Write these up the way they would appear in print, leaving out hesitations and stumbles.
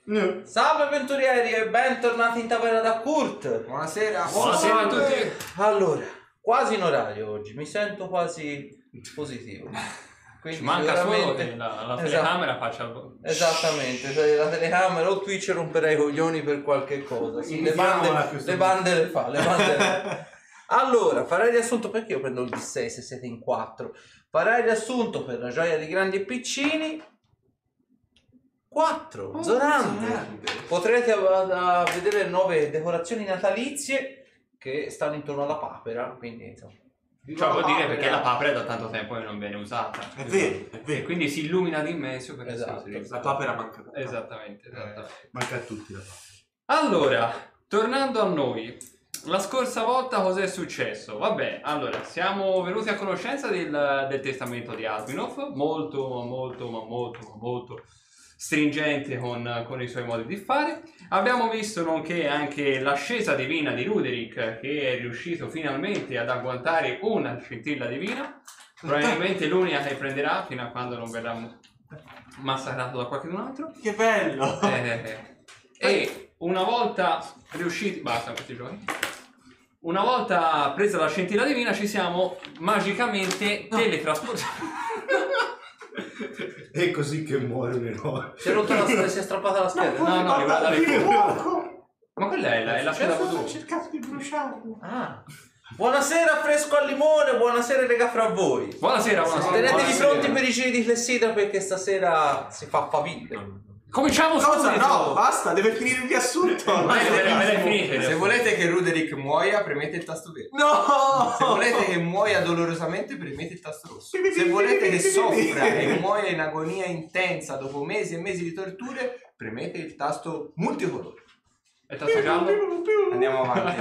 Salve avventurieri e bentornati in taverna da Kurt. Buonasera. Buonasera a tutti. Allora, quasi in orario oggi, mi sento quasi positivo. Quindi Ci manca solo sicuramente... che la telecamera faccia... Esattamente, se la telecamera o Twitch romperei i coglioni per qualche cosa. Sì, le bande le fa. Allora, farei riassunto perché io prendo il D6 se siete in 4. Farei riassunto per la gioia di grandi e piccini. 4, Zorante. Potrete vedere le nuove decorazioni natalizie che stanno intorno alla papera, quindi insomma. Cioè vuol dire perché la papera da tanto tempo che non viene usata. È vero. E quindi si illumina di mezzo per Esatto. essere La papera manca. Esattamente. Manca a tutti la papera. Allora, tornando a noi, la scorsa volta cos'è successo? Vabbè, allora, siamo venuti a conoscenza del testamento di Asminov, molto stringente con i suoi modi di fare. Abbiamo visto nonché anche l'ascesa divina di Ruderick, che è riuscito finalmente ad agguantare una scintilla divina, probabilmente l'unica che prenderà fino a quando non verrà massacrato da qualcun altro. Che bello! E una volta riusciti, basta questi giochi. Una volta presa la scintilla divina ci siamo magicamente teletrasportati. È così che muore un eroe. Si è rotta si è strappata la scheda. No, li volevo dare fuoco. Ma quella è la scheda voodoo. Ho cercato di bruciarlo. Ah. Buonasera fresco al limone, buonasera rega fra voi. Buonasera. Tenetevi pronti per i giri di clessidra perché stasera si fa faville. Cominciamo Cosa? subito. No, basta, deve finire il riassunto. Se volete che Ruderick muoia, premete il tasto verde. No! Se volete che muoia dolorosamente, premete il tasto rosso. Se volete che soffra e muoia in agonia intensa dopo mesi e mesi di torture, premete il tasto multicolore. E tasto giallo? Andiamo avanti,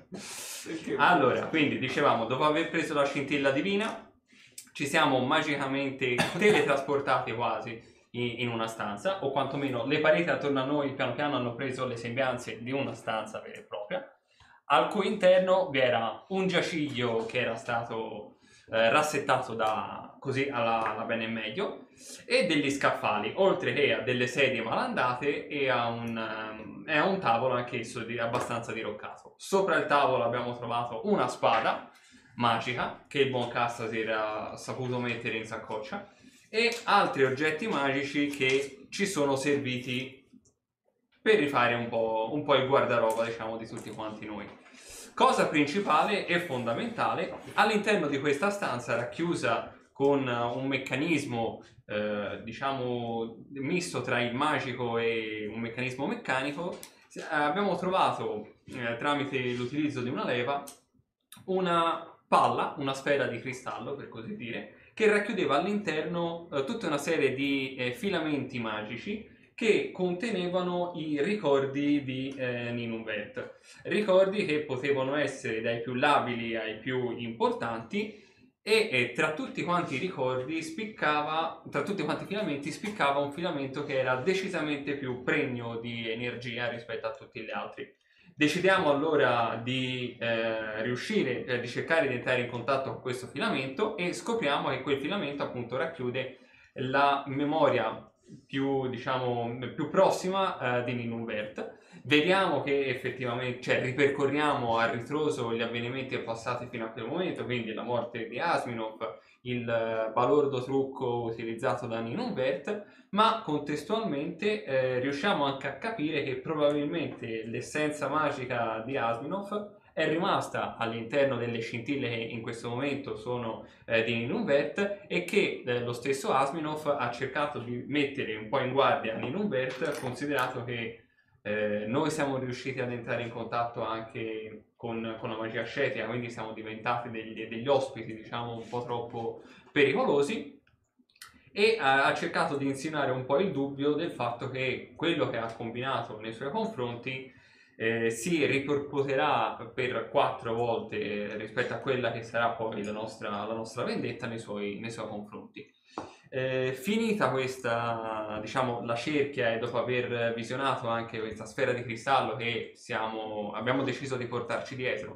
dai. Allora, quindi dicevamo, dopo aver preso la scintilla divina, ci siamo magicamente teletrasportati quasi in una stanza, o quantomeno le pareti attorno a noi piano piano hanno preso le sembianze di una stanza vera e propria, al cui interno vi era un giaciglio che era stato rassettato così alla bene e meglio, e degli scaffali, oltre che a delle sedie malandate e a un tavolo anch'esso abbastanza diroccato. Sopra il tavolo abbiamo trovato una spada magica che il buon Cassa si era saputo mettere in saccoccia, e altri oggetti magici che ci sono serviti per rifare un po' il guardaroba, diciamo, di tutti quanti noi. Cosa principale e fondamentale, all'interno di questa stanza racchiusa con un meccanismo diciamo misto tra il magico e un meccanismo meccanico, abbiamo trovato tramite l'utilizzo di una leva una palla, una sfera di cristallo per così dire, che racchiudeva all'interno tutta una serie di filamenti magici che contenevano i ricordi di Ninunvert. Ricordi che potevano essere dai più labili ai più importanti, e tra tutti quanti i ricordi tra tutti quanti i filamenti spiccava un filamento che era decisamente più pregno di energia rispetto a tutti gli altri. Decidiamo allora di riuscire di cercare di entrare in contatto con questo filamento, e scopriamo che quel filamento appunto racchiude la memoria più prossima di Ninunvert. Vediamo che effettivamente, cioè ripercorriamo a ritroso gli avvenimenti passati fino a quel momento, quindi la morte di Asminov, il balordo trucco utilizzato da Ninunvert, ma contestualmente riusciamo anche a capire che probabilmente l'essenza magica di Asminov è rimasta all'interno delle scintille che in questo momento sono di Ninunvert, e che lo stesso Asminov ha cercato di mettere un po' in guardia Ninunvert, considerato che noi siamo riusciti ad entrare in contatto anche con la magia ascetica, quindi siamo diventati degli ospiti, diciamo, un po' troppo pericolosi, e ha cercato di insinuare un po' il dubbio del fatto che quello che ha combinato nei suoi confronti si ripercuoterà per 4 volte rispetto a quella che sarà poi la nostra vendetta nei suoi confronti. Finita questa, diciamo, la cerchia, e dopo aver visionato anche questa sfera di cristallo che abbiamo deciso di portarci dietro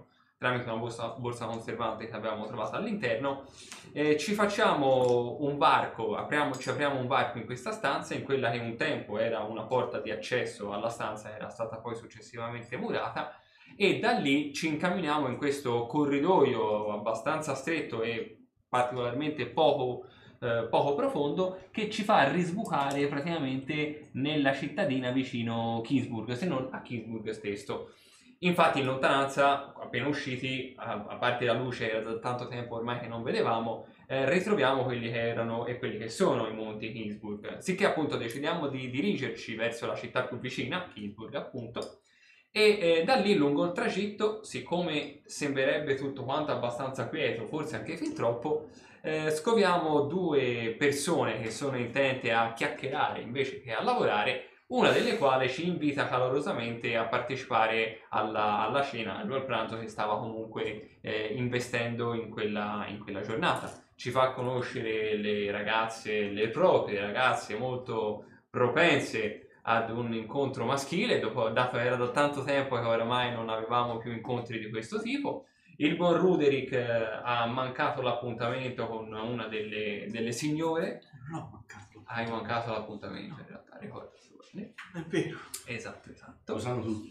tramite una borsa conservante che abbiamo trovato all'interno. Ci facciamo un varco, ci apriamo un varco in questa stanza, in quella che un tempo era una porta di accesso alla stanza, era stata poi successivamente murata, e da lì ci incamminiamo in questo corridoio abbastanza stretto e particolarmente poco profondo, che ci fa risbucare praticamente nella cittadina vicino Kingsburg, se non a Kingsburg stesso. Infatti in lontananza, appena usciti, a parte la luce, era da tanto tempo ormai che non vedevamo, ritroviamo quelli che erano e quelli che sono i monti Kingsburg, sicché appunto decidiamo di dirigerci verso la città più vicina, Kingsburg appunto, e da lì lungo il tragitto, siccome sembrerebbe tutto quanto abbastanza quieto, forse anche fin troppo, scoviamo due persone che sono intente a chiacchierare invece che a lavorare, una delle quali ci invita calorosamente a partecipare alla cena, al pranzo che stava comunque investendo in quella giornata. Ci fa conoscere le proprie ragazze molto propense ad un incontro maschile, dato che era da tanto tempo che oramai non avevamo più incontri di questo tipo. Il buon Ruderick ha mancato l'appuntamento con una delle signore. No, mancato. Hai mancato l'appuntamento in realtà, ricordo. È vero. Esatto. Lo sanno tutti.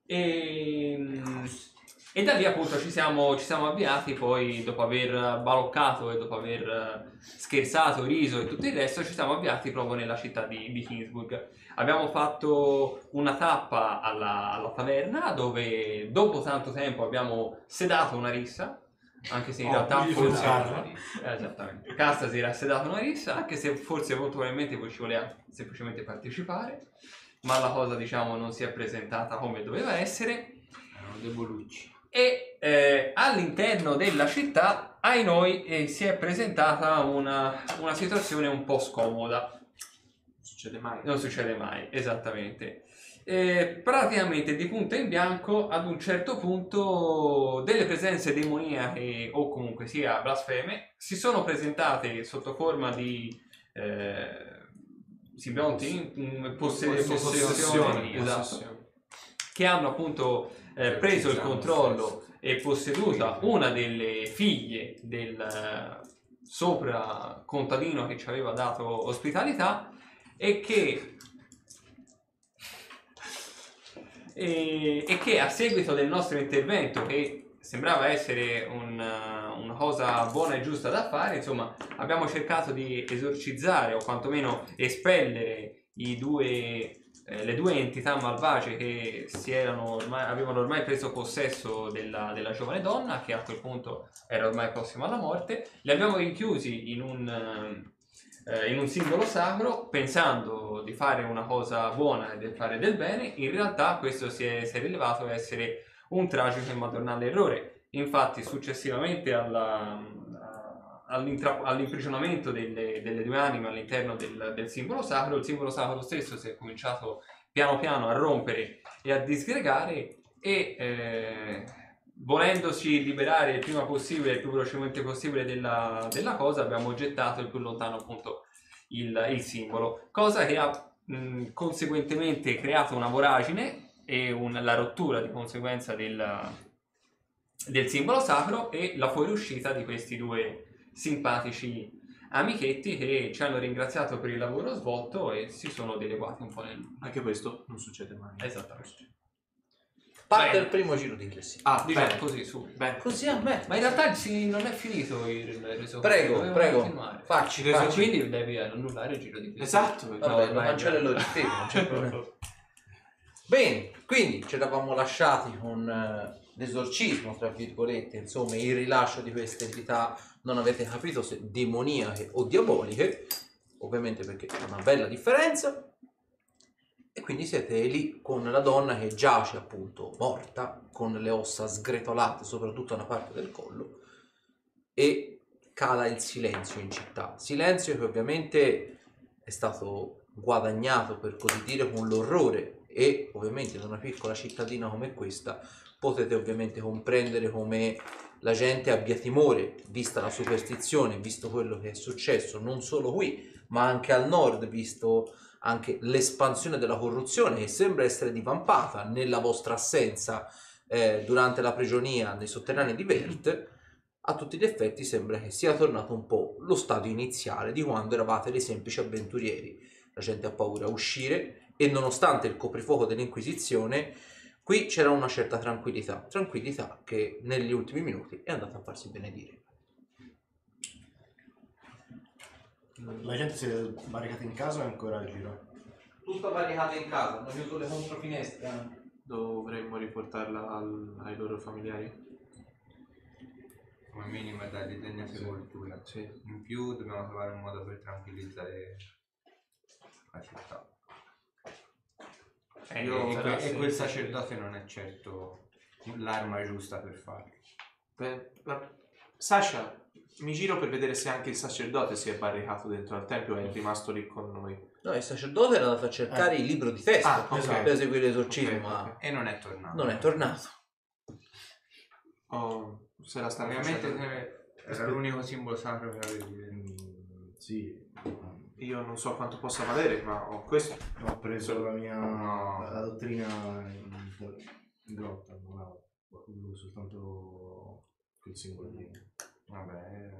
E da lì appunto ci siamo avviati, poi dopo aver baloccato e dopo aver scherzato, riso e tutto il resto, ci siamo avviati proprio nella città di Kingsburg. Abbiamo fatto una tappa alla taverna, dove dopo tanto tempo abbiamo sedato una rissa, anche se in realtà forse esattamente Casta si era sedato una rissa, anche se forse molto probabilmente poi ci voleva semplicemente partecipare, ma la cosa diciamo non si è presentata come doveva essere. Erano debolucci. E all'interno della città, ai noi, si è presentata una situazione un po' scomoda. Non succede mai, esattamente. Praticamente di punto in bianco, ad un certo punto, delle presenze demoniache o comunque sia blasfeme si sono presentate sotto forma di simbionti, possessioni, esatto, che hanno appunto preso il controllo e posseduta una delle figlie del sopra contadino che ci aveva dato ospitalità, e che a seguito del nostro intervento, che sembrava essere una cosa buona e giusta da fare, insomma, abbiamo cercato di esorcizzare o quantomeno espellere le due entità malvagie che avevano ormai preso possesso della giovane donna, che a quel punto era ormai prossima alla morte. Li abbiamo rinchiusi in un simbolo sacro, pensando di fare una cosa buona e di fare del bene. In realtà questo si è rivelato essere un tragico e madornale errore. Infatti successivamente all'imprigionamento delle due anime all'interno del simbolo sacro, il simbolo sacro stesso si è cominciato piano piano a rompere e a disgregare, e volendoci liberare il prima possibile, il più velocemente possibile della cosa, abbiamo gettato il più lontano appunto il simbolo, cosa che ha conseguentemente creato una voragine e la rottura di conseguenza del simbolo sacro, e la fuoriuscita di questi due simpatici amichetti che ci hanno ringraziato per il lavoro svolto e si sono dileguati un po' Anche questo non succede mai. Esattamente. Parte Bene. il primo giro di classifica. Diciamo bene. così su. Bene. Così a me. Ma in realtà non è finito il resoconto. Prego, continuare. facci. Quindi devi annullare il giro di classifica. Esatto. Vabbè, No, lo vai, cancello vai. di prima, non c'è problema. Bene, quindi ci eravamo lasciati con l'esorcismo, tra virgolette, insomma, il rilascio di queste entità, non avete capito se demoniache o diaboliche, ovviamente perché c'è una bella differenza, e quindi siete lì con la donna che giace appunto morta, con le ossa sgretolate soprattutto una parte del collo, e cala il silenzio in città, silenzio che ovviamente è stato guadagnato, per così dire, con l'orrore. E ovviamente in una piccola cittadina come questa potete ovviamente comprendere come la gente abbia timore, vista la superstizione, visto quello che è successo non solo qui ma anche al nord, visto anche l'espansione della corruzione che sembra essere divampata nella vostra assenza durante la prigionia nei sotterranei di Vert, a tutti gli effetti sembra che sia tornato un po' lo stadio iniziale di quando eravate dei semplici avventurieri. La gente ha paura a uscire e nonostante il coprifuoco dell'Inquisizione, qui c'era una certa tranquillità che negli ultimi minuti è andata a farsi benedire. La gente si è barricata in casa o è ancora a giro? Tutta barricata in casa, hanno chiuso le controfinestre anche. Dovremmo riportarla ai loro familiari? Come minimo è dargli degna sepoltura. Sì. In più dobbiamo trovare un modo per tranquillizzare la città. E quel sacerdote non è certo l'arma giusta per farlo. Sasha, mi giro per vedere se anche il sacerdote si è barricato dentro al tempio e è rimasto lì con noi. No, il sacerdote era andato a cercare il libro di testo ok. per eseguire l'esorcismo, Ok, ma ok. E non è tornato. non è tornato. Oh, se la stanno Ovviamente facendo. era l'unico simbolo sacro che avevi. Sì. Io non so quanto possa valere, ma ho questo. Ho preso la mia No. la dottrina in grotta, non avevo soltanto quel simbolo lì. Vabbè,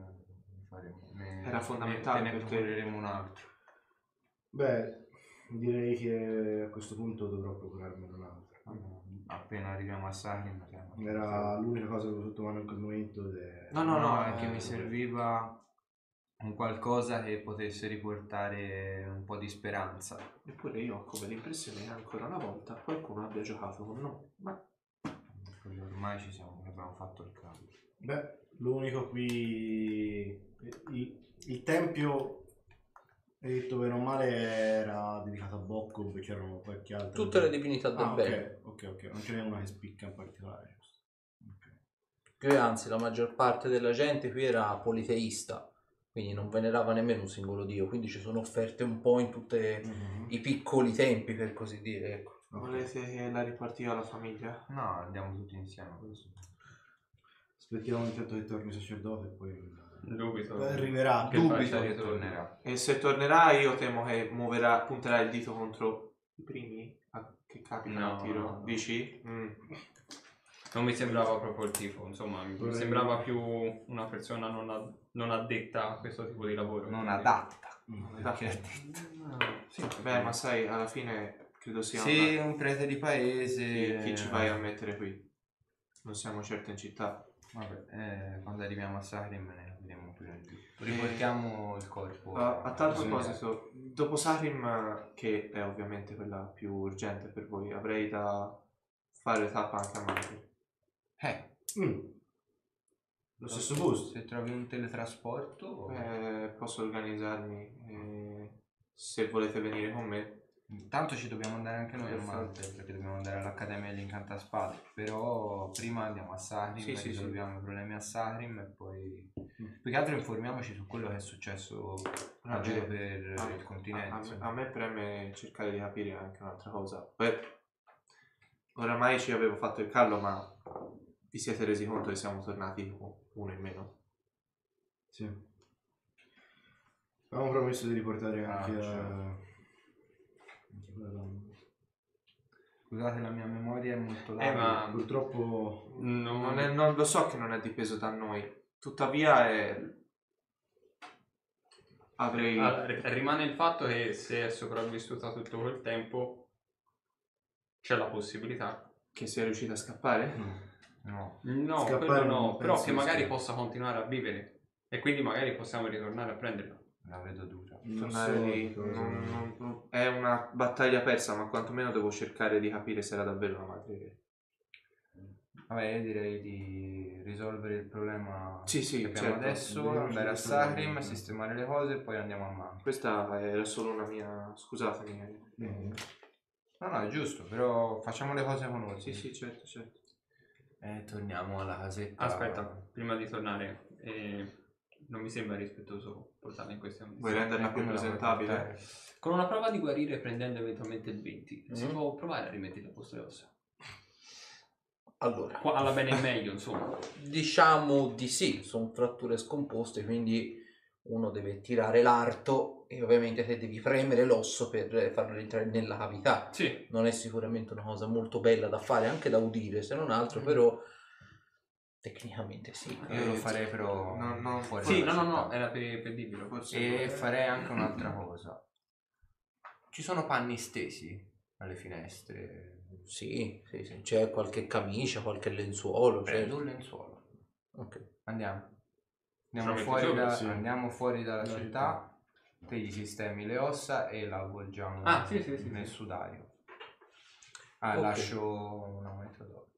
Era fondamentale ne perché- procureremo un altro. Beh, direi che a questo punto dovrò procurarmene un altro. Appena arriviamo a Sarim. Era l'unica cosa che avevo sotto mano in quel momento ed è... No, è che mi serviva un qualcosa che potesse riportare un po' di speranza. Eppure io ho come l'impressione che ancora una volta qualcuno abbia giocato con noi. Ma Quindi ormai abbiamo fatto il cambio. Beh, l'unico qui... Il tempio, hai detto bene o male, era dedicato a Bocco, dove c'erano qualche altro... Tutte le divinità del bene. ok, non ce n'è una che spicca in particolare, giusto? Ok. Che anzi, la maggior parte della gente qui era politeista, quindi non venerava nemmeno un singolo dio, quindi ci sono offerte un po' in tutti i piccoli tempi, per così dire, ecco. volete che la riporti io alla famiglia? No, andiamo tutti insieme. Aspettiamo intanto che torni il sacerdote e poi... Dubito. Arriverà, Che Dubito faccia che ritorno. tornerà. E se tornerà io temo che punterà il dito contro i primi che capitano No, a tiro. no. Dici? Non mi sembrava proprio il tipo, insomma, mi sembrava più una persona non addetta a questo tipo di lavoro. Non quindi- adatta. Sì, beh, ma sai, alla fine credo sia Sì, un prete di paese. chi ci vai a mettere qui? Non siamo certo in città. Vabbè, quando arriviamo a Sarim ne capiremo più di più. Riportiamo il corpo. A tal proposito, dopo Sarim, che è ovviamente quella più urgente per voi, avrei da fare tappa anche a Manchester. Lo stesso bus? Se trovi un teletrasporto. Posso organizzarmi se volete venire con me. Tanto ci dobbiamo andare anche noi a Mante, perché dobbiamo andare all'Accademia degli Incantaspade. Però prima andiamo a Sarim, Sì, risolviamo i problemi a Sarim e poi più che altro informiamoci su quello che è successo a giro per il continente. A me preme cercare di capire anche un'altra cosa. Beh, oramai ci avevo fatto il callo, ma vi siete resi conto che siamo tornati uno in meno? Sì. Avevamo promesso di riportare anche certo. anche quella donna. Scusate, la mia memoria è molto larga. ma Purtroppo Non lo so che non è dipeso da noi, tuttavia avrei... rimane il fatto che se è sopravvissuta tutto quel tempo c'è la possibilità. Che sia riuscita a scappare? No. No, Scappare quello non no, però penso che di magari scappare. possa continuare a vivere e quindi magari possiamo ritornare a prenderla. La vedo dura. non Tornare so lì cosa- è una battaglia persa, ma quantomeno devo cercare di capire se era davvero una madre. Vabbè, io direi di risolvere il problema Sì, che abbiamo certo. adesso, Dobbiamo andare a soluzione. Sarim, sistemare le cose e poi andiamo a Manchester. Questa era solo una mia... scusatemi. No, è giusto, però facciamo le cose con ordine. Sì, certo. E torniamo alla casetta. Aspetta, prima di tornare, non mi sembra rispettoso portarla in questione. Vuoi renderla più presentabile? Con una prova di guarire prendendo eventualmente il 20, si può provare a rimettere a posto le ossa. Allora, Qua alla bene e meglio, insomma. diciamo di sì, sono fratture scomposte, quindi uno deve tirare l'arto e ovviamente te devi premere l'osso per farlo entrare nella cavità. Sì. Non è sicuramente una cosa molto bella da fare, anche da udire se non altro, però tecnicamente sì. Io lo farei però non fuori Sì, dalla no, città. era per dirlo. Forse E farei anche un'altra cosa. Ci sono panni stesi alle finestre. Sì, c'è qualche camicia, qualche lenzuolo. Prendo un lenzuolo. Ok. Andiamo. Ci Fuori metti sì. andiamo fuori dalla città, te gli sistemi le ossa e la avvolgiamo Sì, nel sì. sudario. Ok. Lascio una moneta d'oro.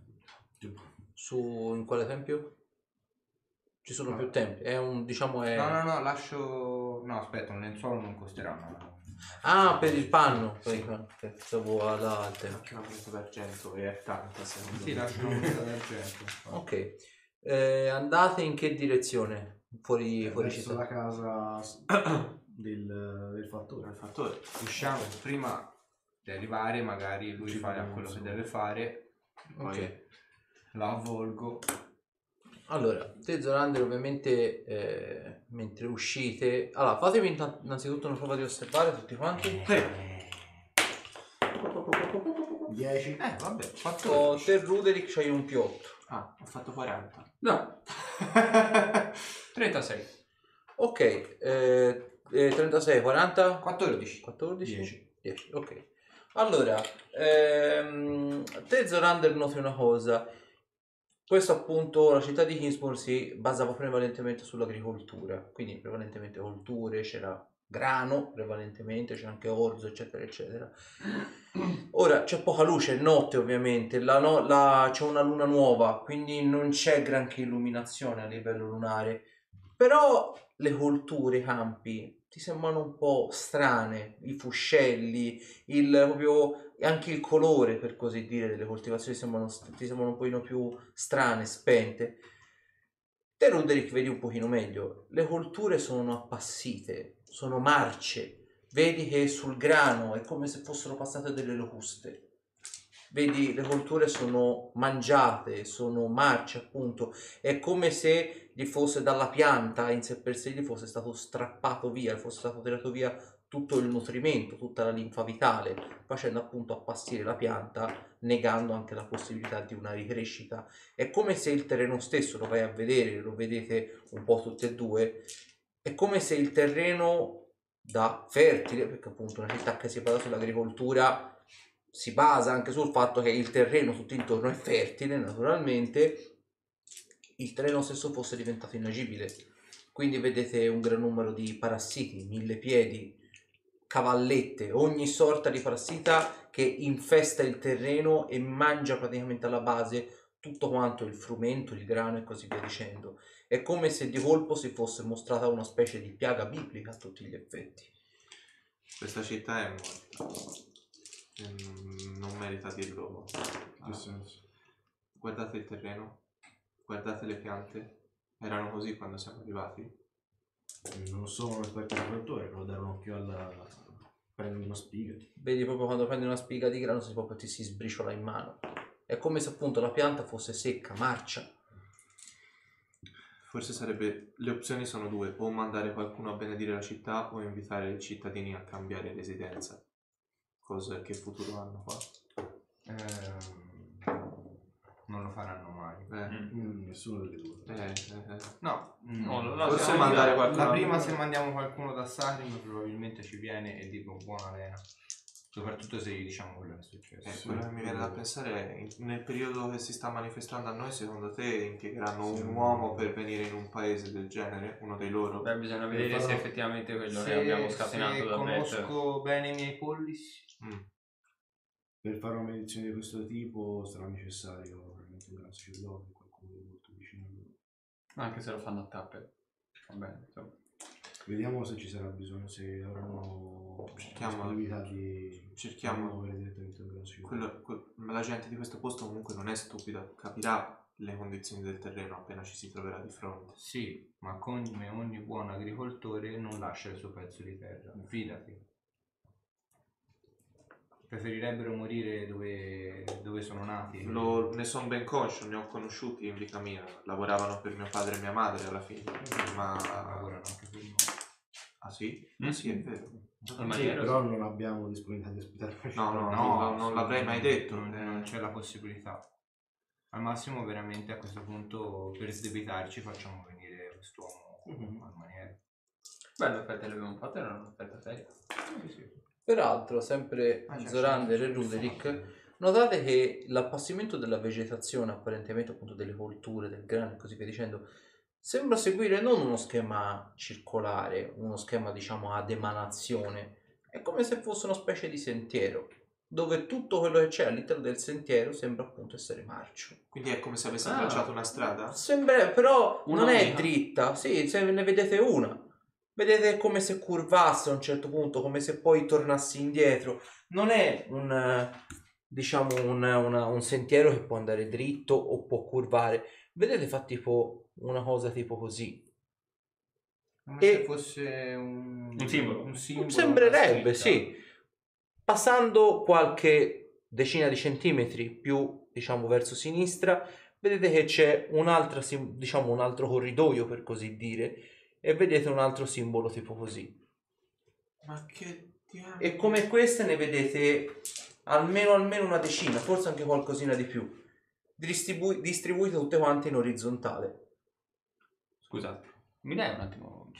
In quale tempio? Ci sono più tempi. È un, diciamo, è... No, lascio... No, aspetta, un lenzuolo non costerà. No. Ah, per il panno. Sì. Pensavo al tempo. anche una moneta d'argento è tanta secondo Sì, me. lascio una moneta d'argento. Ok. Andate in che direzione? Fuori Verso città? la casa del fattore. Il fattore. Usciamo prima di arrivare, magari lui Ci fa vediamo, quello che insomma. deve fare, poi Ok. la avvolgo. Allora, te Zorander ovviamente mentre uscite... Allora, fatemi innanzitutto una prova di osservare tutti quanti. 10. Vabbè, Oh, te Ruderick c'hai un più 8. Ah, ho fatto 40. No. 36. Ok, 36, 40? 14. 14? 10, ok. Allora, te Zorander noti una cosa. Questo appunto, la città di Kingsburg si basava prevalentemente sull'agricoltura, quindi prevalentemente colture, c'era grano prevalentemente, c'era anche orzo, eccetera, eccetera. Ora c'è poca luce, è notte ovviamente, c'è una luna nuova, quindi non c'è granché illuminazione a livello lunare, però le colture, i campi ti sembrano un po' strane, i fuscelli, proprio anche il colore, per così dire, delle coltivazioni ti sembrano un pochino più strane, spente. Te Roderick vedi un pochino meglio, le colture sono appassite, sono marce, vedi che sul grano è come se fossero passate delle locuste. Vedi, le colture sono mangiate, sono marce appunto, è come se gli fosse dalla pianta in sé per sé gli fosse stato strappato via, gli fosse stato tirato via tutto il nutrimento, tutta la linfa vitale, facendo appunto appassire la pianta, negando anche la possibilità di una ricrescita. È come se il terreno stesso, lo vai a vedere, lo vedete un po' tutti e due, è come se il terreno da fertile, perché appunto una città che si basa sull'agricoltura si basa anche sul fatto che il terreno tutto intorno è fertile, naturalmente, il terreno stesso fosse diventato inagibile. Quindi vedete un gran numero di parassiti, millepiedi, cavallette, ogni sorta di parassita che infesta il terreno e mangia praticamente alla base tutto quanto il frumento, il grano e così via dicendo. È come se di colpo si fosse mostrata una specie di piaga biblica a tutti gli effetti. Questa città è morta. Non merita dirlo. Che senso? Guardate il terreno, guardate le piante. Erano così quando siamo arrivati. Non sono un esperto di agricoltore, però dare un occhio alla... prendo una spiga. Vedi proprio quando prendi una spiga di grano proprio ti si sbriciola in mano. È come se appunto la pianta fosse secca, marcia. Forse sarebbe... Le opzioni sono due: o mandare qualcuno a benedire la città o invitare i cittadini a cambiare residenza. Cosa che futuro hanno qua? Non lo faranno mai. Nessuno delle due. No, Forse mandare qualcuno. la prima, se mandiamo qualcuno da Sarim probabilmente ci viene e dico buona lena. Soprattutto se gli diciamo quello che è successo. Quello che mi viene da pensare è, nel periodo che si sta manifestando a noi, secondo te impiegheranno un uomo per venire in un paese del genere, uno dei loro? Beh, bisogna vedere se effettivamente quello che abbiamo scatenato se da conosco bene i miei pollici. Per fare una medizione di questo tipo sarà necessario probabilmente un gran sacerdote, qualcuno molto vicino a loro. Anche se lo fanno a tappe. Va bene, insomma. Vediamo se ci sarà bisogno, se avranno disponibilità di muovere direttamente un gran sacerdote. La gente di questo posto comunque non è stupida, capirà le condizioni del terreno appena ci si troverà di fronte. Sì, ma come ogni buon agricoltore non lascia il suo pezzo di terra, fidati. Preferirebbero morire dove sono nati. Ne sono ben conscio, ne ho conosciuti in vita mia, lavoravano per mio padre e mia madre alla fine, ma lavorano anche per noi. Ah sì? Mm. Sì, è vero. Al Sì, maniero, però non abbiamo disponibilità di ospitare. No, non l'avrei mai detto. Non c'è la possibilità. Al massimo veramente a questo punto per sdebitarci facciamo venire quest'uomo al maniero. Beh, l'offerta che abbiamo fatto era un'offerta seria. Peraltro, sempre Ah, c'è Zorander e il Ruderick, notate che l'appassimento della vegetazione, apparentemente appunto delle colture, del grano e così via dicendo, sembra seguire non uno schema circolare, uno schema diciamo ad emanazione, è come se fosse una specie di sentiero, dove tutto quello che c'è all'interno del sentiero sembra appunto essere marcio. Quindi è come se avesse Ah. tracciato una strada? Sembra, però Una non è unica. dritta, sì, se ne vedete una. Vedete come se curvasse a un certo punto, come se poi tornassi indietro. Non è diciamo un sentiero che può andare dritto o può curvare. Vedete fa tipo una cosa tipo così. Come E- se fosse Un simbolo. un simbolo, Sembrerebbe, una scritta. sì. Passando qualche decina di centimetri più, diciamo, verso sinistra, vedete che c'è un'altra, diciamo, un altro corridoio, per così dire, e vedete un altro simbolo tipo così. Ma che diavolo? E come queste ne vedete almeno una decina, forse anche qualcosina di più, distribuite tutte quante in orizzontale. Scusate, mi dai un attimo?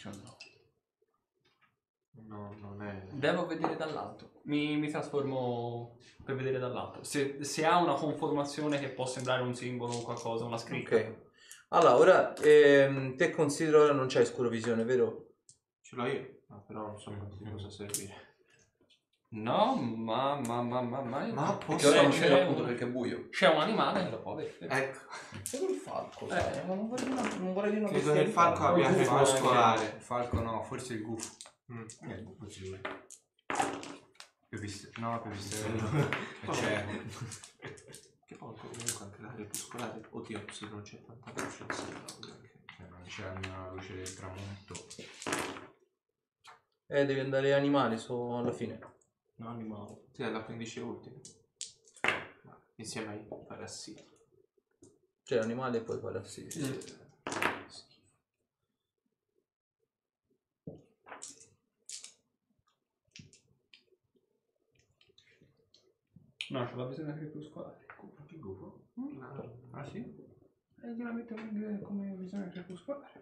No, non è... Devo vedere dall'alto. Mi trasformo per vedere dall'alto. Se ha una conformazione che può sembrare un simbolo o qualcosa, una scritta. Ok. Allora, ora te considero ora non c'hai scurovisione, vero? Ce l'ho io? No, però non so di cosa servire. No, ma Ma Perché ora non c'è c'è appunto un- perché è buio. c'è un animale che lo può vedere. Ecco, Sei il falco, sai? Ma non vorrei dire una credo bestia che il di falco abbia Il falco crepuscolare. anche- il falco no, forse il gufo. Così. No, pipistrello è cieco. Che poi comunque anche la crepuscolare. Oddio, sì, non c'è tanta luce. Non c'è una luce del tramonto. Devi andare animali alla fine. No, animale. Sì, è la 15 ultima. Ma insieme ai parassiti. Cioè animali e poi parassiti. No, c'è la visione crepuscolare. Che gufo? No. Ah sì? Gliela metto come visione crepuscolare.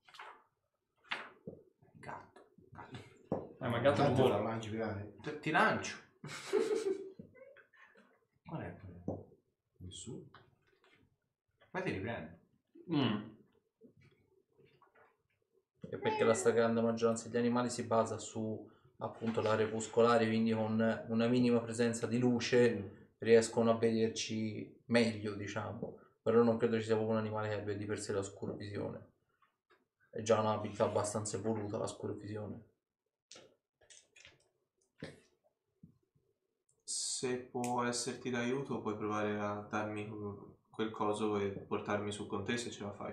Gatto. Ma gatto non Tanto la vola. lanci per aria. Ti lancio. Qual è quello? Nessuno. Poi ti riprendo. E perché la stragrande maggioranza degli animali si basa su appunto la crepuscolare, quindi con una minima presenza di luce riescono a vederci meglio, diciamo. Però non credo ci sia proprio un animale che abbia di per sé la scurovisione. È già un'abilità abbastanza evoluta la scurovisione. Se può esserti d'aiuto, puoi provare a darmi quel coso e portarmi su con te se ce la fai.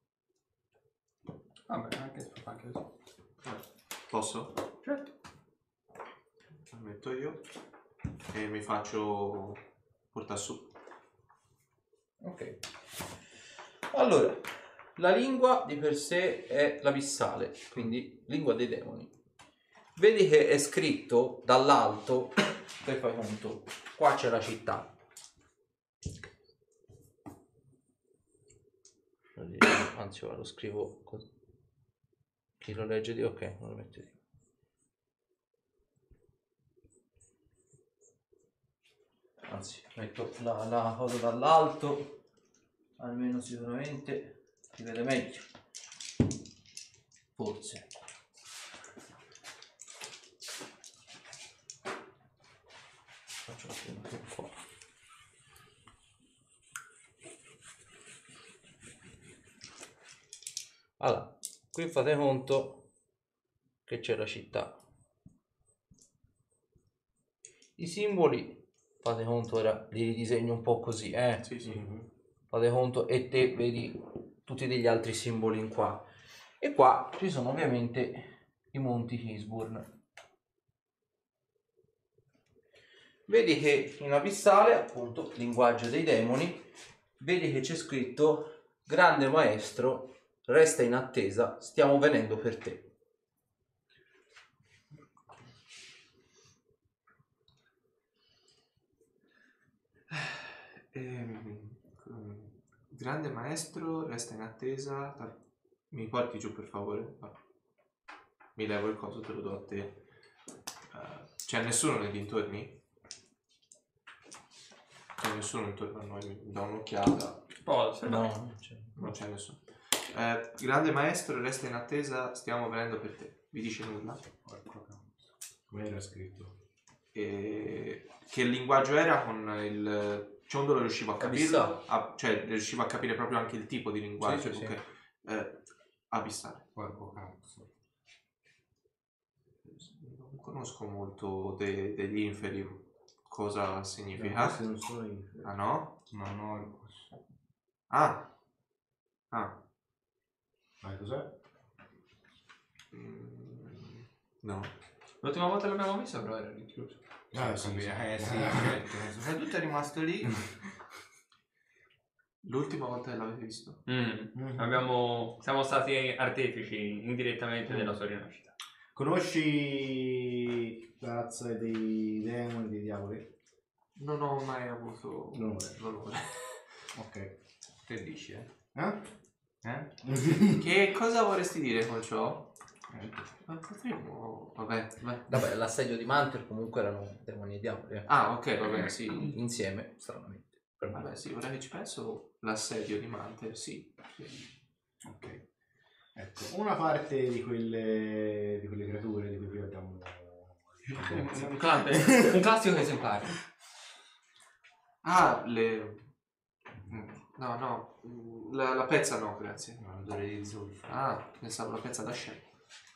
Vabbè, anche così. Posso? Certo. Lo metto io e mi faccio portare su. Ok. Allora, la lingua di per sé è l'abissale, quindi lingua dei demoni. Vedi che è scritto dall'alto, poi fai conto, qua c'è la città. Anzi, ora lo scrivo così. Chi lo legge di ok, non lo metto io. Anzi, metto la cosa dall'alto, almeno sicuramente si vede meglio. Forse. Faccio la prima più qua. Allora, qui fate conto che c'è la città. I simboli, fate conto, ora li ridisegno un po' così, Sì, sì. Fate conto e te vedi tutti degli altri simboli in qua. E qua ci sono ovviamente i monti Hisburn. Vedi che in abissale, appunto, linguaggio dei demoni, vedi che c'è scritto: grande maestro, resta in attesa, stiamo venendo per te. Grande maestro, resta in attesa. Mi porti giù per favore? Mi levo il coso, te lo do a te. C'è nessuno nei dintorni? C'è nessuno intorno a noi, mi dà un'occhiata. No, Non c'è nessuno. Grande maestro, resta in attesa, stiamo venendo per te. Vi dice nulla? Come era scritto? Che linguaggio era con il ciondolo riuscivo a capirlo? Cioè riuscivo a capire proprio anche il tipo di linguaggio. Sì. Abissale. Non conosco molto degli inferi. Cosa significa? Questi non sono inferi. Ah no? No. Ah. Ma cos'è? No. L'ultima volta che l'abbiamo visto però era rinchiuso. Sì, certo. Soprattutto è rimasto lì. L'ultima volta che l'avete visto? Siamo stati artefici indirettamente della sua rinascita. Conosci la razza dei demoni, dei diavoli? Non ho mai avuto l'onore. Ok. Che dici, Che cosa vorresti dire con ciò? Ma potremmo... Vabbè. l'assedio di Manter comunque erano demoni e diavoli. Ah, ok, vabbè, sì. Insieme, stranamente. Vabbè, sì, ora che ci penso, l'assedio di Manter, sì. Ok. Ecco, una parte di quelle creature di cui prima abbiamo... Un classico esemplare. Ah, No, la pezza no, grazie. L'odore di zolfo. Ah, pensavo la pezza da scena.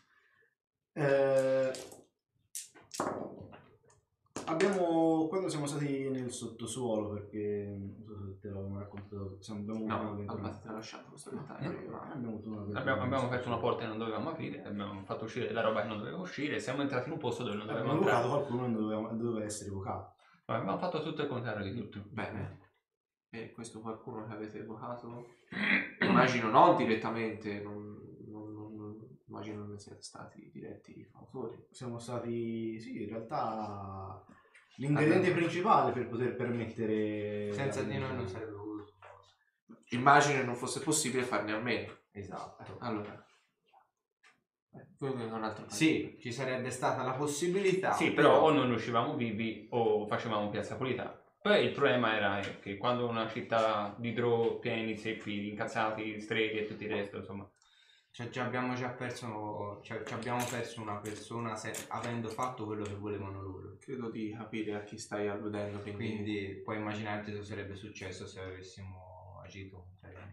Quando siamo stati nel sottosuolo, perché non so se te l'avevamo raccontato, Abbiate lasciato questo dettaglio. Abbiamo aperto una porta che non dovevamo aprire, abbiamo fatto uscire la roba che non doveva uscire e siamo entrati in un posto dove non dovevamo entrare. Abbiamo evocato qualcuno che doveva essere evocato. Ma abbiamo fatto tutto il contrario di tutto. Bene. E questo qualcuno che avete evocato? Immagino non direttamente, immagino non siete stati diretti fautori. Siamo stati, sì, in realtà l'ingrediente principale per poter permettere... Senza di noi non sarebbe voluto. Immagino non fosse possibile farne a meno. Esatto. Allora, un altro paio. Sì, ci sarebbe stata la possibilità. Sì, però o non uscivamo vivi o facevamo piazza pulita. Poi il problema era che quando una città di Drow piena di zeppi, incazzati, streghe e tutto il resto, insomma. Abbiamo perso una persona avendo fatto quello che volevano loro. Credo di capire a chi stai alludendo, Quindi puoi immaginarti cosa sarebbe successo se avessimo agito contrariamente.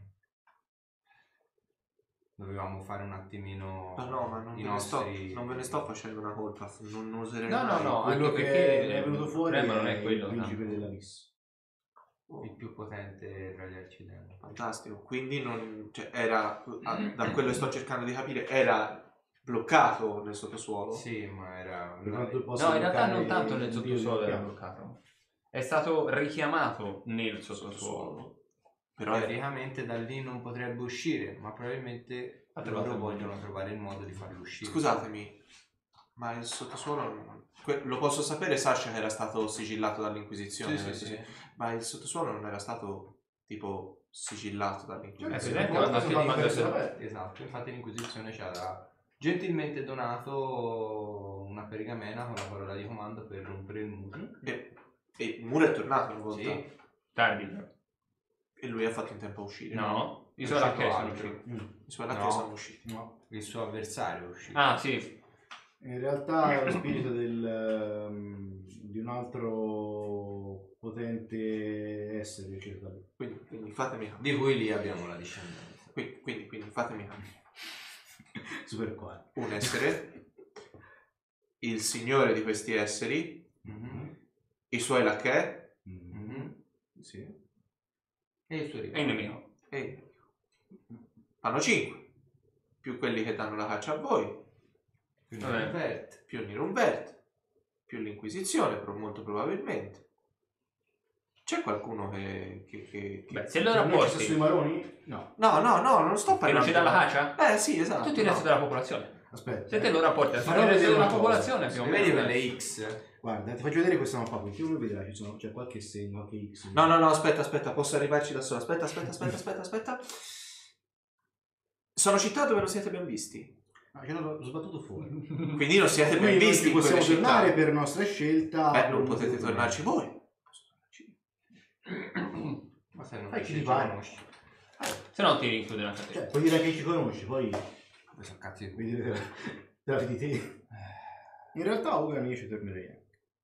Dovevamo fare un attimino ma non ve ne sto facendo una colpa, non userei No, quello anche che perché è venuto fuori ma non è è quello, il principe dell'Abisso. il più potente tra gli accidenti. Fantastico, quindi era, da quello che sto cercando di capire, era bloccato nel sottosuolo? Sì, ma era... No, in realtà non tanto nel sottosuolo era bloccato. È stato richiamato nel sottosuolo. Però teoricamente da lì non potrebbe uscire, ma probabilmente loro vogliono trovare il modo di farlo uscire. Scusatemi, ma il sottosuolo lo posso sapere, Sasha, che era stato sigillato dall'Inquisizione? Sì. Ma il sottosuolo non era stato tipo sigillato dall'Inquisizione? Esatto, infatti l'Inquisizione ci ha gentilmente donato una pergamena con la parola di comando per rompere il muro. E il muro è tornato una volta? Sì. Tardi. E lui ha fatto in tempo a uscire? No, i suoi laccheri sono usciti. I suoi laccheri sono usciti? No. Il suo avversario è uscito. Ah, sì. In realtà è lo spirito di un altro potente essere circa lì. Quindi fatemi capire. Di cui lì abbiamo la discendenza. Quindi fatemi capire. Super quale? Un essere, il signore di questi esseri, i suoi lacchè, Sì. E il suo E il nemico. Fanno 5, più quelli che danno la caccia a voi, più Nirunvert, più l'Inquisizione, molto probabilmente. C'è qualcuno che... Beh, se loro apposti sui maroni? No. No, non sto che parlando. non ci dà la caccia? Sì, esatto. Tutto il resto della popolazione. Aspetta. Se te lo rapporti a Farò vedere una una cosa. popolazione più o Vedi meno. quelle X? Guarda, ti faccio vedere questa mappa qui. Più uno vedrà, c'è qualche segno, qualche X. No, aspetta, posso arrivarci da solo. Aspetta. Sono città dove non siete ben visti. Ce l'ho sbattuto fuori. Quindi non siete ben Quindi visti in possiamo quelle città. tornare per nostra scelta. Beh, non potete tornarci voi. Ma se non Fai ci chi ti pare. conosci. Se no ti rinchiude la catena. Cioè, puoi dire che ci conosci, poi Questo cazzo di vuoi dire te la vedi te. In realtà Ugan io ci tornerei.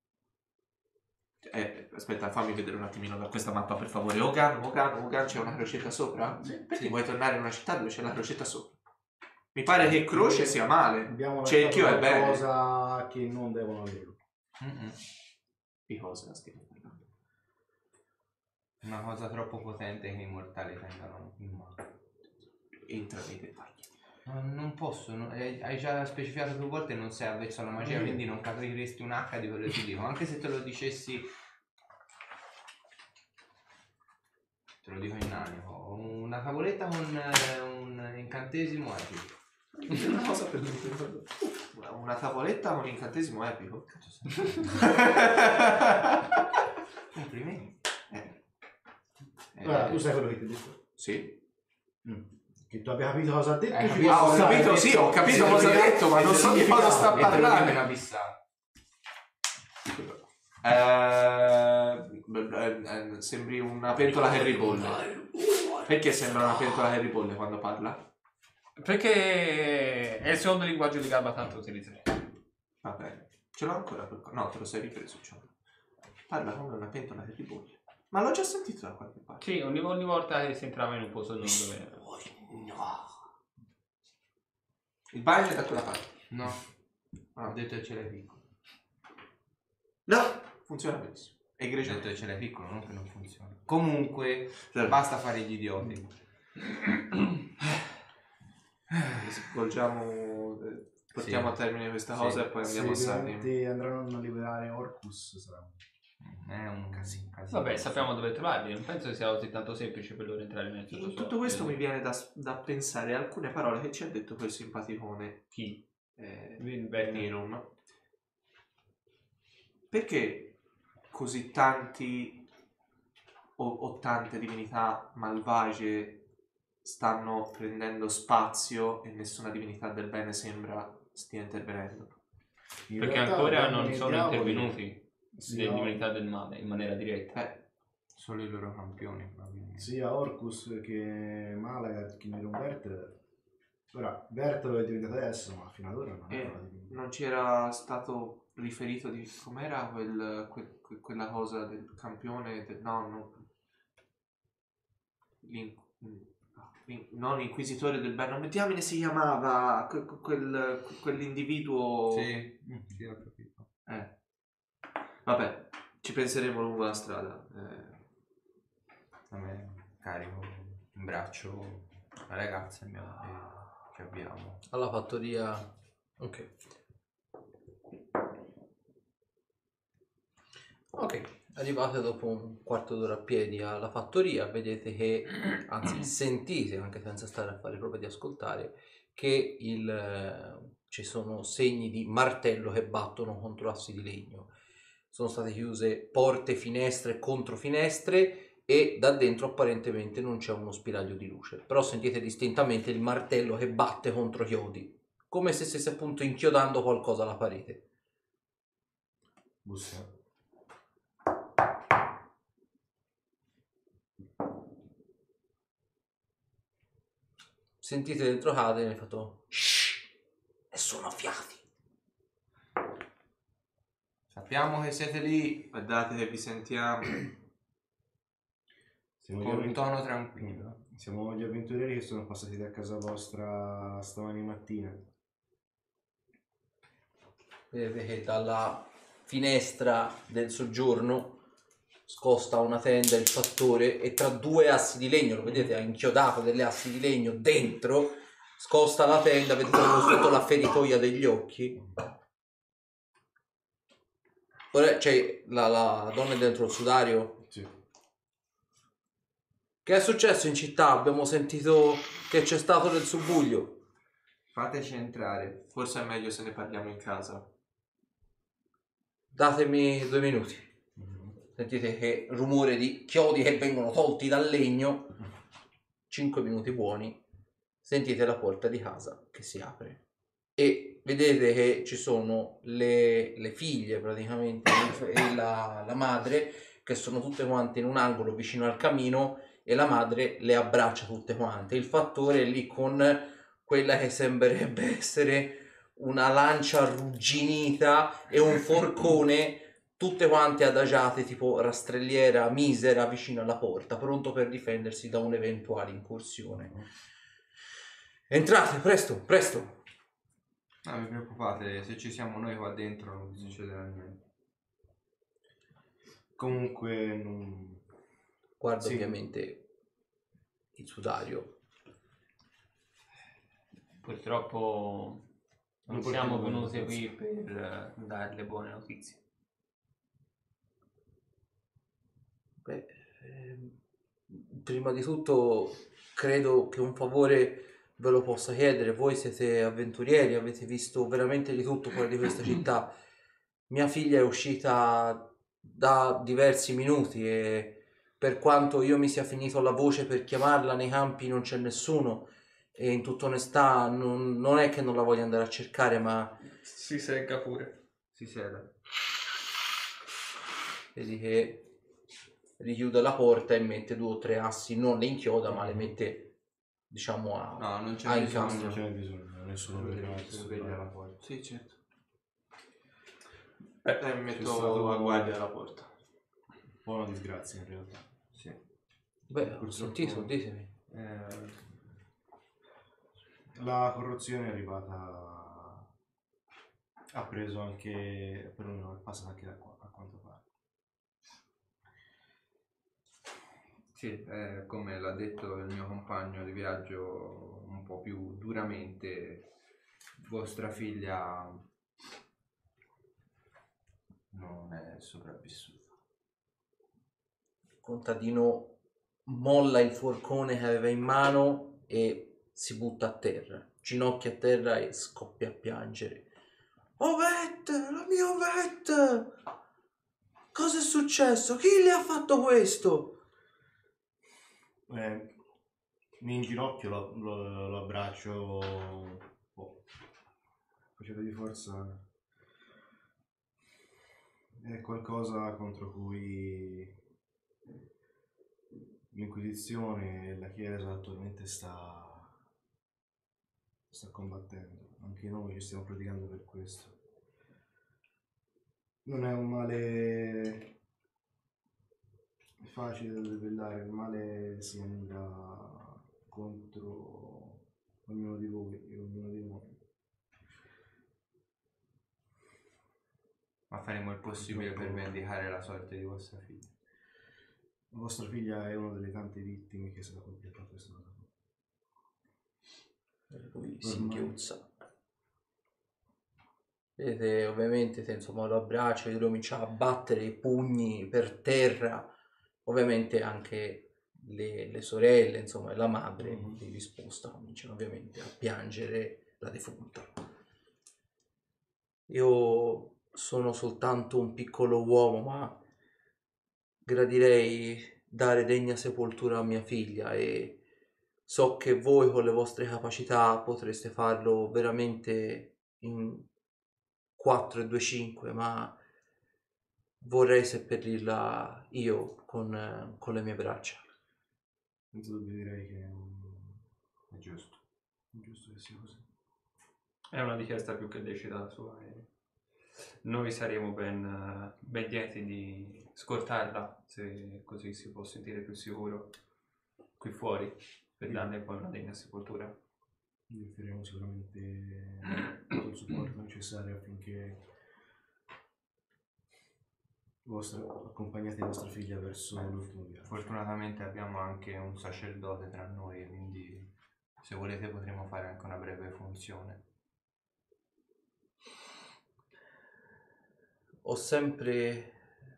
Aspetta, fammi vedere un attimino da questa mappa per favore. Ogan, c'è una crocetta sopra? Perché vuoi tornare in una città dove c'è la crocetta sopra? Mi pare che croce sia male. Abbiamo C'è il chio è bene. cosa che non devono averlo. Di cosa stiamo parlando? Una cosa troppo potente che i mortali tengano in mano. Entra nei dettagli. Non posso, hai già specificato più volte non sei avvezzo alla magia, quindi non capiresti un H di quello che ti dico. Anche se te lo dicessi, te lo dico in animo, una tavoletta con un incantesimo epico. Una cosa per una tavoletta con incantesimo epico. Complimenti. Allora, tu sai quello che ti ho detto? Sì. Che tu abbia capito cosa ha detto? Hai ci capito? può Ho stare. capito, sì, ho capito cosa ha detto, ma non so di cosa sta parlando. Una pissata. Sembri una pentola che ribolle. Perché sembra una pentola che ribolle quando parla? Perché è il secondo linguaggio di Garba tanto utilizzato. Va bene. Ce l'ho ancora no, te lo sei ripreso. Parla come una pentola che ribolle. Ma l'ho già sentito da qualche parte. Sì, ogni volta che si entrava in un posto non dove... No. Il bagno è da quella parte. No, ho detto che ce l'hai piccolo. No, funziona benissimo. È Ho egregio. detto che ce l'hai piccolo, non che non funziona. Comunque, Certo. basta fare gli idioti. Svolgiamo, portiamo a termine questa cosa e poi andiamo a Se Sarni. veramente andranno a liberare Orcus sarà È un casino. Vabbè, sappiamo dove trovarli, non penso che sia così tanto semplice per loro entrare nel In tutto questo mi viene da pensare a alcune parole che ci ha detto quel simpaticone Chi? Nirum. Perché così tanti o tante divinità malvagie stanno prendendo spazio e nessuna divinità del bene sembra stia intervenendo? Perché ancora non sono intervenuti le divinità del male in maniera diretta. Solo i loro campioni, probabilmente. Sia Orcus che Malaga che Nirumberto. Ora, Bertolo è diventato adesso, ma fino ad ora non era diventato. Non ci era stato riferito di com'era quella cosa del campione del nonno? Non l'inquisitore del bene, come diamine si chiamava quell'individuo? Sì, ho capito. Vabbè, ci penseremo lungo la strada. A me carico in braccio la ragazza e ci abbiamo. Alla fattoria. Ok. Arrivate dopo un quarto d'ora a piedi alla fattoria, vedete che, anzi sentite, anche senza stare a fare prove di ascoltare, che ci sono segni di martello che battono contro assi di legno. Sono state chiuse porte, finestre, controfinestre e da dentro apparentemente non c'è uno spiraglio di luce. Però sentite distintamente il martello che batte contro chiodi, come se stesse appunto inchiodando qualcosa alla parete. Bussa. Sentite dentro cade e mi ha fatto shh, nessuno fiati. Sappiamo che siete lì Guardate che vi sentiamo. Siamo con un tono tranquillo. Siamo gli avventurieri che sono passati da casa vostra stamani mattina. Vedete che dalla finestra del soggiorno scosta una tenda il fattore e tra due assi di legno, lo vedete, ha inchiodato delle assi di legno dentro, scosta la tenda, vedete sotto la feritoia degli occhi. Ora c'è la donna dentro il sudario. Sì. Che è successo in città? Abbiamo sentito che c'è stato del subbuglio. Fateci entrare. Forse è meglio se ne parliamo in casa. Datemi 2 minuti. Sentite che rumore di chiodi che vengono tolti dal legno. 5 minuti buoni. Sentite la porta di casa che si apre. E vedete che ci sono le figlie praticamente e la madre che sono tutte quante in un angolo vicino al camino e la madre le abbraccia tutte quante. Il fattore è lì con quella che sembrerebbe essere una lancia arrugginita e un forcone tutte quante adagiate tipo rastrelliera misera vicino alla porta, pronto per difendersi da un'eventuale incursione. Entrate, presto, presto! Non vi preoccupate, se ci siamo noi qua dentro non vi succederà niente. Comunque non... Guarda Sì. ovviamente il sudario. Purtroppo non Non siamo portiamo venuti notizie. qui per darle buone notizie. Beh, prima di tutto credo che un favore ve lo possa chiedere. Voi siete avventurieri, avete visto veramente di tutto fuori di questa città. Mia figlia è uscita da diversi minuti e per quanto io mi sia finito la voce per chiamarla, nei campi non c'è nessuno e in tutta onestà non è che non la voglio andare a cercare, ma Si secca pure. Si sieda. vedi che richiude la porta e mette 2 o 3 assi, non le inchioda ma le mette diciamo a... No, non c'è Ah, in bisogno. casa. Non c'è bisogno, nessuno vedrà. Sveglia la porta. Sì, certo. C'è Metto stato- a guardia alla porta. Un po' una disgrazia in realtà. Sì. Beh, ho Purtroppo- sentito, ditemi. La corruzione è arrivata, ha preso anche, perlomeno è passata anche da qua, a quanto pare. Sì, come l'ha detto il mio compagno di viaggio un po' più duramente, vostra figlia non è sopravvissuta. Il contadino molla il forcone che aveva in mano e si butta a terra, ginocchia a terra e scoppia a piangere. Ovette, la mia Ovette! Cosa è successo? Chi le ha fatto questo? Mi inginocchio, lo abbraccio un po', facendo di forza. È qualcosa contro cui l'Inquisizione e la Chiesa attualmente sta combattendo. Anche noi ci stiamo praticando per questo. Non è un male facile da debellare, il male si anida contro ognuno di voi e ognuno di noi. Ma faremo il possibile per vendicare la sorte di vostra figlia. La vostra figlia è una delle tante vittime che è stata colpita da questa cosa. Lui singhiozza. Vedete, ovviamente, insomma, lo abbraccia e lui comincia a battere i pugni per terra. Ovviamente anche le sorelle, insomma, e la madre di risposta cominciano ovviamente a piangere la defunta. Io sono soltanto un piccolo uomo, ma gradirei dare degna sepoltura a mia figlia e so che voi con le vostre capacità potreste farlo veramente in 4 e 2 5, ma vorrei seppellirla io con le mie braccia. Senza dubbio direi che è giusto. È giusto che sia così. È una richiesta più che lecita la sua. Noi saremo ben lieti di scortarla, se così si può sentire più sicuro qui fuori, per darle poi una degna sepoltura. Vi offriremo sicuramente tutto il supporto necessario affinché accompagnate vostra figlia verso l'ultimo viaggio. Fortunatamente abbiamo anche un sacerdote tra noi, quindi se volete potremo fare anche una breve funzione. Ho sempre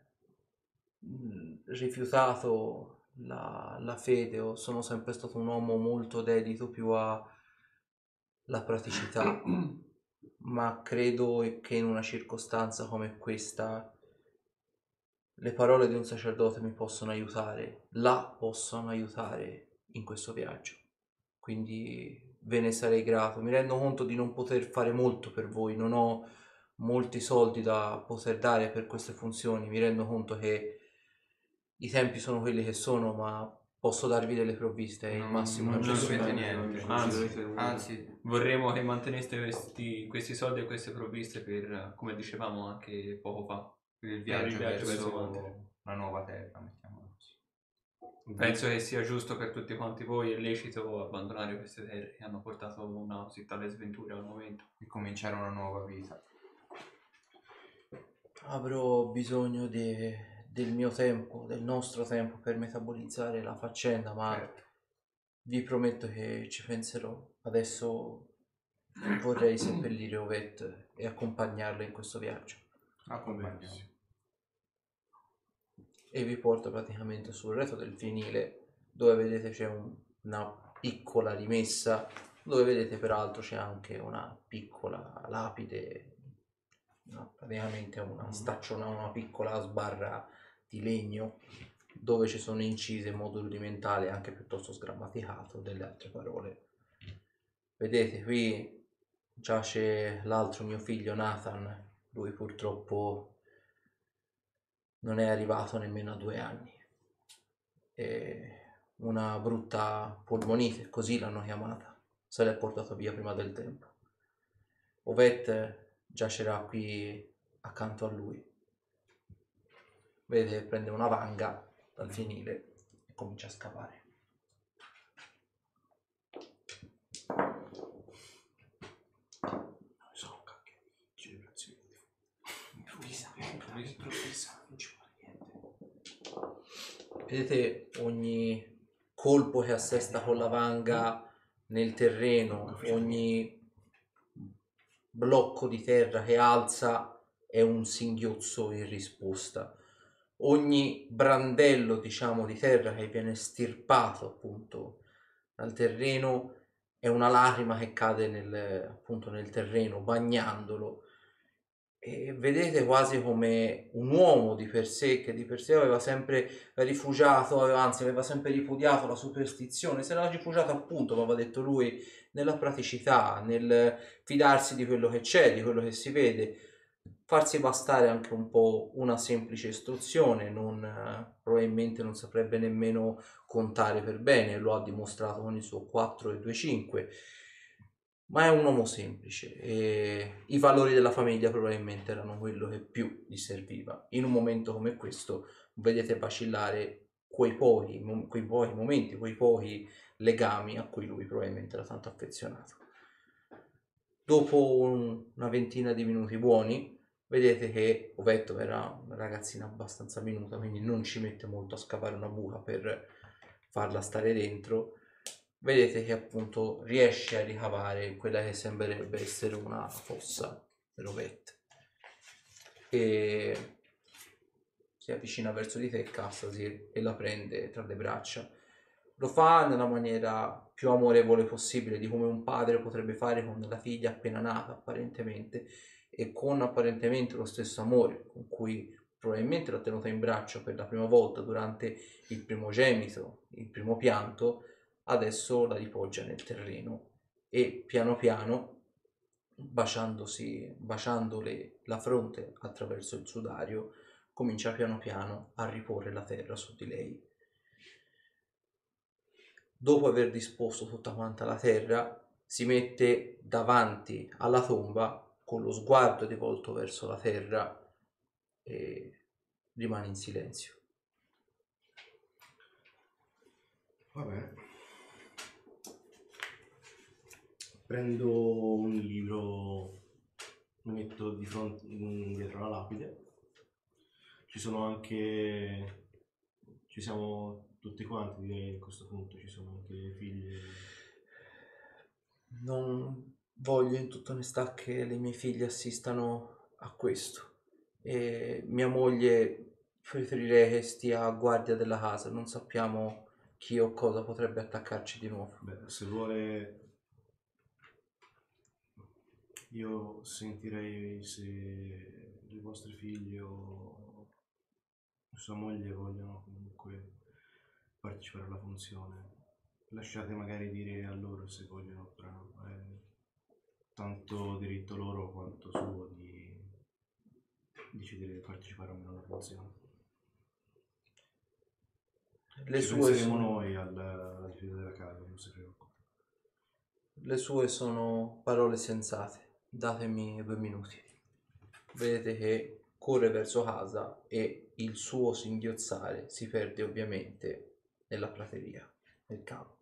rifiutato la fede, sono sempre stato un uomo molto dedito più a la praticità, ma credo che in una circostanza come questa le parole di un sacerdote mi possono aiutare, possono aiutare in questo viaggio. Quindi ve ne sarei grato. Mi rendo conto di non poter fare molto per voi, non ho molti soldi da poter dare per queste funzioni, mi rendo conto che i tempi sono quelli che sono, ma posso darvi delle provviste, è il massimo non che ci posso dovete fare. niente. Anzi, vorremmo che manteneste questi soldi e queste provviste per, come dicevamo anche poco fa, per il per viaggio verso verso Marte. la nuova terra, mettiamola così. Penso che sia giusto per tutti quanti voi e lecito abbandonare queste terre che hanno portato una così tale sventura al momento. E cominciare una nuova vita. Avrò bisogno del mio tempo, del nostro tempo per metabolizzare la faccenda, ma Certo. vi prometto che ci penserò. Adesso vorrei seppellire Ovette e accompagnarla in questo viaggio. Accompagniamo. E vi porto praticamente sul retro del fienile, dove vedete c'è una piccola rimessa, dove vedete peraltro c'è anche una piccola lapide, praticamente una piccola sbarra di legno dove ci sono incise in modo rudimentale, anche piuttosto sgrammaticato, delle altre parole. Vedete, qui giace l'altro mio figlio Nathan, lui purtroppo non è arrivato nemmeno a 2 anni. E una brutta polmonite, così l'hanno chiamata, se l'è portato via prima del tempo. Ovette giacerà qui accanto a lui. Vedete, prende una vanga dal fienile e comincia a scavare. Non so, cacchio, celebrazione improvvisa, non ci vuole niente. Vedete ogni colpo che assesta con la vanga nel terreno, ogni blocco di terra che alza è un singhiozzo in risposta. Ogni brandello, diciamo, di terra che viene stirpato appunto dal terreno è una lacrima che cade appunto nel terreno, bagnandolo. E vedete quasi come un uomo di per sé, che di per sé aveva sempre rifugiato, anzi aveva sempre ripudiato la superstizione, se l'ha rifugiato appunto, aveva detto lui, nella praticità, nel fidarsi di quello che c'è, di quello che si vede, farsi bastare anche un po' una semplice istruzione, probabilmente non saprebbe nemmeno contare per bene, lo ha dimostrato con il suo 4 e 2 5, ma è un uomo semplice e i valori della famiglia probabilmente erano quello che più gli serviva. In un momento come questo vedete vacillare quei pochi momenti, quei pochi legami a cui lui probabilmente era tanto affezionato. Dopo una ventina di minuti buoni vedete che Ovetto era una ragazzina abbastanza minuta, quindi non ci mette molto a scavare una buca per farla stare dentro. Vedete che appunto riesce a ricavare quella che sembrerebbe essere una fossa per Ovette e si avvicina verso di te, Cassasi, e la prende tra le braccia. Lo fa nella maniera più amorevole possibile, di come un padre potrebbe fare con la figlia appena nata apparentemente, e con apparentemente lo stesso amore con cui probabilmente l'ha tenuta in braccio per la prima volta durante il primo gemito, il primo pianto. Adesso la ripoggia nel terreno e piano piano, baciandole la fronte attraverso il sudario, comincia piano piano a riporre la terra su di lei. Dopo aver disposto tutta quanta la terra, si mette davanti alla tomba con lo sguardo rivolto verso la terra e rimane in silenzio. Va bene. Prendo un libro, lo metto di fronte dietro la lapide. Ci siamo tutti quanti, direi, a questo punto ci sono anche le figlie. Non voglio in tutta onestà che le mie figlie assistano a questo e mia moglie preferirei che stia a guardia della casa, non sappiamo chi o cosa potrebbe attaccarci di nuovo. Beh, se vuole Io sentirei se il vostro figlio o sua moglie vogliono comunque partecipare alla funzione. Lasciate magari dire a loro se vogliono oppure no. È tanto diritto loro quanto suo di decidere di partecipare o meno alla funzione. Le Ci sue penseremo sono... noi alla difesa della casa, non si preoccupi. Le sue sono parole sensate. Datemi 2 minuti. Vedete che corre verso casa e il suo singhiozzare si perde ovviamente nella prateria, nel campo.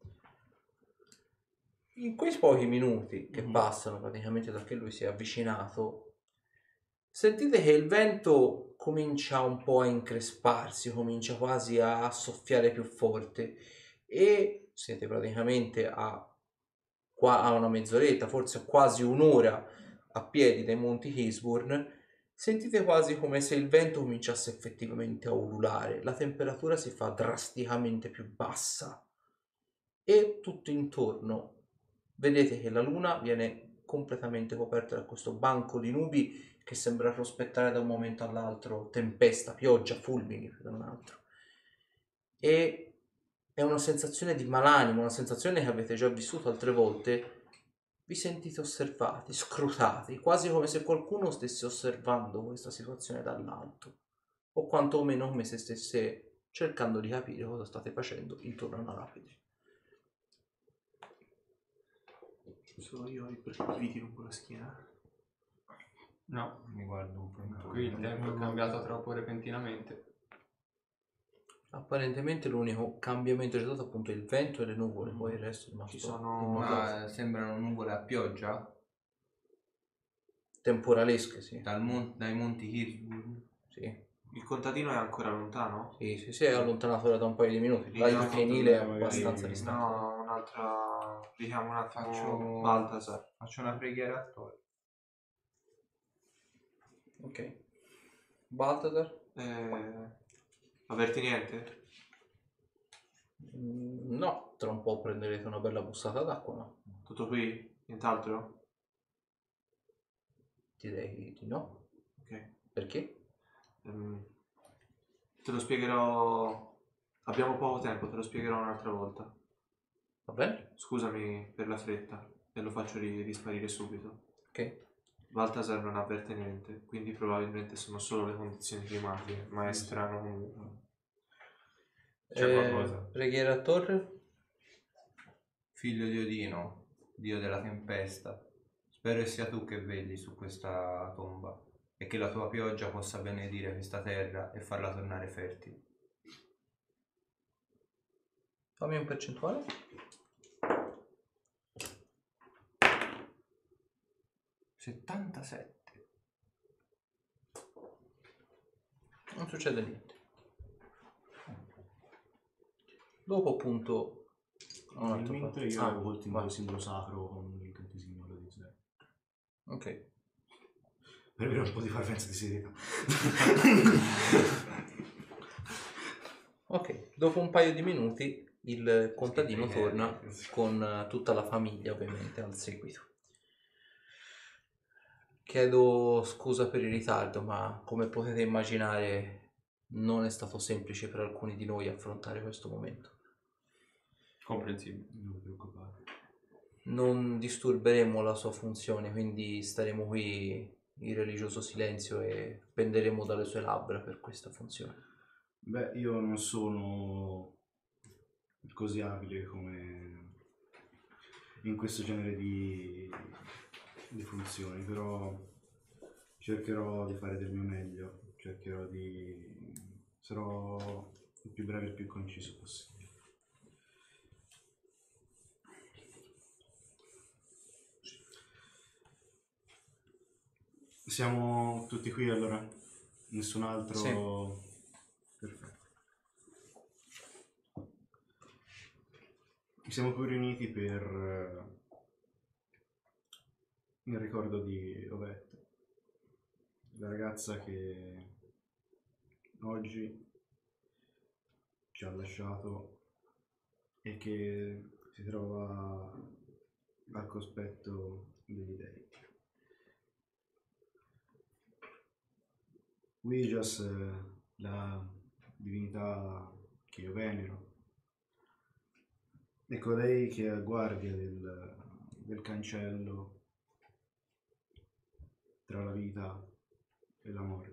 In quei pochi minuti che passano praticamente da che lui si è avvicinato, sentite che il vento comincia un po' a incresparsi, comincia quasi a soffiare più forte e siete praticamente a una mezz'oretta, forse quasi un'ora a piedi dai monti Hisburn. Sentite quasi come se il vento cominciasse effettivamente a ululare, la temperatura si fa drasticamente più bassa e tutto intorno vedete che la luna viene completamente coperta da questo banco di nubi che sembra prospettare da un momento all'altro tempesta, pioggia, fulmini più che un altro. E è una sensazione di malanimo, una sensazione che avete già vissuto altre volte. Vi sentite osservati, scrutati, quasi come se qualcuno stesse osservando questa situazione dall'alto, o quantomeno come se stesse cercando di capire cosa state facendo intorno a una lapide. Solo io ho i brividi lungo la schiena. No, Mi guardo un po'. qui il tempo è cambiato troppo repentinamente. Apparentemente l'unico cambiamento c'è stato appunto il vento e le nuvole, poi il resto è rimasto Ci sono- Ma sembrano nuvole a pioggia? temporalesche, sì. Dai monti Hillsburg? Sì. Il contadino è ancora lontano? Sì, è allontanato ora da un paio di minuti. Lì L'altro abbiamo fienile è fatto magari- abbastanza distante. No, un'altra... Diciamo un attimo... Faccio- Baltasar. Faccio una preghiera a Thor. Ok. Balthazar? Avverti niente? No, tra un po' prenderete una bella bussata d'acqua, no? Tutto qui? Nient'altro? Direi di no. Ok. Perché? Te lo spiegherò... Abbiamo poco tempo, te lo spiegherò un'altra volta. Va bene? Scusami per la fretta e lo faccio risparire subito. Ok. Baltasar non avverte niente, quindi probabilmente sono solo le condizioni climatiche, ma è strano comunque. C'è qualcosa? Preghiera a torre? Figlio di Odino, dio della tempesta, spero che sia tu che vegli su questa tomba e che la tua pioggia possa benedire questa terra e farla tornare fertile. Fammi un percentuale. 77. Non succede niente. Dopo appunto un altro Probabilmente fatto. io avevo col vai. simbolo sacro con l'incantesimo da Disney. Ok. Per avere un po' di parvenza di serietà. Ok, dopo un paio di minuti il contadino torna con tutta la famiglia ovviamente al seguito. Chiedo scusa per il ritardo, ma come potete immaginare non è stato semplice per alcuni di noi affrontare questo momento. Comprensibile. Non vi preoccupate. Non disturberemo la sua funzione, quindi staremo qui in religioso silenzio e penderemo dalle sue labbra per questa funzione. Beh, io non sono così abile come in questo genere di funzioni, però cercherò di fare del mio meglio, sarò il più breve e il più conciso possibile. Siamo tutti qui allora? Nessun altro? Sì. Perfetto. Siamo qui riuniti per il ricordo di Ovette, la ragazza che oggi ci ha lasciato e che si trova al cospetto degli dei. Ouijas, la divinità che io venero, è colei che è a guardia del cancello tra la vita e la morte.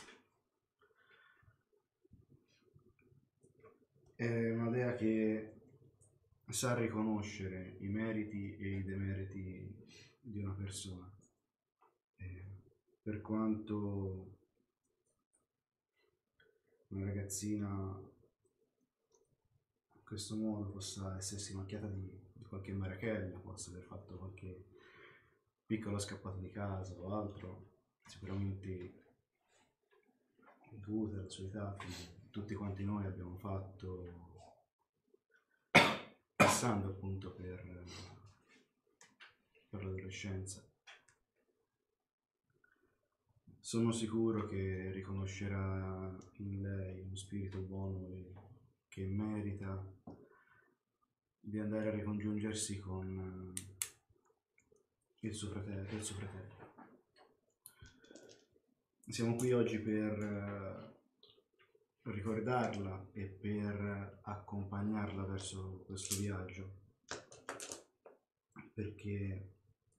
È una dea che sa riconoscere i meriti e i demeriti di una persona. Per quanto una ragazzina in questo modo possa essersi macchiata di qualche marachella, possa aver fatto qualche piccola scappata di casa o altro, sicuramente dovute alla sua età, come tutti quanti noi abbiamo fatto passando appunto per l'adolescenza. Sono sicuro che riconoscerà in lei uno spirito buono e che merita di andare a ricongiungersi con il suo fratello. Siamo qui oggi per ricordarla e per accompagnarla verso questo viaggio, perché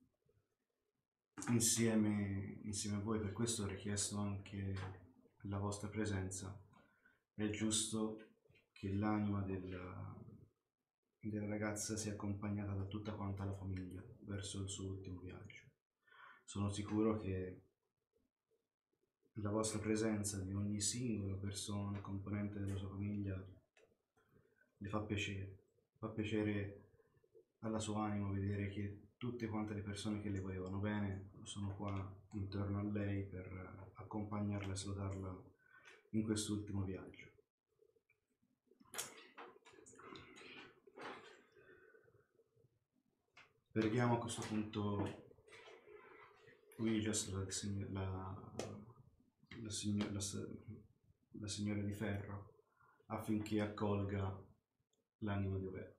insieme a voi, per questo ho richiesto anche la vostra presenza. È giusto che l'anima della ragazza sia accompagnata da tutta quanta la famiglia verso il suo ultimo viaggio. Sono sicuro che la vostra presenza, di ogni singola persona, componente della sua famiglia, le fa piacere. Fa piacere alla sua anima vedere che tutte quante le persone che le volevano bene sono qua intorno a lei per accompagnarla e salutarla in quest'ultimo viaggio. Preghiamo a questo punto Ouijas, la signora di ferro, affinché accolga l'anima di Ovette.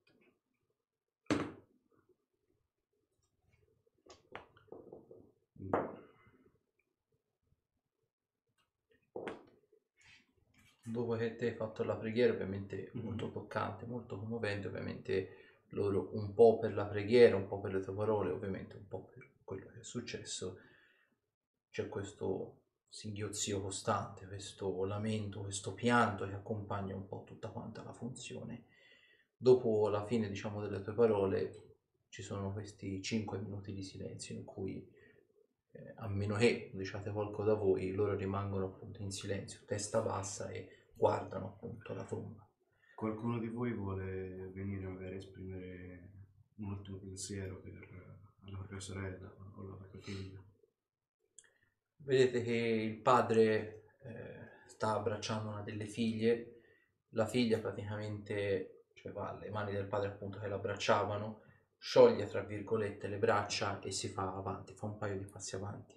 Dopo che te hai fatto la preghiera, ovviamente molto toccante, molto commovente, ovviamente loro un po' per la preghiera, un po' per le tue parole, ovviamente un po' per quello che è successo, c'è questo singhiozzio costante, questo lamento, questo pianto che accompagna un po' tutta quanta la funzione. Dopo la fine, diciamo, delle tue parole ci sono questi 5 minuti di silenzio in cui a meno che diciate qualcosa da voi, loro rimangono appunto in silenzio, testa bassa, e guardano appunto la tomba. Qualcuno di voi vuole venire magari a esprimere un ultimo pensiero alla propria sorella o alla propria figlia? Vedete che il padre sta abbracciando una delle figlie, la figlia praticamente, cioè va alle mani del padre appunto che l'abbracciavano, scioglie tra virgolette le braccia e si fa avanti, fa un paio di passi avanti.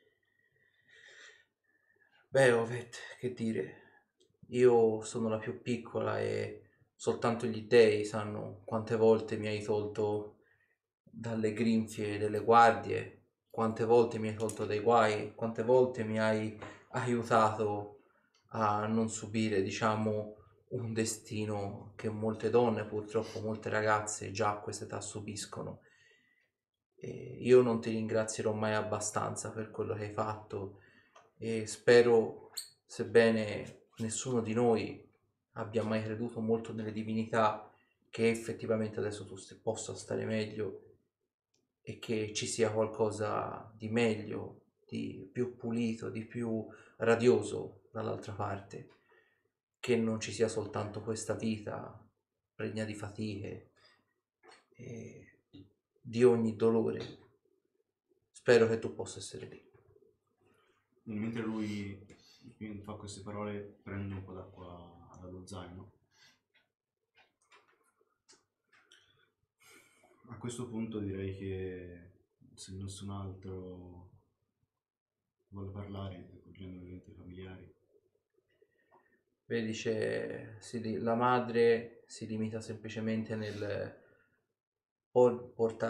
Beh, Ovette, che dire, io sono la più piccola e soltanto gli dèi sanno quante volte mi hai tolto dalle grinfie delle guardie, quante volte mi hai tolto dai guai, quante volte mi hai aiutato a non subire, diciamo, un destino che molte donne, purtroppo molte ragazze già a quest'età subiscono. E io non ti ringrazierò mai abbastanza per quello che hai fatto e spero, sebbene nessuno di noi abbia mai creduto molto nelle divinità, che effettivamente adesso tu possa stare meglio e che ci sia qualcosa di meglio, di più pulito, di più radioso dall'altra parte, che non ci sia soltanto questa vita pregna di fatiche e di ogni dolore. Spero che tu possa essere lì. Mentre lui fa queste parole, prende un po' d'acqua dallo zaino. A questo punto direi che se nessun altro vuole parlare, coinvolgendo ovviamente i familiari. Vedi, la madre si limita semplicemente nel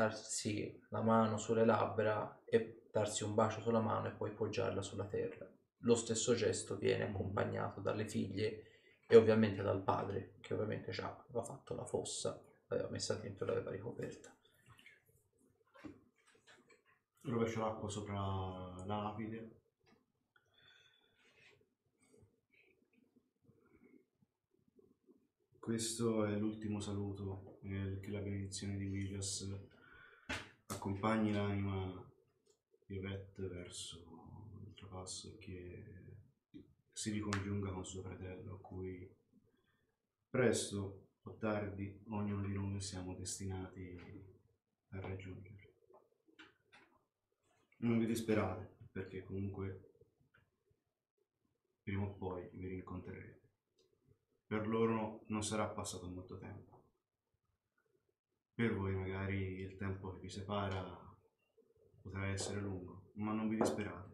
portarsi la mano sulle labbra e darsi un bacio sulla mano e poi poggiarla sulla terra. lo stesso gesto viene accompagnato dalle figlie e ovviamente dal padre, che ovviamente già aveva fatto la fossa, l'aveva messa dentro e l'aveva ricoperta. Rovescio l'acqua sopra la lapide. Questo è l'ultimo saluto che la benedizione di Wijas accompagni l'anima di Yvette verso il trapasso e che si ricongiunga con suo fratello, a cui presto o tardi ognuno di noi siamo destinati a raggiungere. Non vi disperate, perché comunque prima o poi vi rincontrerete. Per loro non sarà passato molto tempo. Per voi magari il tempo che vi separa potrà essere lungo, ma non vi disperate.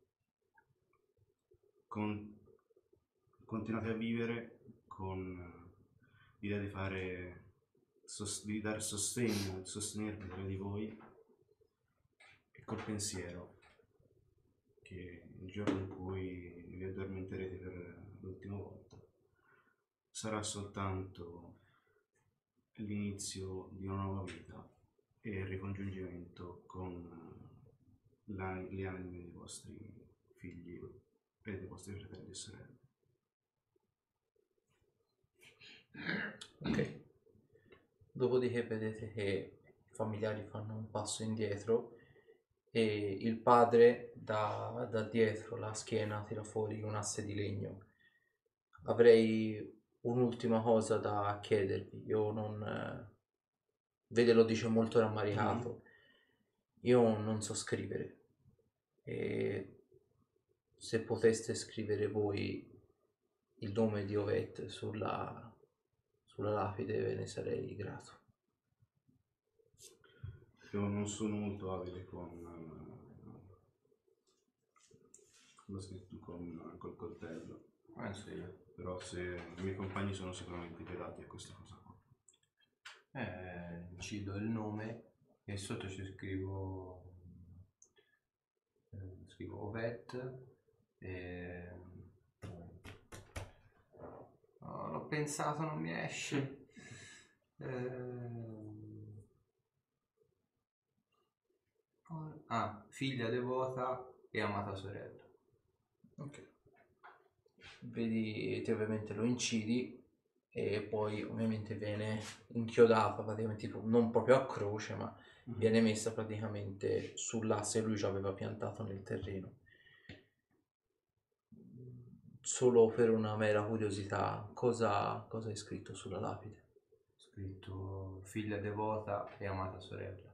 Continuate a vivere con l'idea di di dare sostegno, di sostenervi tra di voi e col pensiero che il giorno in cui vi addormenterete per l'ultima volta sarà soltanto l'inizio di una nuova vita e il ricongiungimento con le anime dei vostri figli e dei vostri fratelli e sorelle. Ok. Dopodiché vedete che i familiari fanno un passo indietro e il padre da dietro la schiena tira fuori un asse di legno. Avrei un'ultima cosa da chiedervi. Io non... Vede lo dice molto rammaricato. Io non so scrivere e se poteste scrivere voi il nome di Ovette sulla lapide ve ne sarei grato. Io non sono molto abile col coltello. Penso io. Però se i miei compagni sono sicuramente gradati a questa cosa qua. Ci do il nome e sotto ci scrivo Ovette e l'ho pensato, non mi esce. Figlia devota e amata sorella. Ok. Vedi, te ovviamente lo incidi e poi ovviamente viene inchiodata praticamente tipo non proprio a croce, ma viene messa praticamente sull'asse che lui già aveva piantato nel terreno. Solo per una mera curiosità, cosa hai scritto sulla lapide? Ho scritto figlia devota e amata sorella.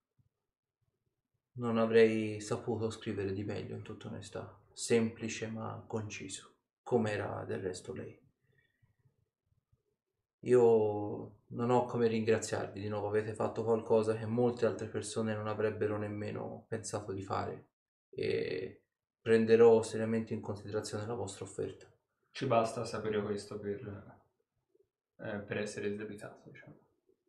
Non avrei saputo scrivere di meglio, in tutta onestà. Semplice ma conciso, come era del resto lei. Io non ho come ringraziarvi, di nuovo avete fatto qualcosa che molte altre persone non avrebbero nemmeno pensato di fare e prenderò seriamente in considerazione la vostra offerta. Ci basta sapere questo per essere sdebitato, diciamo.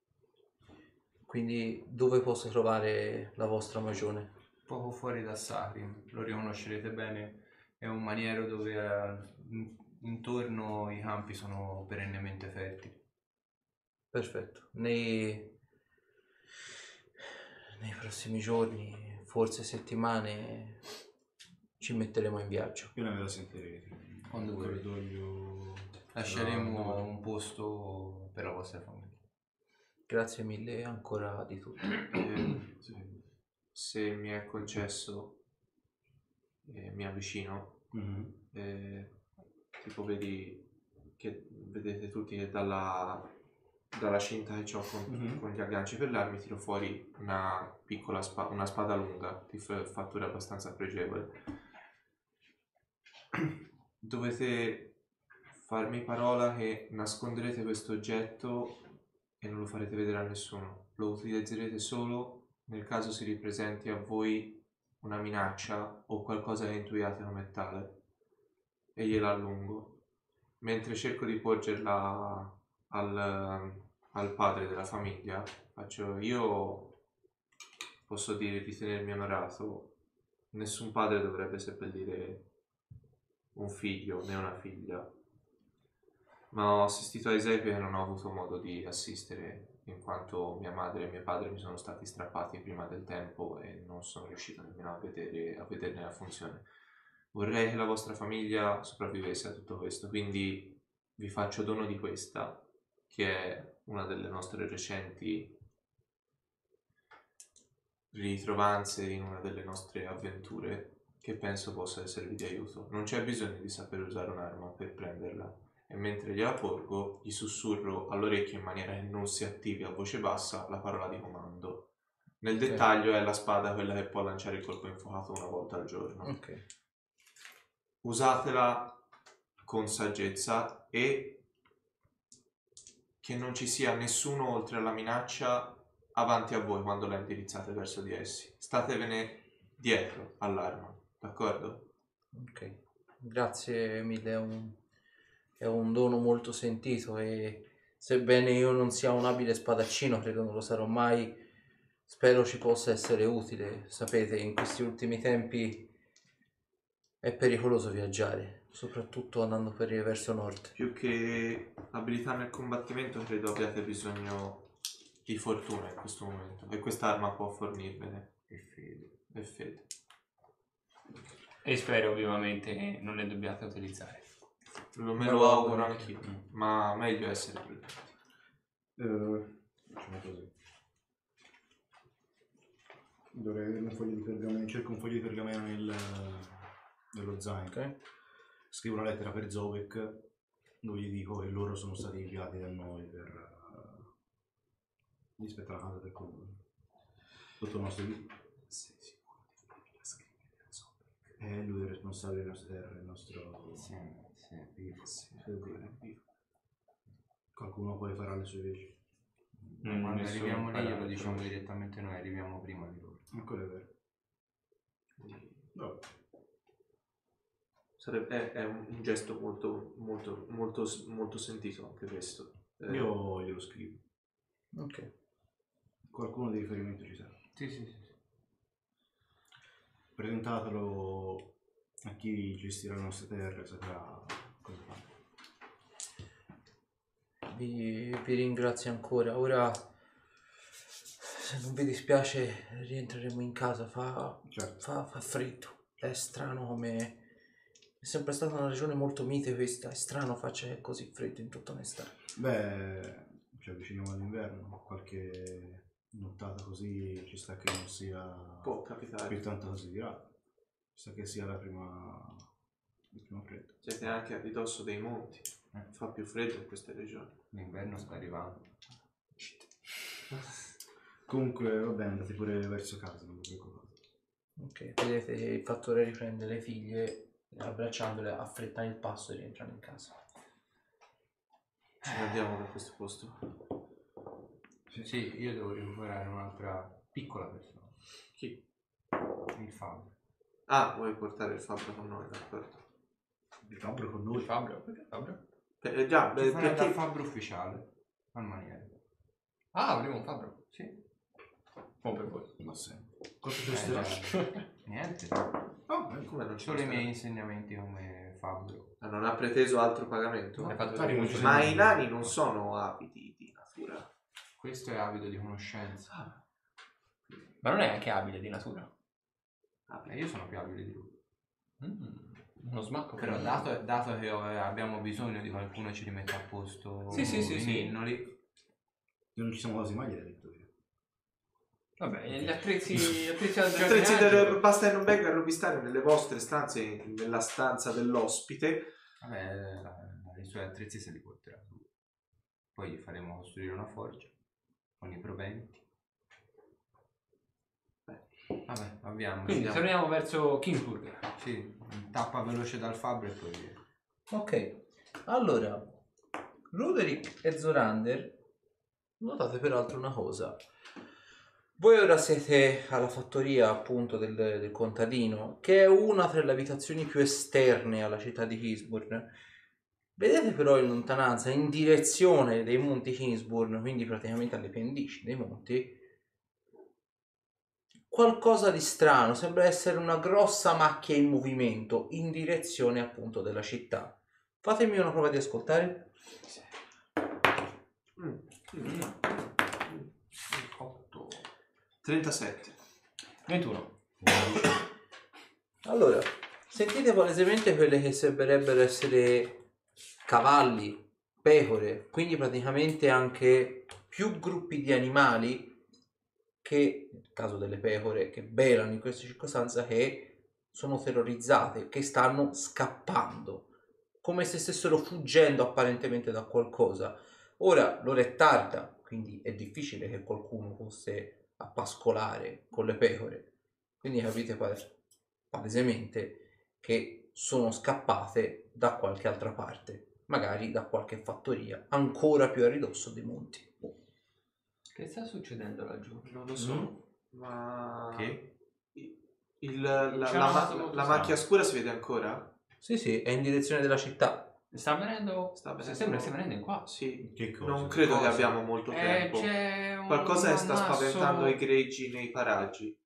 Quindi dove posso trovare la vostra magione? Poco fuori da Sacrim, lo riconoscerete bene, è un maniero dove intorno i campi sono perennemente fertili. Perfetto. Nei prossimi giorni, forse settimane, ci metteremo in viaggio. Appena ve la sentirete. Quando il volete. corridoio Lasceremo un posto per la vostra famiglia. Grazie mille ancora di tutto. Sì. Se mi è concesso, mi avvicino. Tipo vedete tutti che dalla cinta che ho con gli agganci per l'armi tiro fuori una piccola una spada lunga di fattura abbastanza pregevole. Dovete farmi parola che nasconderete questo oggetto e non lo farete vedere a nessuno. Lo utilizzerete solo nel caso si ripresenti a voi una minaccia o qualcosa che intuiate come tale, e gliela allungo mentre cerco di porgerla al padre della famiglia. Io posso dire, ritenermi onorato, nessun padre dovrebbe seppellire un figlio né una figlia, ma ho assistito a esequie che non ho avuto modo di assistere, in quanto mia madre e mio padre mi sono stati strappati prima del tempo e non sono riuscito nemmeno a vederne la funzione. Vorrei che la vostra famiglia sopravvivesse a tutto questo, quindi vi faccio dono di questa, che è una delle nostre recenti ritrovanze in una delle nostre avventure, che penso possa esservi di aiuto. Non c'è bisogno di saper usare un'arma per prenderla, e mentre gliela porgo gli sussurro all'orecchio in maniera che non si attivi a voce bassa la parola di comando. Nel dettaglio è la spada quella che può lanciare il colpo infuocato una volta al giorno. Ok. Usatela con saggezza e che non ci sia nessuno oltre alla minaccia avanti a voi quando la indirizzate verso di essi. Statevene dietro all'arma, d'accordo? Ok, grazie mille, è un dono molto sentito e sebbene io non sia un abile spadaccino, credo non lo sarò mai, spero ci possa essere utile. Sapete, in questi ultimi tempi è pericoloso viaggiare, soprattutto andando verso nord. Più che abilità nel combattimento credo abbiate bisogno di fortuna in questo momento, e quest'arma può fornirvene, e fede. E spero vivamente che non le dobbiate utilizzare. Me lo auguro anch'io, ma meglio essere prudenti. Facciamo così. Dovrei avere un foglio di pergameno, cerco un foglio di pergameno nello zaino. Ok. Scrivo una lettera per Zobek dove gli dico che loro sono stati inviati da noi per rispettare la casa del comune. Tutto il nostro Sei sicuro di volerla scrivere a Zobek? lui è il responsabile delle nostre terre, il nostro... Sì, vivo. Vivo. Qualcuno poi farà le sue veci. Quando Nessuno arriviamo lì farà glielo diciamo altro. direttamente noi, arriviamo prima di loro. Quello è vero. No. È un gesto molto sentito anche questo. Io glielo scrivo. Ok. Qualcuno di riferimento ci sarà. Sì. Presentatelo a chi gestirà le nostre terre, saprà cosa fare. Vi ringrazio ancora. Ora, se non vi dispiace, rientreremo in casa. Certo. Fa freddo. È strano come... È sempre stata una regione molto mite questa. È strano faccia così freddo in tutta onestà. Beh, ci avviciniamo all'inverno, qualche nottata così ci sta che non sia Può capitare. più tanto considerato. Ci sta che sia il primo freddo. Siete anche a ridosso dei monti. Fa più freddo in queste regioni. L'inverno sta arrivando. Comunque va bene, andate pure verso casa, non vi preoccupate. Ok, vedete il fattore riprende le figlie, abbracciandole, affrettare il passo e rientrano in casa. Ce ne andiamo da questo posto. Sì, io devo recuperare un'altra piccola persona. Chi? Il Fabio. Ah, vuoi portare il fabbro con noi, d'accordo? Il fabbro con noi. Fabio? Perché Fabio? Già, Ci farà da perché... fabbro ufficiale. Al maniere. Ah, avremo un Fabro? Sì. Buon per voi. Ma sempre. Quanto costerà? Niente. Come non ci Solo i costerà? miei insegnamenti come fabbro. Ah, non ha preteso altro pagamento? Hai fatto Fabio, molto ci Ma bene. i nani non sono abiti di natura. Questo è avido di conoscenza. Ma non è anche abile di natura? Io sono più abile di lui. Uno smacco. Però dato che abbiamo bisogno di qualcuno che ci rimetta a posto Sì, i ninnoli. Non ci siamo quasi mai detto io. Vabbè, gli attrezzi Gli attrezzi basta che non venga a rovistare nelle vostre stanze, nella stanza dell'ospite. Vabbè, i suoi attrezzi se li porterà lui. Poi gli faremo costruire una forgia con i proventi. Vabbè, abbiamo. Quindi torniamo verso Kingsburg. Sì, tappa veloce dal fabbro e poi via. Ok, allora, Roderick e Zorander, notate peraltro una cosa. Voi ora siete alla fattoria appunto del contadino, che è una tra le abitazioni più esterne alla città di Kingsburg. Vedete però in lontananza, in direzione dei monti Kingsburg, quindi praticamente alle pendici dei monti, qualcosa di strano, sembra essere una grossa macchia in movimento in direzione appunto della città. Fatemi una prova di ascoltare. 37. 21. Allora, sentite palesemente quelle che sembrerebbero essere cavalli, pecore, quindi praticamente anche più gruppi di animali che, nel caso delle pecore, che belano in questa circostanza, che sono terrorizzate, che stanno scappando, come se stessero fuggendo apparentemente da qualcosa. Ora l'ora è tarda, quindi è difficile che qualcuno fosse a pascolare con le pecore, quindi capite palesemente che sono scappate da qualche altra parte, magari da qualche fattoria ancora più a ridosso dei monti. Che sta succedendo laggiù? Non lo so, ma... Che? La macchia scura si vede ancora? Sì, è in direzione della città. Sta venendo? Sta venendo- Sembra stia venendo in qua. Sì, Che cosa? non credo che Cosa? abbiamo molto tempo. C'è un Qualcosa sta ammasso- spaventando i greggi nei paraggi.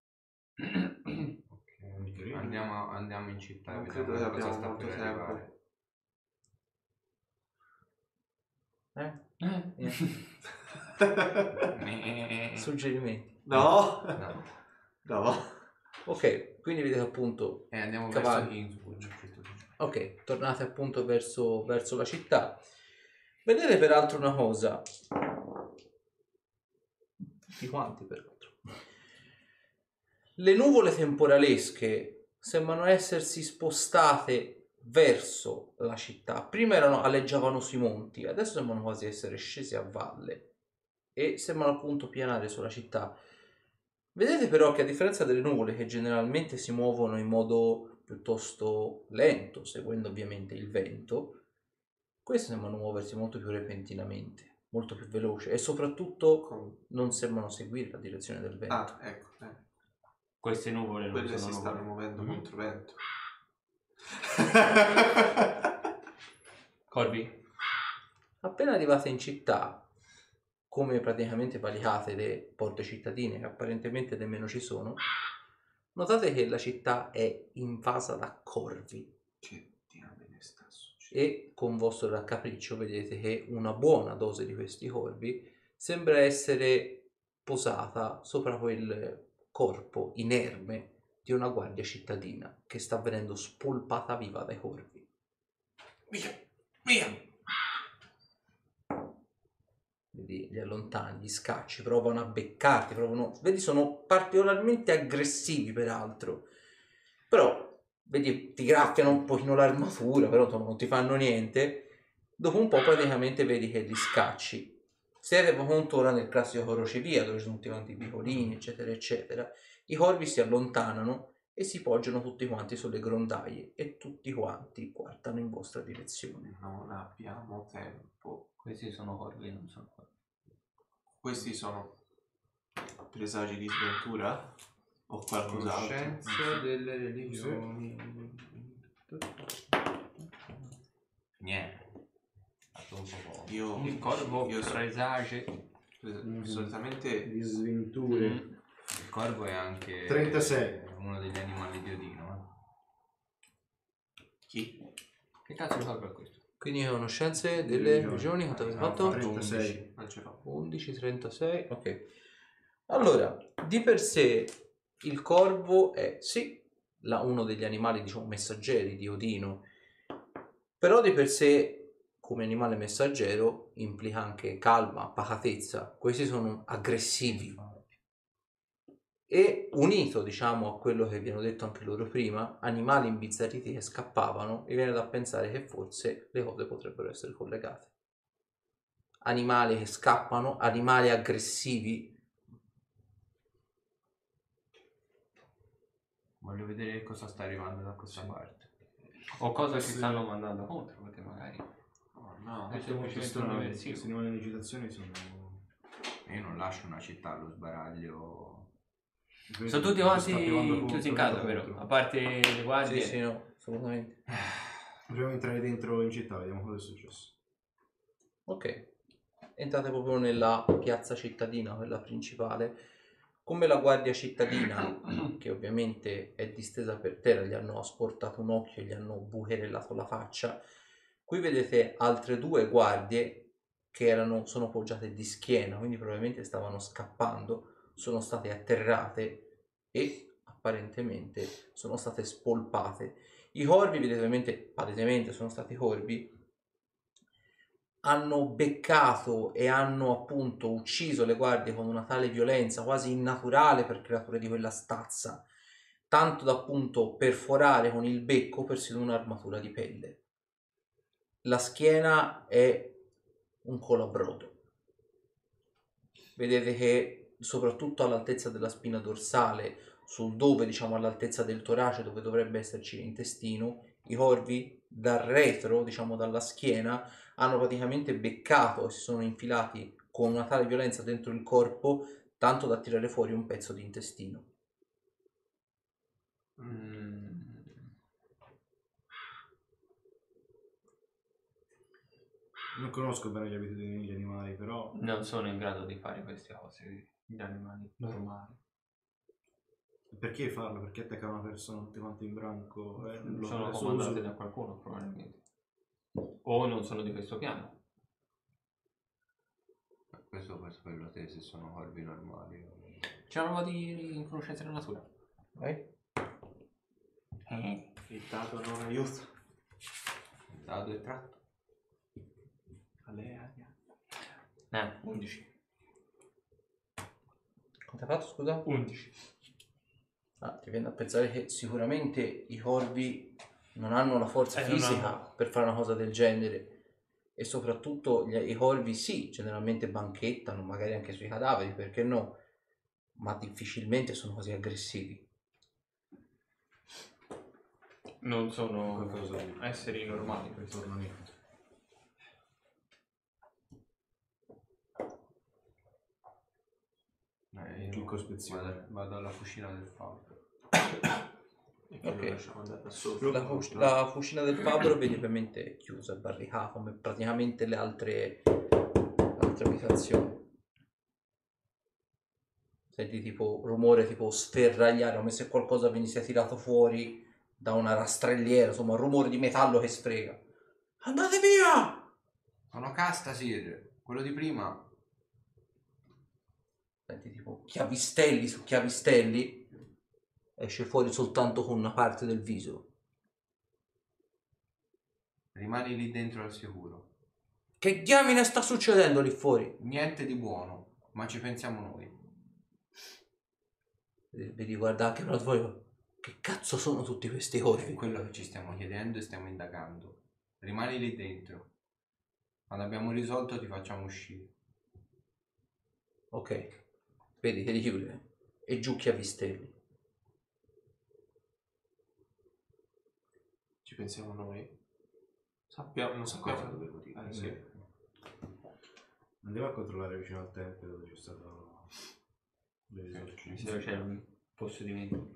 Ok. Andiamo in città Non e credo vediamo che cosa abbiamo sta molto per tempo. arrivare. Suggerimenti. No? No. No. Ok, quindi vedete appunto, Andiamo Cavalli. verso Kingswood. a questo punto. ok, tornate appunto verso la città. Vedete peraltro una cosa, tutti quanti peraltro, le nuvole temporalesche sembrano essersi spostate verso la città. Prima aleggiavano sui monti, adesso sembrano quasi essere scese a valle e sembrano appunto pianare sulla città. Vedete però che a differenza delle nuvole, che generalmente si muovono in modo piuttosto lento, seguendo ovviamente il vento, queste sembrano muoversi molto più repentinamente, molto più veloce e soprattutto non sembrano seguire la direzione del vento. Ah, ecco. Queste nuvole non Quelle sono si stanno nuvole. muovendo contro vento. Corby? Appena arrivate in città, come praticamente valicate le porte cittadine, che apparentemente nemmeno ci sono, notate che la città è invasa da corvi Che diamine sta succedendo? e con vostro raccapriccio vedete che una buona dose di questi corvi sembra essere posata sopra quel corpo inerme di una guardia cittadina che sta venendo spolpata viva dai corvi. Via! Vedi, li allontani, gli scacci, provano a beccarti, vedi, sono particolarmente aggressivi peraltro, però vedi, ti graffiano un pochino l'armatura, però non ti fanno niente. Dopo un po' praticamente vedi che li scacci. Siete appunto ora nel classico crocevia dove ci sono tutti quanti i bicolini, eccetera, eccetera. I corvi si allontanano e si poggiano tutti quanti sulle grondaie e tutti quanti guardano in vostra direzione. Non abbiamo tempo. Questi sono corvi, non sono corvi. Questi sono presagi di sventura? O qualcos'altro? Conoscenza delle religioni. Niente. Fatto un po' poco. Il corvo io so- presage. solitamente Di sventure. Il corvo è anche 36. uno degli animali di Odino. chi? Che cazzo di corvo è questo? Quindi conoscenze delle religioni, quanto avete fatto? 36. Non ce l'ho. 11, 36, ok. Allora, di per sé il corvo è sì uno degli animali, diciamo, messaggeri di Odino, però di per sé come animale messaggero implica anche calma, pacatezza. Questi sono aggressivi e unito, diciamo, a quello che vi hanno detto anche loro prima, animali imbizzarriti che scappavano, mi viene da pensare che forse le cose potrebbero essere collegate. Animali che scappano, animali aggressivi. Voglio vedere cosa sta arrivando da questa parte. O cosa ci stanno mandando contro, perché magari... Oh no. È semplicemente un diversivo. Queste nuove citazioni sono... Io non lascio una città allo sbaraglio. Sono tutti quanti chiusi in casa, vero? A parte le guardie. Sì, no, assolutamente. Proviamo a entrare dentro in città, vediamo cosa è successo. Ok, entrate proprio nella piazza cittadina, quella principale. Come la guardia cittadina, che ovviamente è distesa per terra, gli hanno asportato un occhio e gli hanno bucherellato la faccia, qui vedete altre 2 guardie che sono poggiate di schiena, quindi probabilmente stavano scappando, sono state atterrate e apparentemente sono state spolpate. I corvi, vedete, ovviamente palesemente sono stati corvi, hanno beccato e hanno appunto ucciso le guardie con una tale violenza quasi innaturale per creature di quella stazza, tanto da appunto perforare con il becco persino un'armatura di pelle. La schiena è un colabrodo. Vedete che soprattutto all'altezza della spina dorsale, sul dove, diciamo all'altezza del torace dove dovrebbe esserci l'intestino, i corvi dal retro, diciamo dalla schiena, hanno praticamente beccato e si sono infilati con una tale violenza dentro il corpo tanto da tirare fuori un pezzo di intestino. Non conosco bene le abitudini degli animali, però Non sono in grado di fare queste cose gli animali normali. perché farlo? Perché attaccare una persona tutti quanti in branco? Sono comandate da qualcuno probabilmente. O non sono di questo piano. Questo puoi saperlo te se sono corvi normali. C'è una prova di conoscenza della natura. Vai. Il dato non aiuta. Il dado è tratto. Alle aria. 11. Quanto hai fatto, scusa? 11. Ti viene a pensare che sicuramente i corvi non hanno la forza fisica per fare una cosa del genere, e soprattutto i corvi sì, generalmente banchettano, magari anche sui cadaveri, perché no, ma difficilmente sono così aggressivi. Non sono Qualcosa di- esseri normali questi. Tornamento. Io Cospezione. vado alla cucina del fabbro. E che Ok. lo lasciamo andare da solo. La cucina del fabbro vedi ovviamente è chiusa, è barricata come praticamente le altre abitazioni. Senti tipo rumore tipo sferragliare, come se qualcosa venisse tirato fuori da una rastrelliera, insomma un rumore di metallo che sfrega. Andate via! Sono Castasir, quello di prima. Senti tipo chiavistelli su chiavistelli, esce fuori soltanto con una parte del viso. Rimani lì dentro al sicuro. Che diamine sta succedendo lì fuori? Niente di buono, ma ci pensiamo noi. Vedi, guarda anche per fuori. Che cazzo sono tutti questi È corvi? quello che ci stiamo chiedendo e stiamo indagando. Rimani lì dentro. Quando abbiamo risolto ti facciamo uscire. Ok, vedi che li chiude e giù chiavistelli. Ci pensiamo noi. Non sappiamo dove lo dire. Sì. Andiamo a controllare vicino al tempio dove c'è stato Dove c'è un possedimento.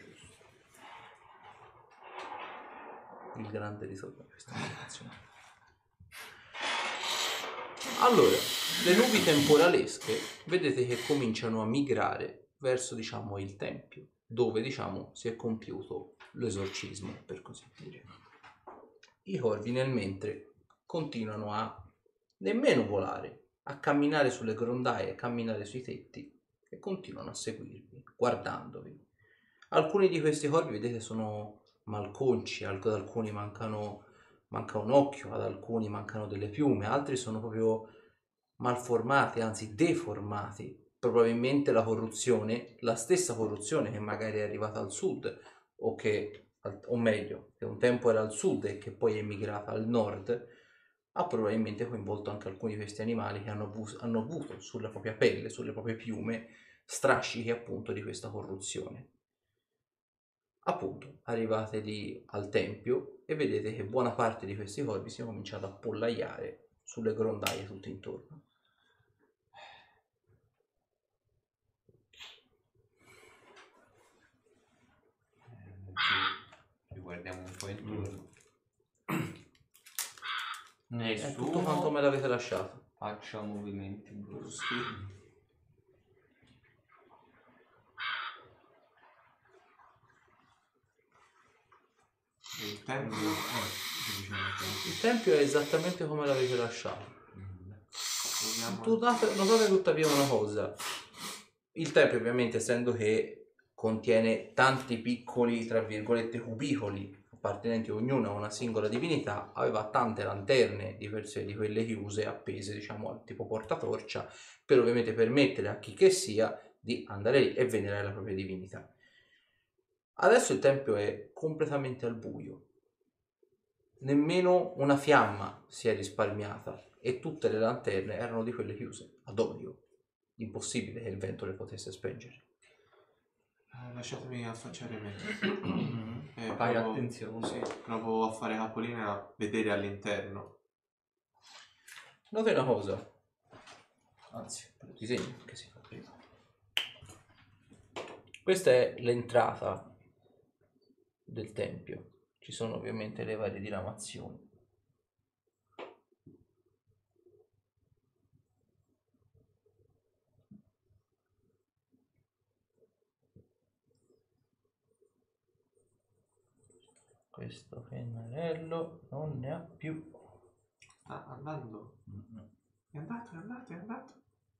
Il grande risolve questa situazione. Allora, le nubi temporalesche vedete che cominciano a migrare verso, diciamo, il tempio, dove, diciamo, si è compiuto l'esorcismo, per così dire. I corvi nel mentre continuano a nemmeno volare, a camminare sulle grondaie, a camminare sui tetti e continuano a seguirvi, guardandovi. Alcuni di questi corvi, vedete, sono malconci, ad alcuni manca un occhio, ad alcuni mancano delle piume, altri sono proprio malformati, anzi deformati. Probabilmente la corruzione, la stessa corruzione che magari è arrivata al sud, o meglio, che un tempo era al sud e che poi è migrata al nord, ha probabilmente coinvolto anche alcuni di questi animali che hanno avuto sulla propria pelle, sulle proprie piume, strascichi appunto di questa corruzione. Appunto, arrivate lì al tempio e vedete che buona parte di questi corvi si è cominciato a appollaiare sulle grondaie tutto intorno. Ci guardiamo un po' intorno. È tutto Nessuno quanto me l'avete lasciato. faccia movimenti bruschi. Il tempio... Il tempio è esattamente come l'avete lasciato. Notate tuttavia una cosa. Il tempio ovviamente, essendo che contiene tanti piccoli, tra virgolette, cubicoli appartenenti ognuno a una singola divinità, aveva tante lanterne diverse di quelle chiuse appese, diciamo, al tipo portatorcia, per ovviamente permettere a chi che sia di andare lì e venerare la propria divinità. Adesso il tempio è completamente al buio, nemmeno una fiamma si è risparmiata e tutte le lanterne erano di quelle chiuse ad olio. Impossibile che il vento le potesse spengere. Lasciatemi affacciare me. Fai attenzione. Sì, provo a fare capolino e a vedere all'interno. Nota una cosa, anzi, ti segno che si fa prima. Questa è l'entrata del tempio. Ci sono ovviamente le varie diramazioni. Questo pennarello non ne ha più. Sta andando. È andato.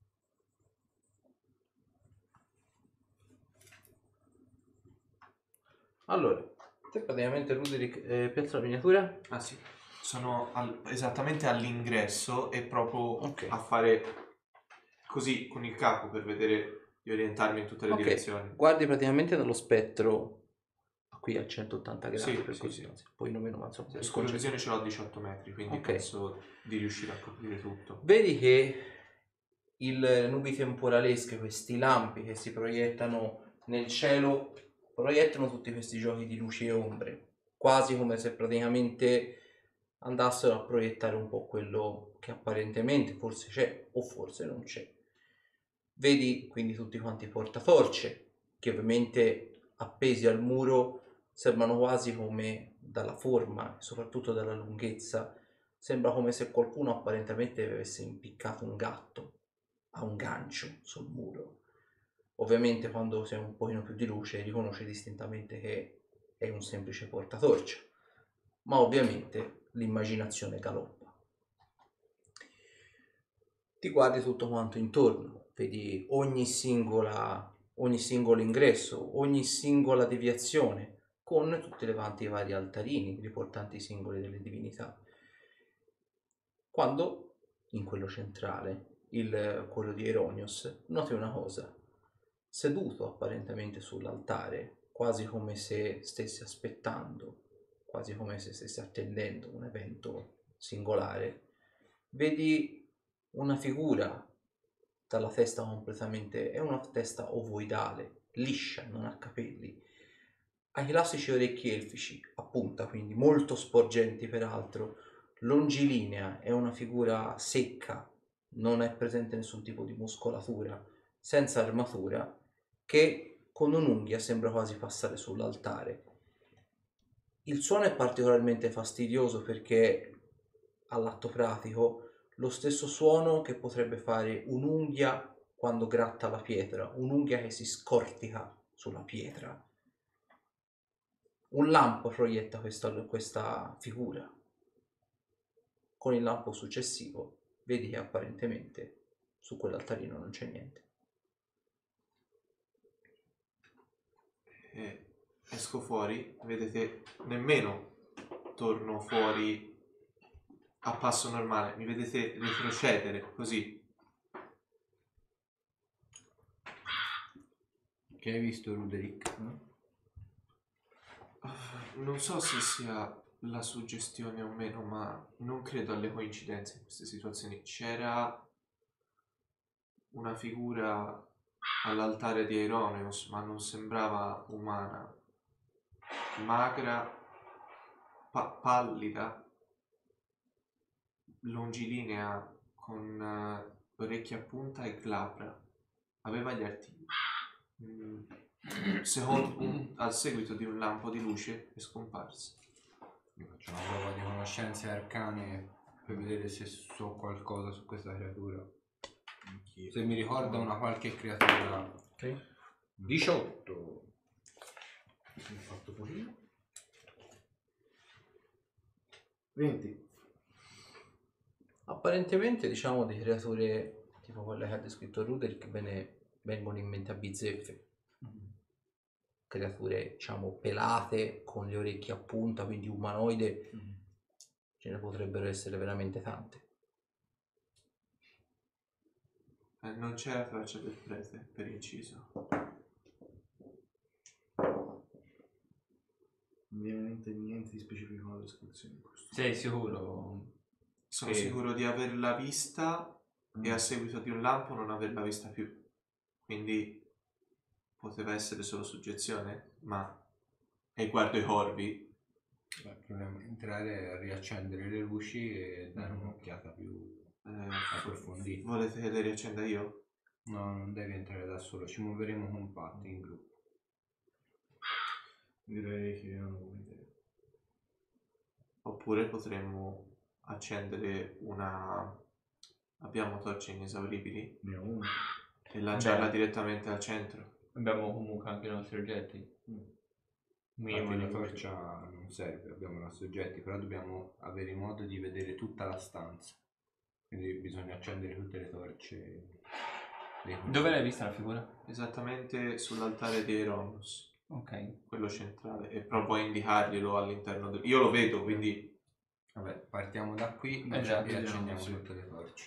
Allora, te praticamente Ruderick piazza la miniatura? Ah sì, sono esattamente all'ingresso e provo Ok. a fare così con il capo per vedere di orientarmi in tutte le direzioni. Guardi praticamente dallo spettro qui a 180 gradi, Sì, per sì, così, sì. anzi, poi nemmeno ma insomma. Scuro visione ce l'ho a 18 metri, quindi Ok. penso di riuscire a coprire tutto. Vedi che le nubi temporalesche, questi lampi che si proiettano nel cielo, proiettano tutti questi giochi di luci e ombre, quasi come se praticamente andassero a proiettare un po' quello che apparentemente forse c'è o forse non c'è. Vedi quindi tutti quanti i portatorce che ovviamente appesi al muro sembrano quasi come, dalla forma e soprattutto dalla lunghezza, sembra come se qualcuno apparentemente avesse impiccato un gatto a un gancio sul muro. Ovviamente quando c'è un pochino più di luce riconosce distintamente che è un semplice portatorcia, ma ovviamente l'immaginazione galoppa. Ti guardi tutto quanto intorno, vedi ogni singolo ingresso, ogni singola deviazione, con tutti i vari altarini riportanti i simboli delle divinità. Quando in quello centrale, quello di Eronius, noti una cosa: seduto apparentemente sull'altare, quasi come se stesse aspettando, quasi come se stesse attendendo un evento singolare, vedi una figura dalla testa completamente, è una testa ovoidale, liscia, non ha capelli, ha i classici orecchi elfici a punta, quindi molto sporgenti peraltro, longilinea, è una figura secca, non è presente nessun tipo di muscolatura, senza armatura, che con un'unghia sembra quasi passare sull'altare. Il suono è particolarmente fastidioso perché all'atto pratico lo stesso suono che potrebbe fare un'unghia quando gratta la pietra, un'unghia che si scortica sulla pietra. Un lampo proietta questa figura. Con il lampo successivo vedi che apparentemente su quell'altarino non c'è niente. Esco fuori, vedete, nemmeno torno fuori a passo normale, mi vedete retrocedere così. Che hai visto, Ruderick? Non so se sia la suggestione o meno, ma non credo alle coincidenze in queste situazioni. C'era una figura all'altare di Aeroneus, ma non sembrava umana, magra, pallida, longilinea, con orecchie a punta e glabra. Aveva gli artigli. Al seguito di un lampo di luce è scomparsa. Io faccio una prova di conoscenze arcane per vedere se so qualcosa su questa creatura. Anch'io. Se mi ricorda una qualche creatura. Ok. 18. Ho fatto pochino. 20. Apparentemente, diciamo, di creature tipo quelle che ha descritto Ruderick vengono in mente a bizzeffe. Creature, diciamo, pelate, con le orecchie a punta, quindi umanoide. Ce ne potrebbero essere veramente tante. Non c'era traccia del prete, per inciso. Non mi viene in mente niente di specifico nella descrizione. Sei sicuro? Sono sicuro di averla vista e a seguito di un lampo non averla vista più. Quindi poteva essere solo suggezione, ma... E guardo i corvi. Il problema è entrare, riaccendere le luci e dare un'occhiata più approfondita. Volete che le riaccenda io? No, non devi entrare da solo, ci muoveremo compatti in gruppo. Direi che è una buona idea. Oppure potremmo accendere una... Abbiamo torce inesauribili? Ne ho una. E lanciarla direttamente al centro. Abbiamo comunque anche i nostri oggetti. Infatti la torcia non serve, abbiamo i nostri oggetti, però dobbiamo avere modo di vedere tutta la stanza. Quindi bisogna accendere tutte le torce. Dove l'hai vista la figura? Esattamente sull'altare di Eronus. Ok. Quello centrale. E provo a indicarglielo all'interno del... Io lo vedo, quindi... Vabbè, partiamo da qui Esatto, e accendiamo sì. tutte le torce.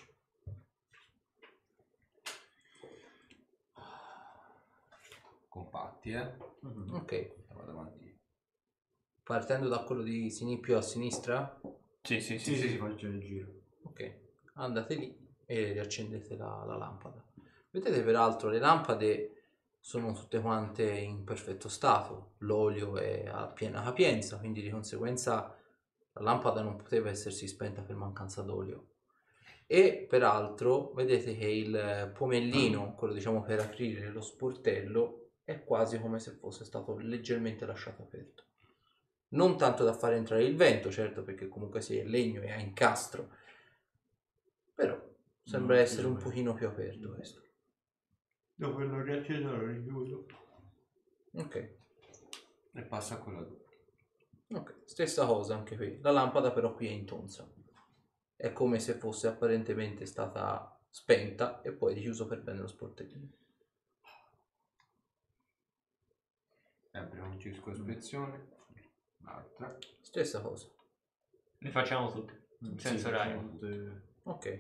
Compatti, Ok. Vado avanti. Partendo da quello di più a sinistra? Sì, Faccio il giro. Ok. Andate lì e riaccendete la lampada. Vedete peraltro le lampade sono tutte quante in perfetto stato, l'olio è a piena capienza, quindi di conseguenza la lampada non poteva essersi spenta per mancanza d'olio. E peraltro vedete che il pomellino, quello diciamo per aprire lo sportello, è quasi come se fosse stato leggermente lasciato aperto. Non tanto da far entrare il vento, certo, perché comunque sia in legno e ha incastro, però sembra essere un pochino più aperto questo. Dopo lo riaccendo lo richiudo. Ok, E passa a quella dopo. ok, stessa cosa anche qui. La lampada però qui è intonsa. È come se fosse apparentemente stata spenta e poi richiuso per bene lo sportellino. Apriamo un circospezione. L'altra. Stessa cosa. Le facciamo tutte. Senza orario. Ok,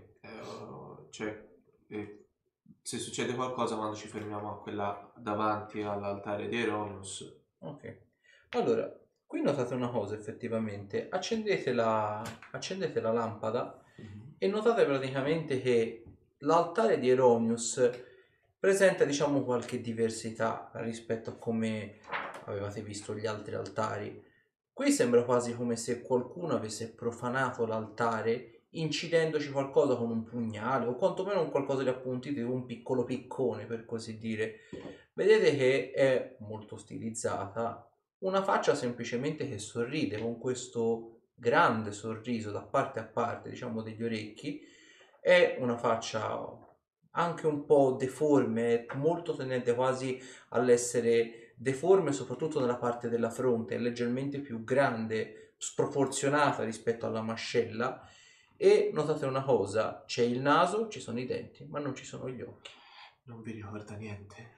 se succede qualcosa quando ci fermiamo a quella davanti all'altare di Eronus. ok. Allora, qui notate una cosa effettivamente. Accendete la lampada e notate praticamente che l'altare di Eronius presenta, diciamo, qualche diversità rispetto a come avevate visto gli altri altari. Qui sembra quasi come se qualcuno avesse profanato l'altare incidendoci qualcosa con un pugnale o quantomeno un qualcosa di appuntito, un piccolo piccone per così dire. Vedete che è molto stilizzata, una faccia semplicemente che sorride con questo grande sorriso da parte a parte, diciamo, degli orecchi. È una faccia anche un po' deforme, molto tendente quasi all'essere deforme, soprattutto nella parte della fronte, è leggermente più grande, sproporzionata rispetto alla mascella. E notate una cosa, c'è il naso, ci sono i denti, ma non ci sono gli occhi. Non vi ricorda niente?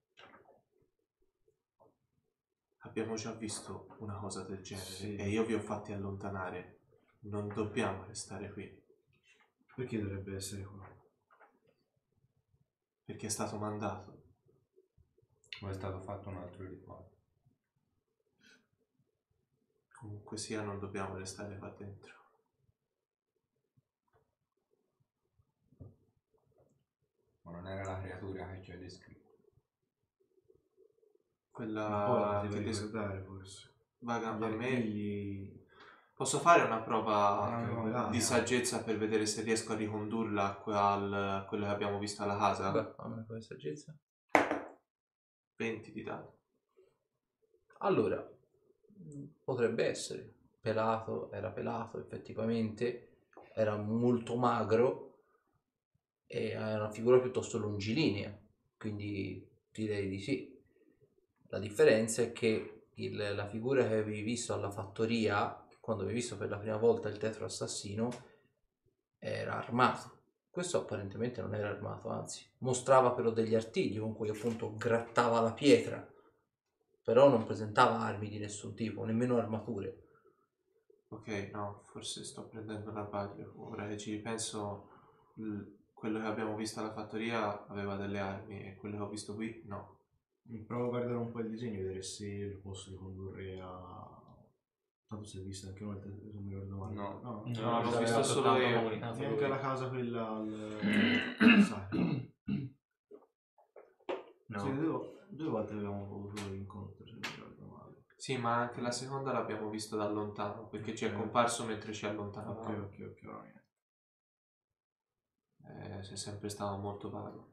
Abbiamo già visto una cosa del genere e io vi ho fatti allontanare. Non dobbiamo restare qui. Perché dovrebbe essere qua? Perché è stato mandato. O è stato fatto un altro rituale. Comunque sia, non dobbiamo restare qua dentro. Ma non era la creatura che ci hai descritto. Quella ti che devi ricordare forse. vaga a Gli me. artigli... Posso fare una prova No, di saggezza per vedere se riesco a ricondurla a quello che abbiamo visto alla casa? Beh, fammi fare saggezza. 20 di dato. Allora, potrebbe essere pelato, era pelato effettivamente, era molto magro e era una figura piuttosto longilinea, quindi direi di sì. La differenza è che la figura che avevi visto alla fattoria quando avevi visto per la prima volta il tetro assassino, era armato. Questo apparentemente non era armato, anzi, mostrava però degli artigli con cui appunto grattava la pietra, però non presentava armi di nessun tipo, nemmeno armature. Ok, no, forse sto prendendo la paglia. Ora che ci ripenso, quello che abbiamo visto alla fattoria aveva delle armi e quello che ho visto qui no. Provo a guardare un po' il disegno e vedere se lo posso ricondurre a... Tanto si è visto anche una volta, se non mi ricordo male. No. No, l'ho l'ho visto solo io. Neanche la casa quella al... sai. No. Sì, due volte abbiamo avuto l'incontro, se non mi ricordo male. Sì, ma anche la seconda l'abbiamo visto da lontano perché ci è comparso mentre ci allontanavamo. Ok, va bene. Sei sempre stato molto vago.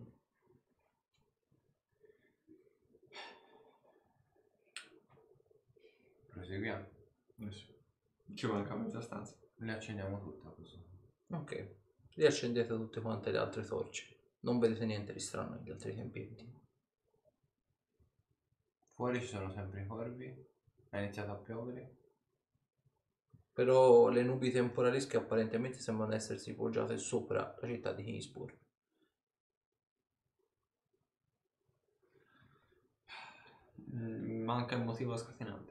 Proseguiamo. Sì. Ci manca mezza stanza. Le accendiamo tutte a questo punto. Ok, riaccendete tutte quante le altre torce. Non vedete niente di strano negli altri tempietti. Fuori ci sono sempre i corvi. È iniziato a piovere. Però le nubi temporalesche apparentemente sembrano essersi poggiate sopra la città di Kingsburg. Manca il motivo scatenante.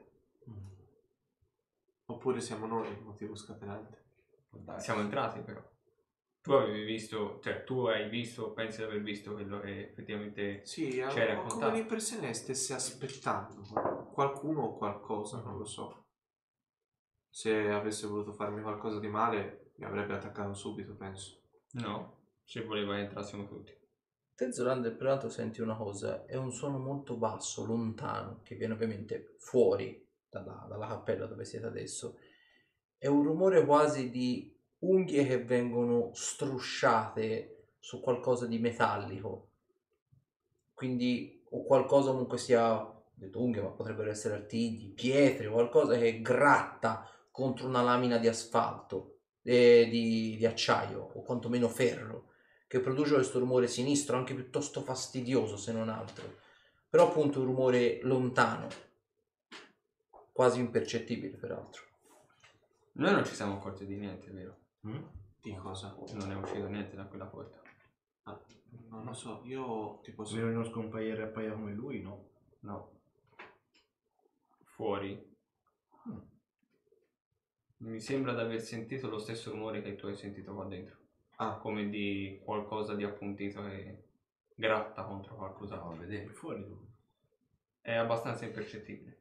Oppure siamo noi il motivo scatenante. Può darsi. Siamo entrati però. Tu avevi visto, cioè tu hai visto, pensi di aver visto quello che effettivamente Sì, c'era ho come raccontato. l'impressione che stesse aspettando qualcuno o qualcosa, non lo so. Se avesse voluto farmi qualcosa di male mi avrebbe attaccato subito, penso. No, se voleva entrassimo tutti. Te Zolander peraltro senti una cosa, è un suono molto basso, lontano, che viene ovviamente fuori dalla cappella dove siete adesso. È un rumore quasi di unghie che vengono strusciate su qualcosa di metallico. Quindi, o qualcosa comunque sia, ho detto unghie, ma potrebbero essere artigli, pietre, qualcosa che gratta contro una lamina di asfalto, di acciaio, o quantomeno ferro, che produce questo rumore sinistro, anche piuttosto fastidioso se non altro. Però appunto un rumore lontano, quasi impercettibile peraltro. Noi non ci siamo accorti di niente, vero? Di cosa? Non è uscito niente da quella porta. Ah, non lo so, io ti posso... Se non scomparire e appaia come lui, no. No. Fuori. Mi sembra di aver sentito lo stesso rumore che tu hai sentito qua dentro. Ah, Come di qualcosa di appuntito che gratta contro qualcos'altro. Andiamo a vedere. Fuori tu. È abbastanza impercettibile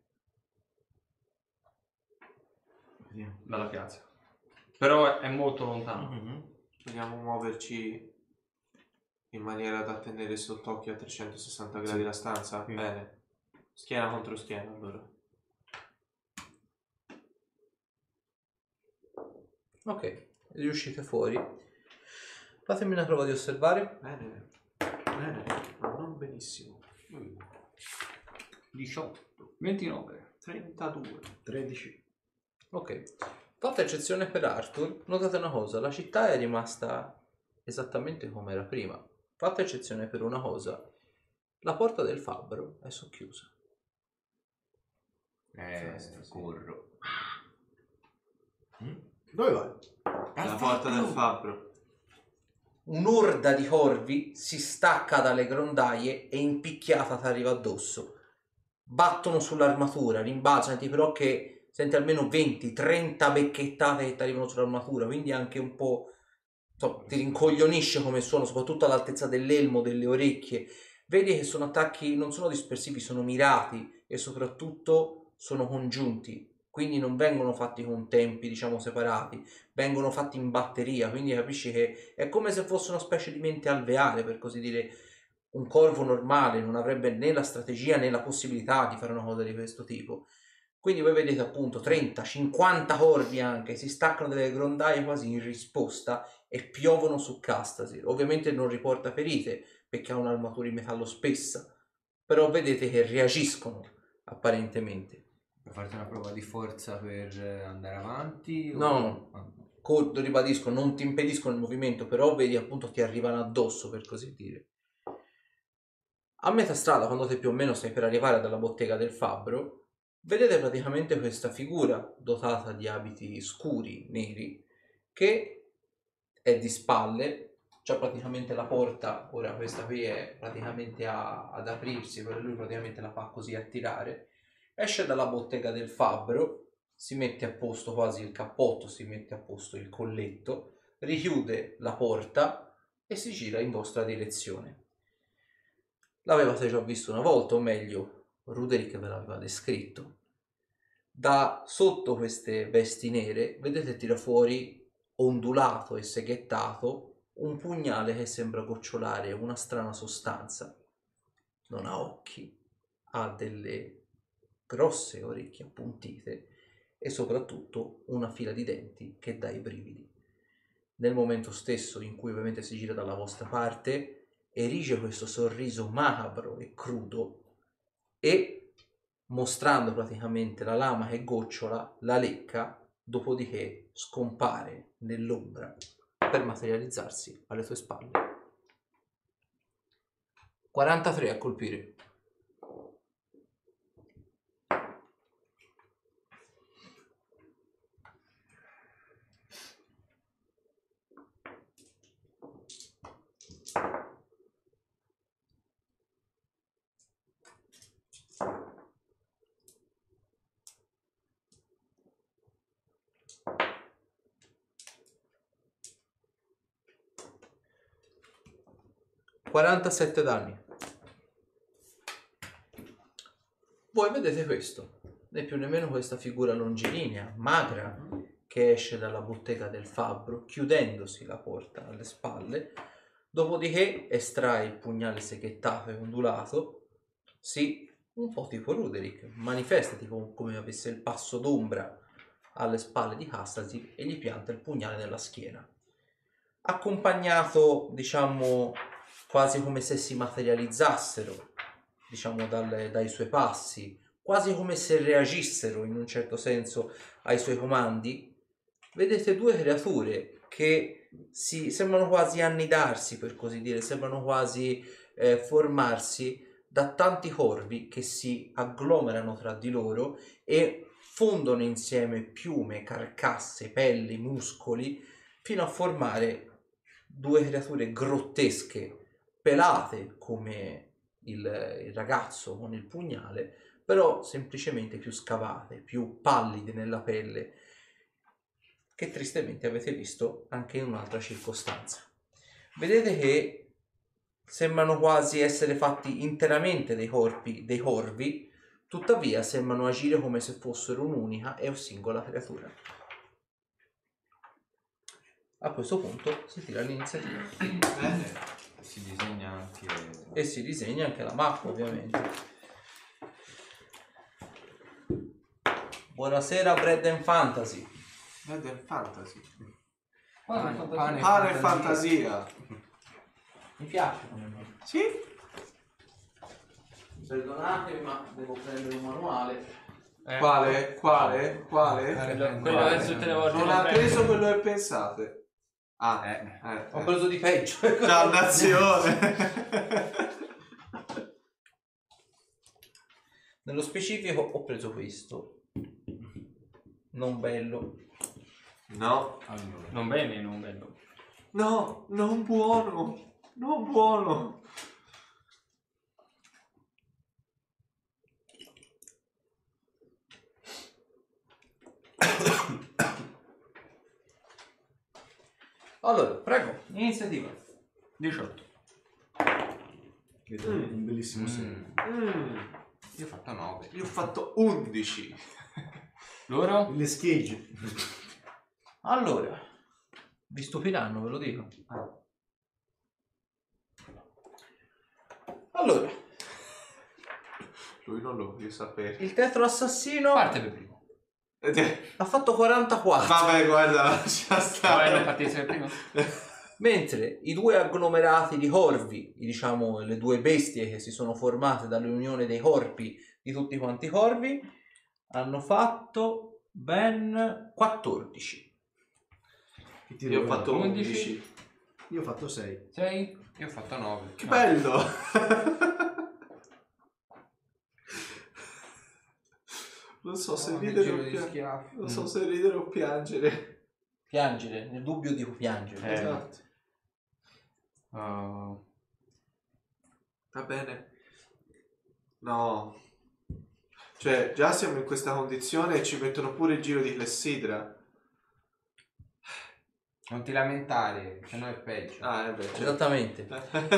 Vediamo. dalla piazza. Però è molto lontano. vogliamo muoverci in maniera da tenere sott'occhio a 360 gradi la stanza? Sì. Bene. Schiena contro schiena, allora. Ok, riuscite fuori. Fatemi una prova di osservare. Bene, ma non benissimo. 18, 29. 32. 13. Ok, fatta eccezione per Arthur, notate una cosa, la città è rimasta esattamente come era prima. Fatta eccezione per una cosa, la porta del fabbro è socchiusa. Corro. Dove vai? La porta del fabbro. Un'orda di corvi si stacca dalle grondaie e impicchiata ti arriva addosso. Battono sull'armatura, rimbalzano, però che senti almeno 20-30 becchettate che ti arrivano sull'armatura, quindi anche un po', ti rincoglionisce come suono, soprattutto all'altezza dell'elmo, delle orecchie. Vedi che sono attacchi, non sono dispersivi, sono mirati e soprattutto sono congiunti, quindi non vengono fatti con tempi, diciamo, separati, vengono fatti in batteria, quindi capisci che è come se fosse una specie di mente alveare, per così dire. Un corvo normale non avrebbe né la strategia né la possibilità di fare una cosa di questo tipo. Quindi voi vedete appunto 30-50 corvi anche, si staccano delle grondaie quasi in risposta e piovono su Castasir. Ovviamente non riporta ferite perché ha un'armatura in metallo spessa, però vedete che reagiscono apparentemente. Per farti una prova di forza per andare avanti? No. Ah. Ribadisco, non ti impediscono il movimento, però vedi appunto ti arrivano addosso, per così dire. A metà strada, quando te più o meno stai per arrivare dalla bottega del fabbro, vedete praticamente questa figura dotata di abiti scuri, neri, che è di spalle, c'ha praticamente la porta, ora questa qui è praticamente ad aprirsi, per lui praticamente la fa così a tirare, esce dalla bottega del fabbro, si mette a posto quasi il cappotto, si mette a posto il colletto, richiude la porta e si gira in vostra direzione. L'avevate già visto una volta, o meglio, Ruderick ve l'aveva descritto. Da sotto queste vesti nere vedete tira fuori, ondulato e seghettato, un pugnale che sembra gocciolare una strana sostanza. Non ha occhi, ha delle grosse orecchie appuntite e soprattutto una fila di denti che dà i brividi. Nel momento stesso in cui ovviamente si gira dalla vostra parte, erige questo sorriso macabro e crudo e, mostrando praticamente la lama che gocciola, la lecca, dopodiché scompare nell'ombra per materializzarsi alle tue spalle. 43 a colpire. (47 danni). Voi vedete questo, né più né meno questa figura longilinea, magra, che esce dalla bottega del fabbro, chiudendosi la porta alle spalle, dopodiché estrae il pugnale seghettato e ondulato, sì, un po' tipo Ruderick, manifesta tipo come avesse il passo d'ombra alle spalle di Hastasi e gli pianta il pugnale nella schiena. Accompagnato, diciamo, quasi come se si materializzassero, diciamo, dai suoi passi, quasi come se reagissero in un certo senso ai suoi comandi, vedete due creature che sembrano quasi annidarsi, per così dire, sembrano quasi formarsi da tanti corvi che si agglomerano tra di loro e fondono insieme piume, carcasse, pelli, muscoli, fino a formare due creature grottesche, pelate come il ragazzo con il pugnale, però semplicemente più scavate, più pallide nella pelle, che tristemente avete visto anche in un'altra circostanza. Vedete che sembrano quasi essere fatti interamente dei corvi, tuttavia sembrano agire come se fossero un'unica e singola creatura. A questo punto si tira l'iniziativa. Bene. Si disegna anche... E si disegna anche la mappa, ovviamente. Buonasera, Bread and Fantasy. Bread and Fantasy. Pane e fantasia. Mi piace come nome. Sì? Perdonatemi, ma devo prendere un manuale. Quale? Quello che tutte le volte non ha preso quello che pensate. Ho preso di peggio. Dannazione. Nello specifico ho preso questo. Non bello. No. Allora. Non bene, non bello. No, non buono. Non buono. Allora, prego, iniziativa. 18. Vedo un bellissimo segno. Io ho fatto 9. Io ho fatto 11. Loro? Le schegge. Allora, vi stupiranno, ve lo dico. Allora, Lui non lo voglio sapere. il tetro assassino Parte per primo. ha fatto 44. Vabbè, guarda, lascia Vai, stare. non partire per primo? Mentre i due agglomerati di corvi, diciamo le due bestie che si sono formate dall'unione dei corpi di tutti quanti i corvi, hanno fatto ben 14. Io ho fatto 11. Io ho fatto 6. 6? Io ho fatto 9. Che bello. so se ridere o piangere. Non so se ridere o piangere. Piangere, nel dubbio dico piangere. Esatto. Va bene. No. Cioè, già siamo in questa condizione e ci mettono pure il giro di clessidra. Non ti lamentare, se no è peggio. Beh, certo. Esattamente.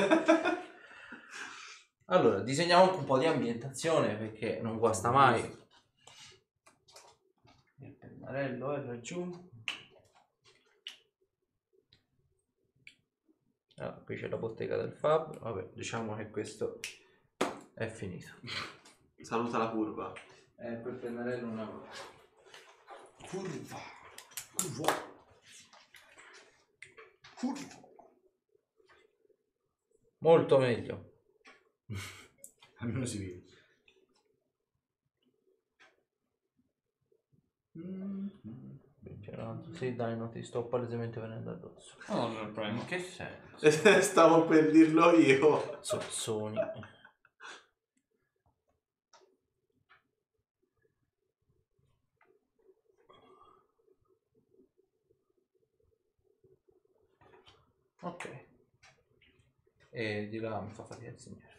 Allora, disegniamo anche un po' di ambientazione perché non guasta mai. Il pennarello è laggiù. Allora, qui c'è la bottega del Fab. Vabbè, diciamo che questo è finito. Saluta la curva. Quel pennarello una curva. Molto meglio. Almeno si vede. Sì, dai, non ti sto palesemente venendo addosso. Oh, non è il problema. In che senso? Stavo per dirlo io. Sozzoni. Ok. E di là mi fa fatica a disegnare.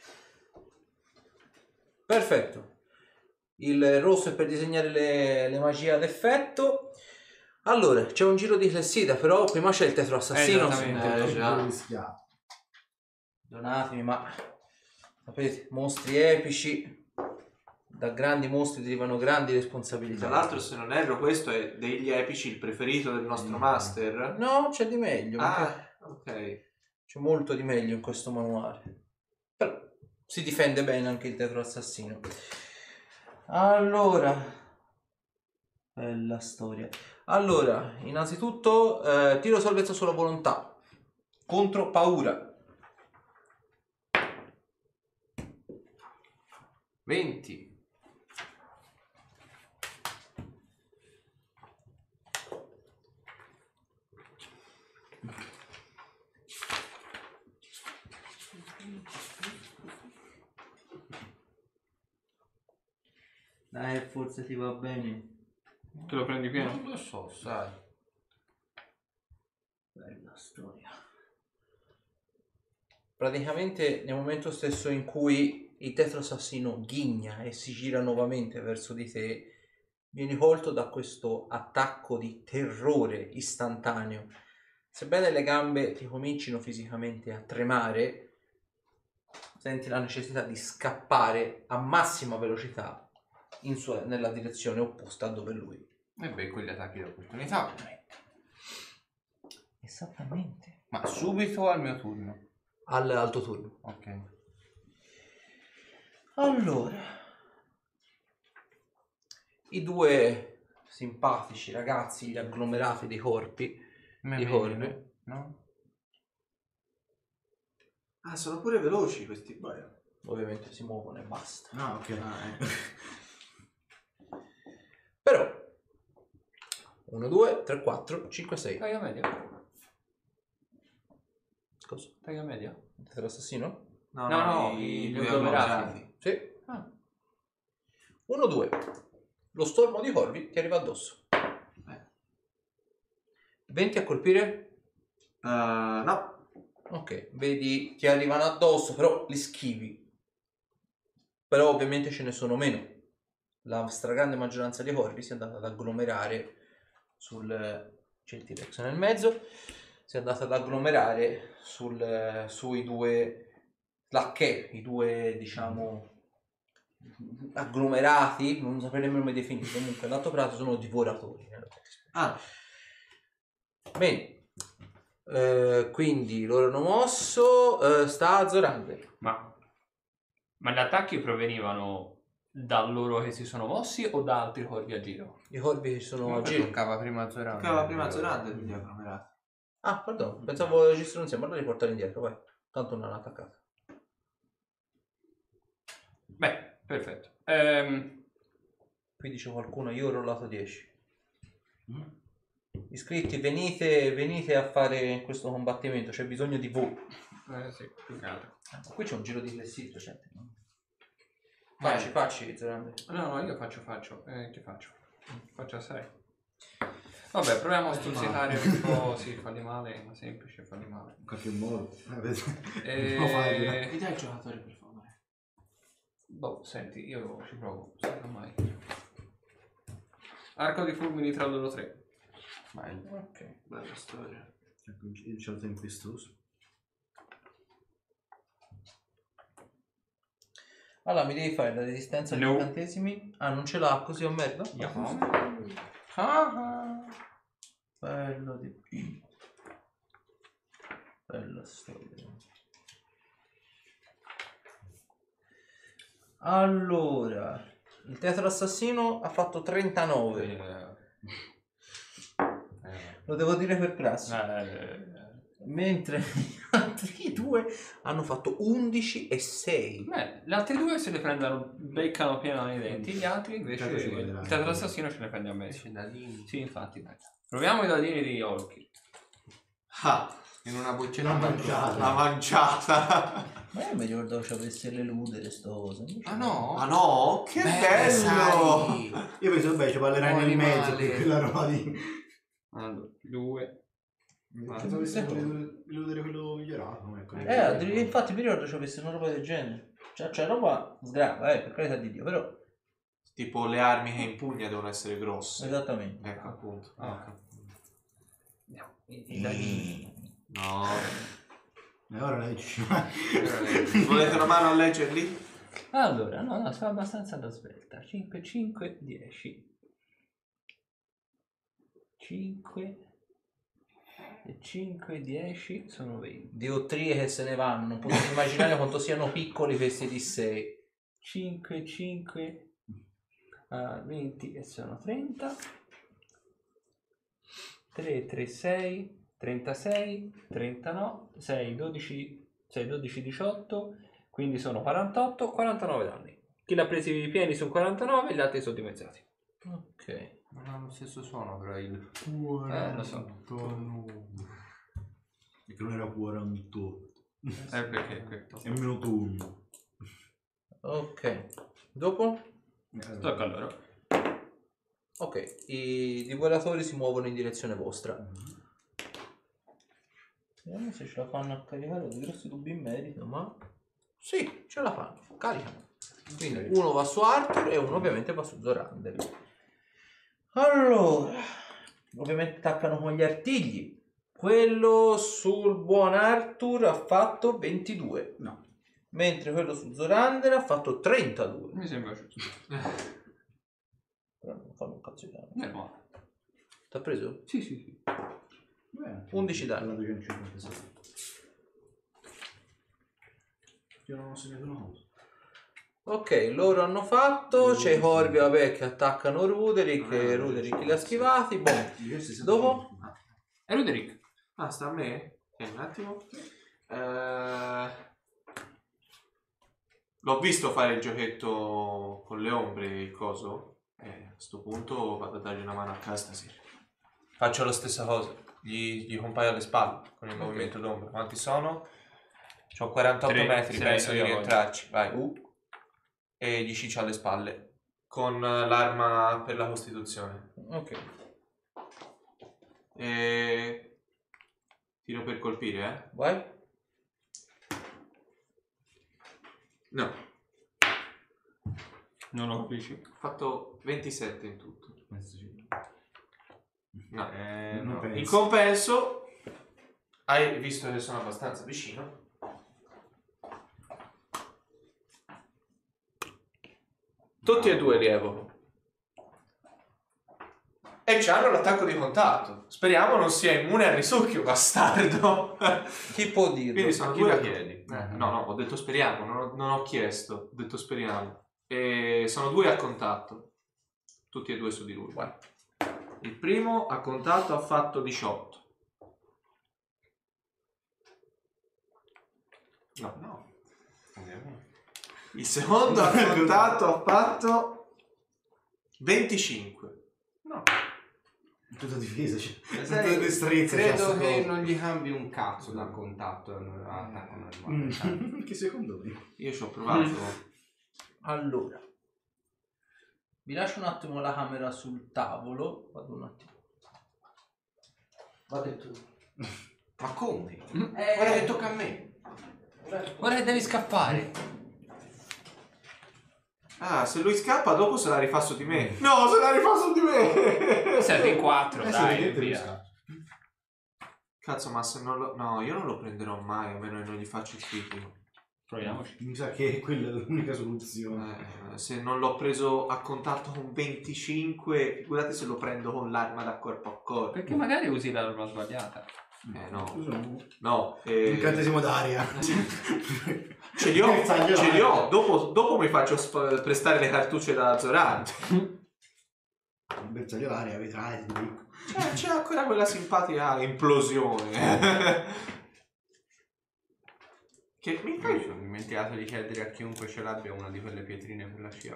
Perfetto. Il rosso è per disegnare le magie ad effetto. Allora, c'è un giro di clessidra, però prima c'è il tetro assassino. Esattamente. Donatemi, ma sapete, mostri epici, da grandi mostri derivano grandi responsabilità. Tra l'altro, se non erro, questo è degli epici il preferito del nostro master. No, c'è di meglio. Ok. C'è molto di meglio in questo manuale. Però si difende bene anche il tetro assassino. Allora, bella storia. Allora, innanzitutto tiro salvezza sulla volontà contro paura. 20. Dai, forse ti va bene. Te lo prendi pieno? Non lo so, sai. Bella storia. Praticamente nel momento stesso in cui il tetro assassino ghigna e si gira nuovamente verso di te, vieni colto da questo attacco di terrore istantaneo. Sebbene le gambe ti comincino fisicamente a tremare, senti la necessità di scappare a massima velocità nella direzione opposta a dove lui. E beh, quegli attacchi di opportunità, ovviamente. Esattamente. Ma subito al mio turno. Al tuo turno. Ok. Allora, i due simpatici ragazzi, gli agglomerati dei corpi, no? Sono pure veloci questi boia. ovviamente si muovono e basta. Ah, ok. Però 1, 2, 3, 4, 5, 6. Taglia media. Cosa? Taglia media. Tetro assassino? No, i gli due agglomerati. agglomerati. Sì. Ah. 1, 2. Lo stormo di corvi ti arriva addosso. 20 a colpire? No. Ok, vedi, ti arrivano addosso, però li schivi. Però ovviamente ce ne sono meno. La stragrande maggioranza dei corvi si è andata ad agglomerare c'è il T-Rex nel mezzo. Si è andata ad agglomerare sui due lacchè, i due, diciamo, agglomerati, non saprei nemmeno come definire. Comunque, l'altro prato sono divoratori. Bene, quindi loro hanno mosso, sta a Zorander. Ma gli attacchi provenivano da loro che si sono mossi o da altri corvi a giro? I corvi che sono a Comunque giro. toccava prima Zorander. Toccava prima Zorander degli agglomerati. Ah, pardon, pensavo registrano insieme, allora li portare indietro, vai. Tanto non hanno attaccato. Beh, perfetto. Qui dice qualcuno, io ho rollato 10. Iscritti, venite a fare questo combattimento, c'è bisogno di voi. Sì, più che altro. Qui c'è un giro di clessidra, gente. Facci, Zerande. No, io faccio. Che faccio? Faccio a 6. Vabbè, proviamo a stuzzicare un po'. Sì, falli male, ma semplice, falli male. In qualche modo. Mi dai il giocatore per favore. Boh, senti, io ci provo. Secondo mai. Arco di fulmini tra loro 3. Vai. Ok. Bella storia. Il cielo tempestoso. Allora, mi devi fare la resistenza agli No. incantesimi. Ah, non ce l'ha, così ho merda? Bello di più. Bella storia. Allora, il teatro assassino ha fatto 39. Lo devo dire per classe. Mentre gli altri due hanno fatto 11 e 6. Beh, gli altri due se le prendono, beccano pieno nei denti, gli altri invece Tanto ci prenderà. il teatro assassino ce ne prende a me. Invece dadini. Sì, infatti, dai. Proviamo i dadini di Olkir. Ah, In una boccetta L'ha mangiata. la mangiata. Ma io mi ricordavo che avesse le ludere sto cosa. Invece Ah no? Ma no, che bello! Sai. Io penso, vabbè, ci parlerai Oh, nel mezzo animale. di quella roba di... Allora, 2. Pensavo che illudere quello migliorato. Ecco. infatti mi ricordo che avesse una roba del genere. Cioè roba sgrava, per carità di Dio, però. Tipo le armi che impugna devono essere grosse. Esattamente. Ecco appunto. Ah. I dadini. No. E ora leggi. Volete una mano a leggerli? Allora, no, sono abbastanza da svelta. 5, 5, 10. 5 e 5, 10 sono 20. Diottrie che se ne vanno. Potete immaginare quanto siano piccoli questi di 6. 5, 5, 20 e sono 30. 3, 3, 6, 36, 39, 6, 12, 6, 12, 18, quindi sono 48, 49 danni. Chi l'ha presi i pieni sono 49, gli altri sono dimezzati. Ok. Non ha lo stesso suono però il... Lo so. Perché non era 48. Perché questo? È meno turno. Ok. Dopo? Tocca a loro. Ok. I divolatori si muovono in direzione vostra. Vediamo se ce la fanno a caricare. Ho dei grossi dubbi in merito, ma... Sì, ce la fanno. Caricano. Quindi uno va su Arthur e uno ovviamente va su Zorander. Allora, ovviamente attaccano con gli artigli. Quello sul buon Arthur ha fatto 22. No. Mentre quello su Zorander ha fatto 32. Mi sembra giusto. Però non fanno un cazzo di danno. Meno. T'ha preso? Sì, sì, sì. 11 danni. 256. Io non ho segnato una cosa. Ok, loro hanno fatto. C'è i corvi, vabbè, che attaccano Ruderick. E Ruderick li ha schivati. Boh. Dopo? E Ruderick? Ah, sta a me? Un attimo. L'ho visto fare il giochetto con le ombre, il coso. A sto punto vado a dargli una mano a Castasir. Faccio la stessa cosa. Gli compaio alle spalle con il movimento d'ombra. Quanti sono? C'ho 48 3, metri, 6, penso di io rientrarci. Vai. E gli ciccio alle spalle. Con l'arma per la costituzione. Ok. E... tiro per colpire, Vai. No. Non lo capisci? Ho fatto 27 in tutto. No. non penso. In compenso, hai visto che sono abbastanza vicino. Tutti e due li evoco. E c'hanno l'attacco di contatto. Speriamo non sia immune al risucchio, bastardo. Chi può dirlo? Quindi sono Chi due lo a chiedi? No, ho detto speriamo, non ho chiesto, ho detto speriamo. E sono 2 a contatto. Tutti e 2 su di lui. Vai. Il primo a contatto ha fatto 18. No. Il secondo a contatto ha fatto 25. No. Tutta difesa, cioè. Sai, Tutta destrezza. credo che non gli cambi un cazzo dal contatto all'attacco normale. Che secondo me? Io ci ho provato Allora, vi lascio un attimo la camera sul tavolo. Vado un attimo. Vado tu. Ma come? Ora che tocca a me. Ora che devi scappare. Ah, se lui scappa dopo se la rifà su di me. No, se la rifà su di me. Siete in 4, dai, sì, via. Cazzo, ma se non lo... No, io non lo prenderò mai, a meno che non gli faccio il critico. Proviamoci. Mi sa che quella è l'unica soluzione. Se non l'ho preso a contatto con 25, figurate se lo prendo con l'arma da corpo a corpo. Perché magari usi l'arma sbagliata. No. Un No. incantesimo d'aria. Ce li ho, ce li ho. Dopo mi faccio prestare le cartucce da Zoran. Un bersaglio d'aria, vedrai. ti dico. C'è ancora quella simpatica implosione. Che mi Mi fai... sono dimenticato di chiedere a chiunque ce l'abbia una di quelle pietrine per la scia.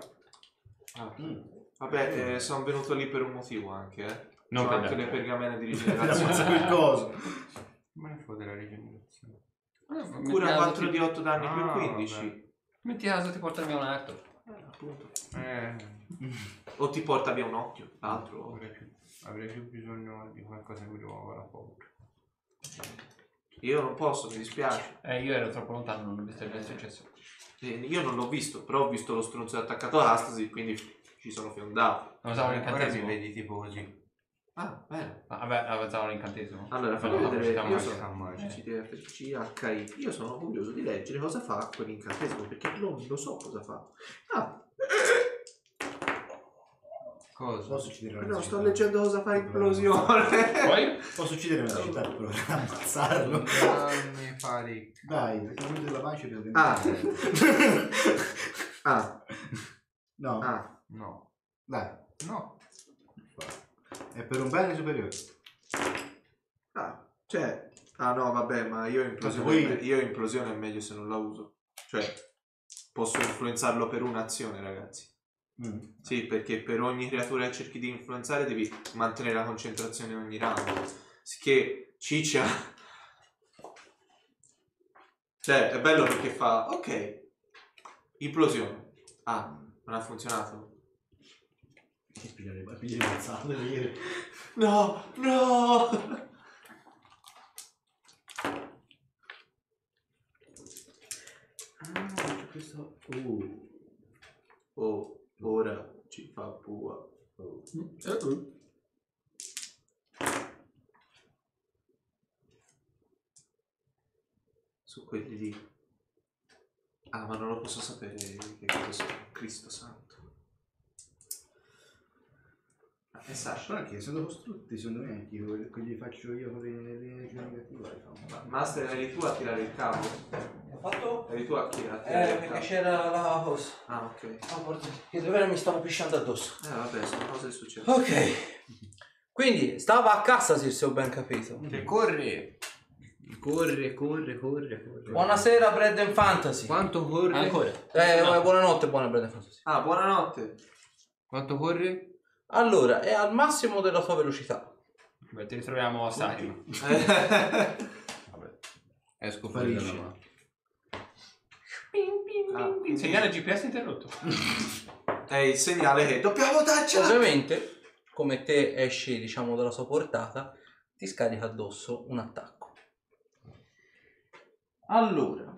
Vabbè, sono venuto lì per un motivo anche, Non C'ho per anche me. le pergamene di Ammazza rigenerazione. quel coso. Ma ne fotte la rigenerazione. Cura 4 di 8 danni per 15. vabbè. Metti caso ti porta via un arco. Appunto. O ti porta via un occhio, l'altro. avrei più bisogno di qualcosa che mi rimuova la paura. Io non posso, mi dispiace. Io ero troppo lontano, non ho visto il che è successo. Io non l'ho visto, però ho visto lo stronzo attaccato all'astasi, quindi ci sono fiondato. Non usavo Ora mi l'incantesimo. vedi tipo così. Ah, bene. Vabbè, usavo l'incantesimo. Allora, fammi No, vedere. capacità Io magica. sono CTFCHI. Io sono curioso di leggere cosa fa quell'incantesimo, perché non lo so cosa fa. Ah, Cosa? Posso uccidere una no, città? sto leggendo cosa fa implosione. Poi? Posso uccidere una città per ammazzarlo. Non mi pare. Dai, perché il della pace per Ah. Ah, No, ah. No. dai, No. è per un bene superiore. Ah, cioè, ah no, vabbè, ma io implosione, Poi- io implosione è meglio se non la uso. Cioè, posso influenzarlo per un'azione, ragazzi. Sì, perché per ogni creatura che cerchi di influenzare devi mantenere la concentrazione ogni round. Che ciccia. Cioè, è bello perché fa, ok, implosione. Ah, non ha funzionato. Pigliare mazzato, devo dire. No, no! Questo... Oh, ora ci fa pua. Su quelli lì. Ah, ma non lo posso sapere che cosa sono. Cristo santo. E Sasha? Però che essendo costrutti, secondo me anche io, quelli faccio io con le energie negative. Master, eri tu a tirare il cavo? Ho fatto? Eri tu a tirare il Perché cavo? c'era la cosa. Ah, ok. Che davvero mi stavo pisciando addosso. Vabbè, sono cose che succedono. Ok. Quindi stava a casa, se ho ben capito. Che corre. Corre. Buonasera, Bread and Fantasy. Quanto corre? Ancora. Buonanotte, buona Bread and Fantasy. Ah, buonanotte. Quanto corre? Allora, è al massimo della sua velocità. Beh, ti ritroviamo a Saima. Vabbè. Esco fuori dalla mano. Ah, Segnale GPS interrotto. è il segnale che dobbiamo darcela. Ovviamente, come te esci, diciamo, dalla sua portata, ti scarica addosso un attacco. Allora,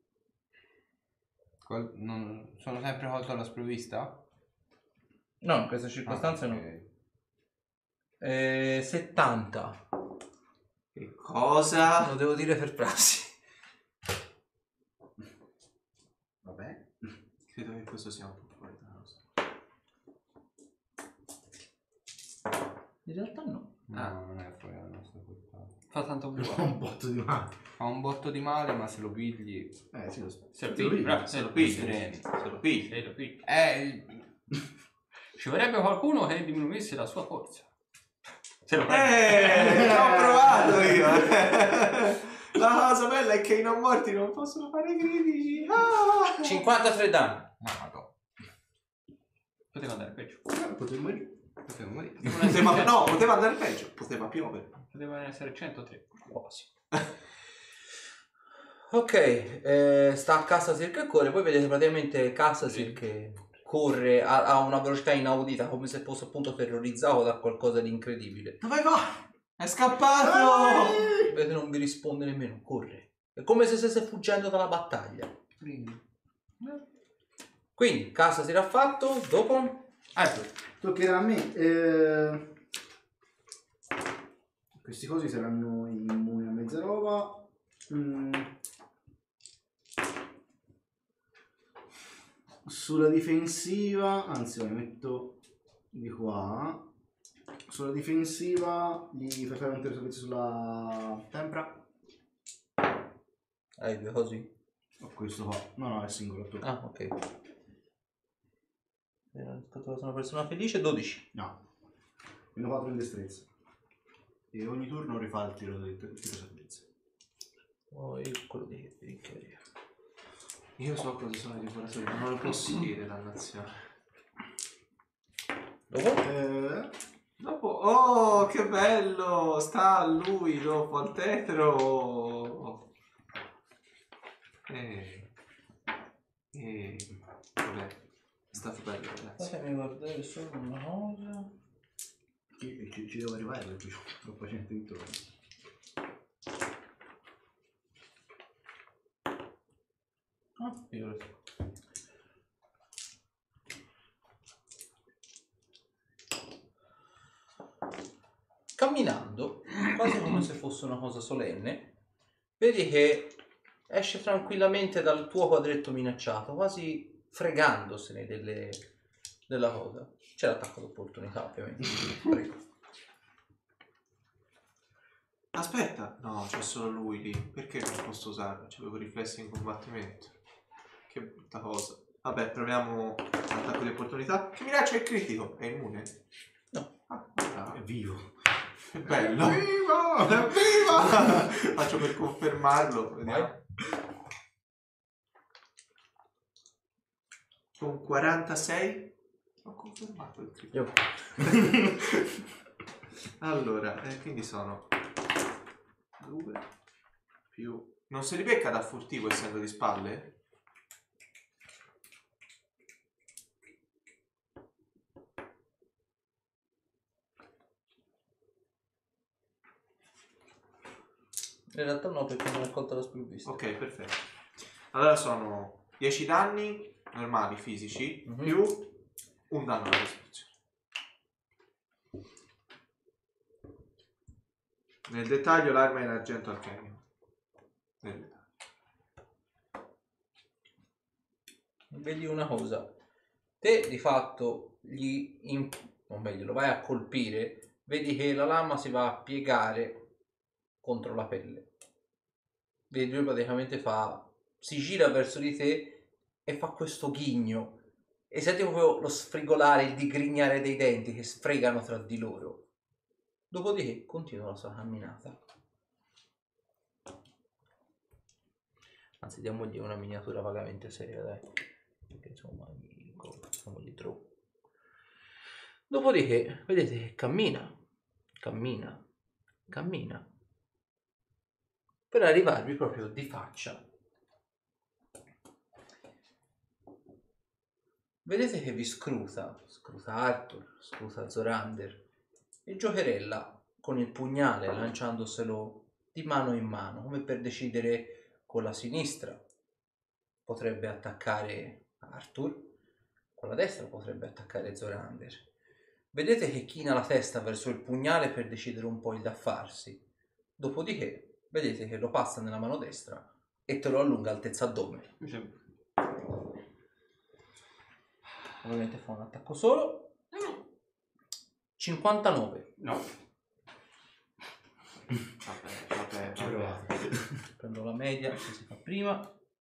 Sono sempre colto alla sprovvista? no, in queste circostanze no. 70. Che cosa? Lo devo dire per prassi. Vabbè. Credo che questo sia un po' fuori da nostra. In realtà no. No, non è fuori dalla nostra portata. Fa tanto buio. Un botto di mano. Fa un botto di male, ma se lo pigli... Sì, lo so. Se lo Te lo pigli, pigli. bravo, Se lo pigli. sereni. Se lo pigli. Se lo pigli. Ci vorrebbe qualcuno che diminuisse la sua forza. Se lo prende. L'ho provato io. La cosa bella è che i non morti non possono fare critici. Ah! 53 danni. Madonna. Poteva andare peggio. Potremmo morire. Poteva andare peggio. Poteva piovere. Poteva essere 103. Quasi. Ok, sta a Cassasir che corre, poi vedete praticamente Cassasir che corre a una velocità inaudita, come se fosse appunto terrorizzato da qualcosa di incredibile. Dove va? È scappato! Vedete, non vi risponde nemmeno, corre. È come se stesse fuggendo dalla battaglia. Quindi, Cassasir ha fatto, dopo? Toccherà a me. Questi cosi saranno immuni a mezza roba. Sulla difensiva, anzi lo metto di qua. Sulla difensiva gli fai fare un tiro salvezza sulla tempra. Hai due così? O questo qua. No, è singolo. Tu. Ah, ok. Sono una persona felice, 12. No. Meno 4 in destrezza. E ogni turno rifà il tiro salvezza. Poi quello di ricchezza. Io so cosa sono i decoratori, ma non lo posso dire, dannazione. Dopo? Dopo, oh, che bello! Sta lui dopo al tetro. Vabbè, è stato bello, ragazzi. Fatemi guardare solo una cosa. Ci devo arrivare perché c'ho troppa gente intorno. Ah, figurati. Camminando, quasi come se fosse una cosa solenne, vedi che esce tranquillamente dal tuo quadretto minacciato, quasi fregandosene della cosa. C'è l'attacco d'opportunità, ovviamente. Prego. Aspetta, no, c'è solo lui lì. Perché non posso usarlo? C'avevo riflessi in combattimento. Che brutta cosa. Vabbè, proviamo l'attacco di opportunità. Che minaccia è critico? È immune? No. Ah, È vivo. è bello. Viva! Viva! Faccio per confermarlo. Vediamo. Vai. Con 46 ho confermato il critico. Io. Allora, quindi sono 2 più... Non si ribecca da furtivo essendo di spalle? In realtà no, perché non è colta la sprovvista. Ok, perfetto. Allora sono 10 danni normali fisici più un danno alla costituzione. Nel dettaglio l'arma è in argento alchemico. Nel dettaglio. Vedi una cosa. Te di fatto o meglio, lo vai a colpire, vedi che la lama si va a piegare contro la pelle. Vedi lui praticamente si gira verso di te e fa questo ghigno e senti proprio lo sfrigolare, il digrignare dei denti che sfregano tra di loro. Dopodiché continua la sua camminata. Anzi, diamogli una miniatura vagamente seria, dai. Perché insomma, facciamogli troppo. Dopodiché, vedete che cammina, per arrivarvi proprio di faccia. Vedete che vi scruta Arthur, scruta Zorander e giocherella con il pugnale lanciandoselo di mano in mano, come per decidere con la sinistra potrebbe attaccare Arthur, con la destra potrebbe attaccare Zorander. Vedete che china la testa verso il pugnale per decidere un po' il da farsi. Dopodiché vedete che lo passa nella mano destra e te lo allunga altezza addome. Ovviamente fa un attacco solo. 59. No. Vabbè. Prendo la media che si fa prima.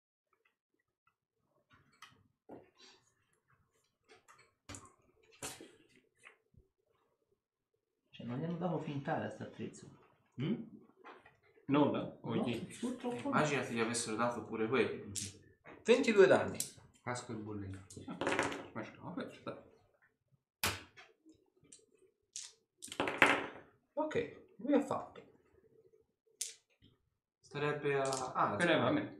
Cioè non gli hanno dato fintare a sta attrezzo. Non? Purtroppo no. Immaginati gli avessero dato pure quelli. 22 danni. Casco e bollino. Ok, lui ha fatto Sarebbe a... Ah, Quello è a me.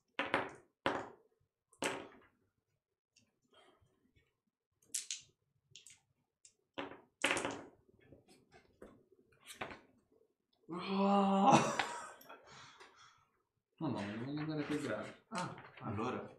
No, non voglio andare più grave. Ah, allora.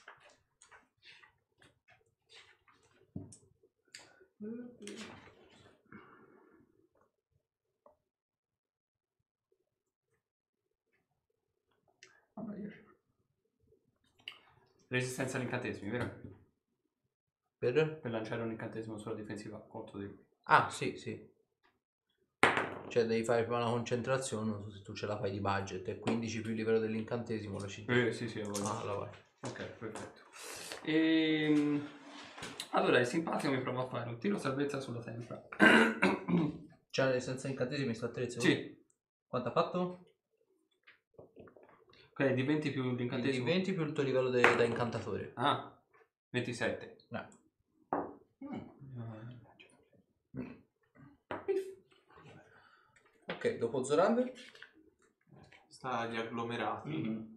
Resistenza all'incantesimi, vero? Per? Per lanciare un incantesimo sulla difensiva contro di lui. Ah, sì, sì. Cioè devi fare prima una concentrazione, non so se tu ce la fai di budget, e 15 più il livello dell'incantesimo la CD. Sì, ho voglia. Ah, la vai. Ok, perfetto. Allora, il simpatico mi prova a fare un tiro salvezza sulla tempra. Cioè senza incantesimi sta a 3 secondi? Sì. Quanto ha fatto? Ok, di 20 più Di l'incantesimo. 20 più il tuo livello da incantatore. Ah, 27. No. Ok, dopo Zorander? Sta agli agglomerati.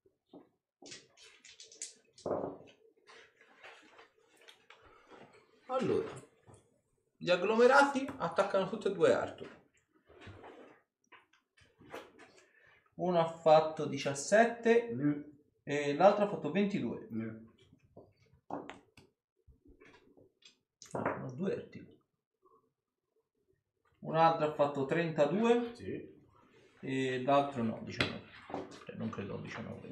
Allora, gli agglomerati attaccano tutti e due Arthur. Uno ha fatto 17 e l'altro ha fatto 22. Ah, no, 2 artigli. Un altro ha fatto 32 Sì. e l'altro no, 19. Cioè, non credo 19.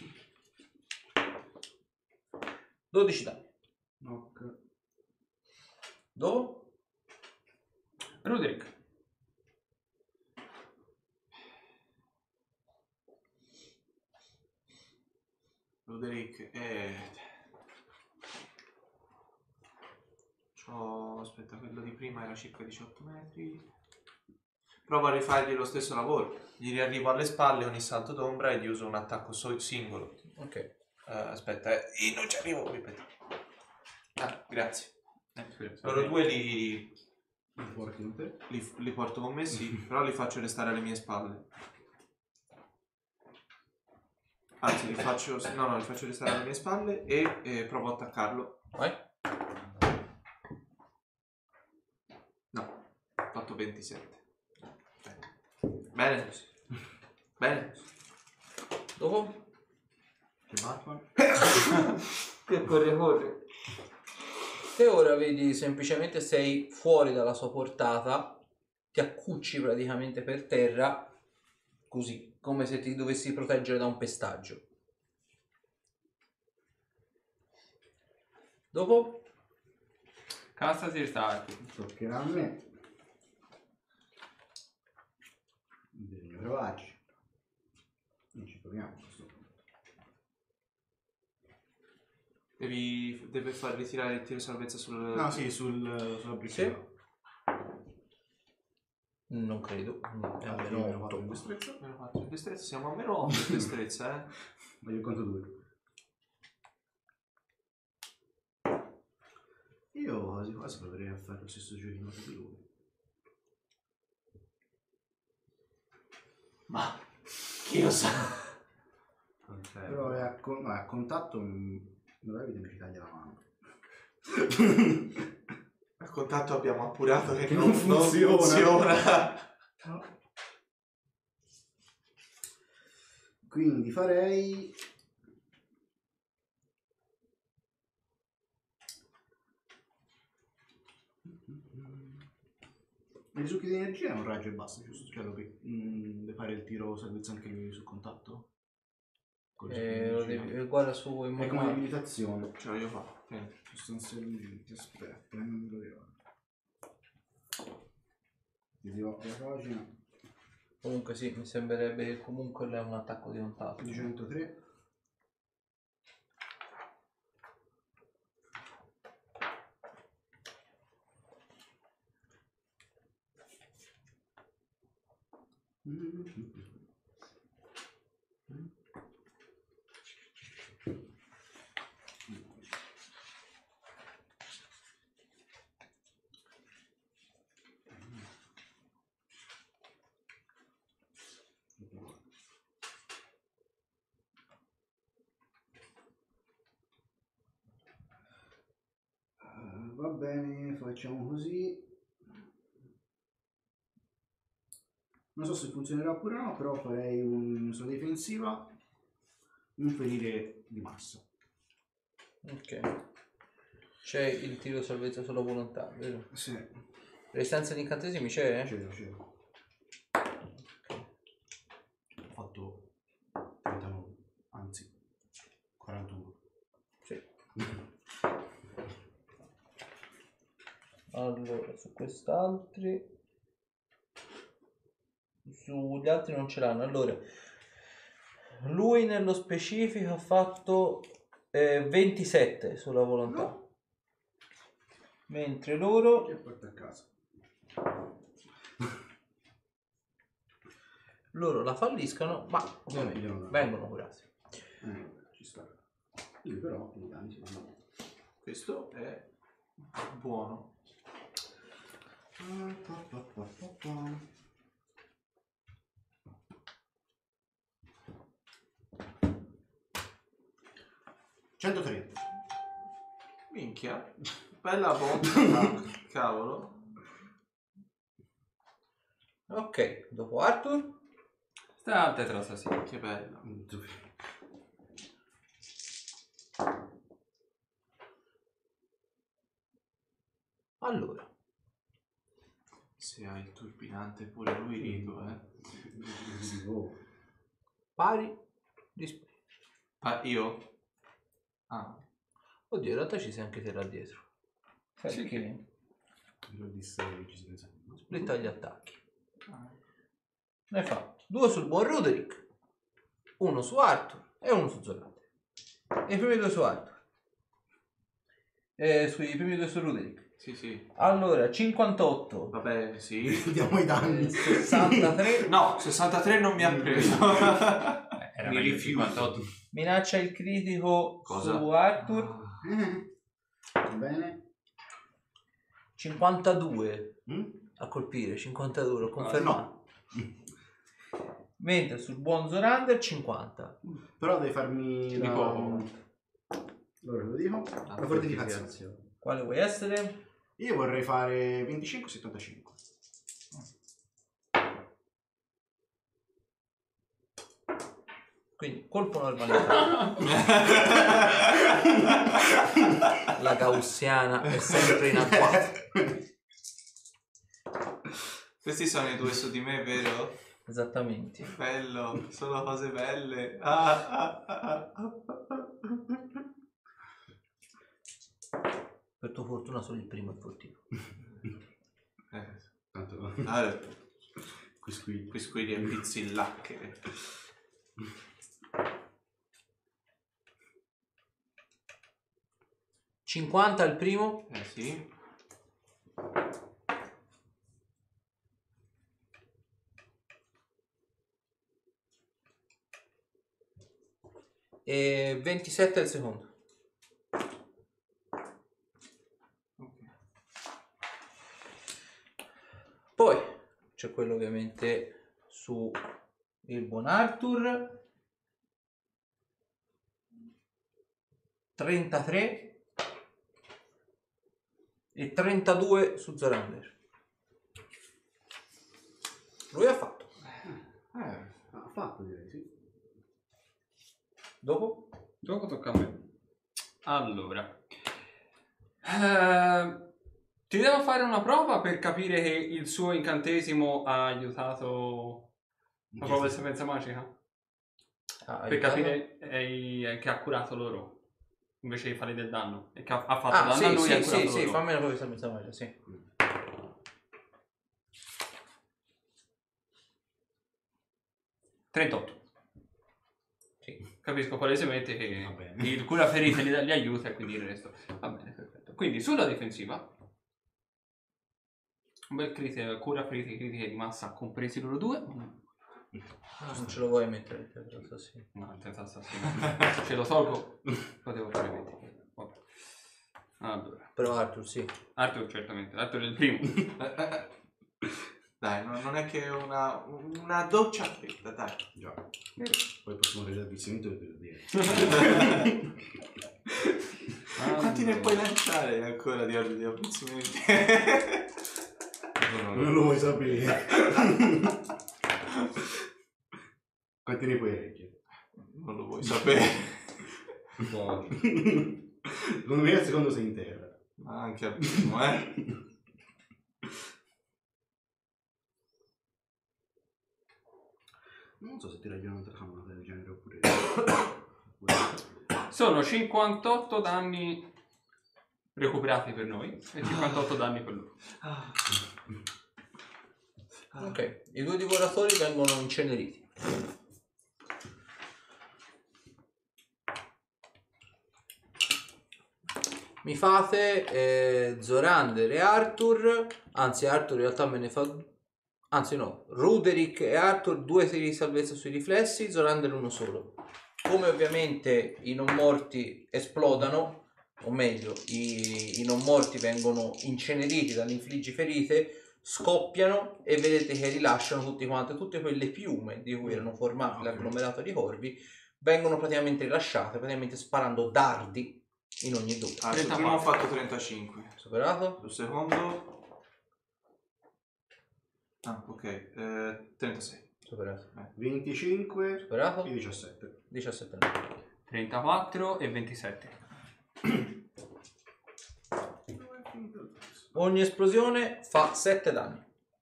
12 danni. Ok. Dopo? Roderick. Roderick aspetta, quello di prima era circa 18 metri. Prova a rifargli lo stesso lavoro. Gli riarrivo alle spalle ogni salto d'ombra e gli uso un attacco singolo. Ok. Aspetta, non ci arrivo, ripeto. Ah, grazie. Scusa, Loro due li Porti con te? li porto con me, sì, però li faccio restare alle mie spalle. Anzi, li faccio restare alle mie spalle e provo a attaccarlo. Vai. No, ho fatto 27. Bene così. Bene così. Dopo? C'è Batman? Che corre. Te ora vedi semplicemente sei fuori dalla sua portata, ti accucci praticamente per terra, così, come se ti dovessi proteggere da un pestaggio. Dopo? Castasi Stark. Toccherà a me. Bisogna provarci. Non ci proviamo a questo punto. Deve far ritirare il tiro salvezza sul... No, sì, sulla briciola. Non credo. È Allora, almeno meno 4 8. in destrezza. Meno 4 in destrezza, siamo a meno 8 in destrezza, eh. Ma io conto 2. Io quasi quasi proverei a fare lo stesso giochino di lui. Ma chi lo sa? Però è a contatto non avete mi ci taglia la mano. A contatto abbiamo appurato che Non funziona. No. Quindi farei i risucchi di energia è un raggio e basta, giusto? Cioè deve fare il tiro salvezza anche lui sul contatto? Con i risucchi di Lo energia. devi, guarda su È come manuale. abilitazione. Ce l'ho io fatto. Sostanzialmente, aspetta, non lo vedo. Ti dirò la pagina. Comunque sì, mi sembrerebbe che comunque lei è un attacco di contatto. 103. bene, facciamo così. Non so se funzionerà oppure no, però farei sulla difensiva un ferire di massa. Ok. C'è il tiro salvezza sulla volontà, vero? Sì. Resistenza di incantesimi c'è? C'ero. Ho fatto 39, anzi 41. Sì. Allora, su quest'altri... Sugli altri non ce l'hanno. Allora, lui nello specifico ha fatto 27 sulla volontà. No. Mentre loro... Che porta a casa. Loro la falliscono, ma ovviamente vengono curati. Ci sta. Io però i danni si fanno. Questo è buono. 130. Minchia. Bella bomba. Cavolo. Ok, dopo Arthur. Sta tetra assassino. Che bello. Allora, Se hai il turbinante pure lui rito, pari di io? Ah. Oddio, in realtà ci sei anche te là dietro. Sì, Perché Lo disse ci si pensa. splitta gli attacchi. Ne hai fatto 2 sul buon Roderick, 1 su Arthur e 1 su Zorander. E i primi 2 su Arthur. Sui primi 2 su Roderick. Sì. Allora, 58. Vabbè, sì. Diamo i danni. 63. No, 63 non mi ha preso. Era Mi meglio rifiuto. 58. Minaccia il critico Cosa? su Arthur. Va bene. 52 a colpire. 52, l'ho confermato. No. Mentre sul buon Zorander 50. Però devi farmi Di poco. Allora lo dico. La fortificazione. Quale vuoi essere? Io vorrei fare 25-75. Quindi colpo normalità. La gaussiana è sempre in agguato. Questi sono i 2 su di me, vero? Esattamente. Bello, sono cose belle. Per tua fortuna solo il primo è furtivo. Tanto Quisquili e pizzillacche. $50 il primo. Sì. E 27 il secondo. Poi c'è quello ovviamente su il buon Arthur. 33 e 32 su Zorander. Lui ha fatto. ha fatto, direi, sì. Dopo? Dopo tocca a me. Allora. Ti devo fare una prova per capire che il suo incantesimo ha aiutato la prova di sapienza magica? Per capire che ha curato loro invece di fare del danno e che ha fatto danno a lui e ha curato loro. fammi la prova di sapienza magica, sì. Sì. Capisco palesemente che Va bene. il cura ferite li aiuta e quindi il resto va bene, perfetto. Quindi sulla difensiva un bel cura ferite critiche di massa compresi loro due. Non ce lo vuoi mettere il teatro assassino? No, il terzo assassino. Ce lo tolgo, potevo fare 20. Vabbè. Allora, Però Arthur sì. Arthur certamente, Arthur è il primo. Dai, non è che una doccia fredda, dai. Già. Poi il prossimo ravvicinamento per dire. Quanti ne puoi lanciare ancora di avvicinamenti. Non lo vuoi sapere. Quanti ne puoi leggere? Non lo vuoi sapere. Secondo me al secondo sei in terra. Ma anche al primo, Non so se ti ragionano tra una cosa del genere oppure... Sono 58 danni recuperati per noi e 58 danni per lui. Ok, i 2 divoratori vengono inceneriti. Mi fate Zorander e Arthur, anzi Arthur in realtà me ne fa... Anzi no, Ruderick e Arthur 2 tiri di salvezza sui riflessi, Zorander uno solo. Come ovviamente i non morti esplodano, o meglio, i non morti vengono inceneriti dall'infliggi ferite, scoppiano e vedete che rilasciano tutte quelle piume di cui erano formati l'agglomerato di corvi, vengono praticamente rilasciate, praticamente sparando dardi in ogni dove. Sul primo ho fatto 35. Superato? Sul secondo... Ah, ok. 36. Superato. 25 Superato? e 17. 17. 34 e 27. Ogni esplosione fa 7 danni.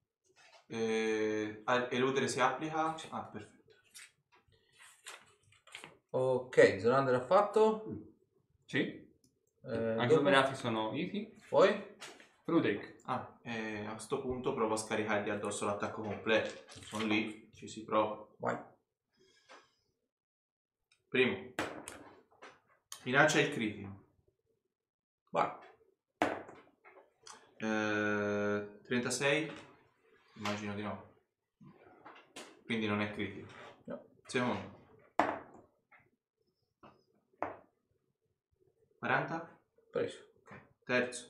Eludere si applica? Ah, perfetto. Ok, Zorander ha fatto. Sì. Dopo? Agglomerati sono Iti. Poi? Ruderick. A sto punto provo a scaricargli addosso l'attacco completo. Sono lì, ci si prova. Vai. Primo. Minaccia il critico. Vai. 36? Immagino di no. Quindi non è critico. No. Secondo. 40? Preso. Ok. Terzo.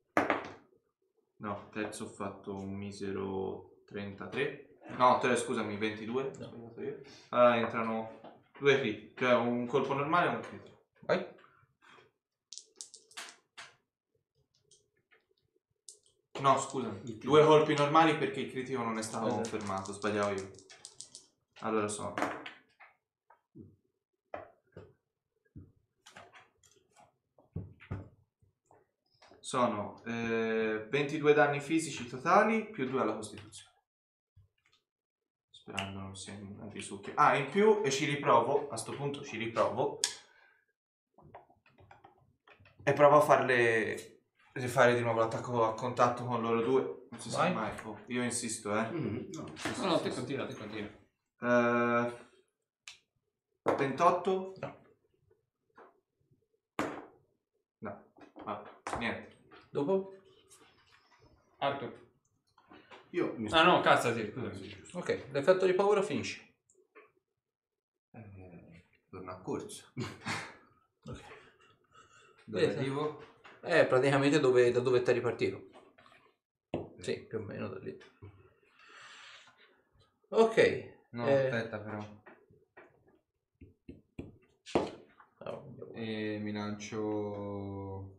No, terzo ho fatto un misero 33. No, scusami, 22. No. Sbagliato io. Allora entrano 2 crit, cioè un colpo normale e un critico. Vai. No, scusami, 2 colpi normali perché il critico non è stato confermato, sbagliavo io. Allora sono 22 danni fisici totali più 2 alla costituzione. Sperando non sia un risucchio. Ah, in più, e ci riprovo, a sto punto ci riprovo. E provo a farle rifare di nuovo l'attacco a contatto con loro due. Non si sa Vai. mai. Oh, io insisto, No, te continua, te continua. 28? No. No, vabbè, niente. Dopo? Arthur. Io mi Ah no, cazzo, sì, scusa. Ok, l'effetto di paura finisce. Torna a corso. Ok. Dove arrivo? Praticamente da dove ti è ripartito. Sì, più o meno da lì. Ok. No, aspetta però. E mi lancio...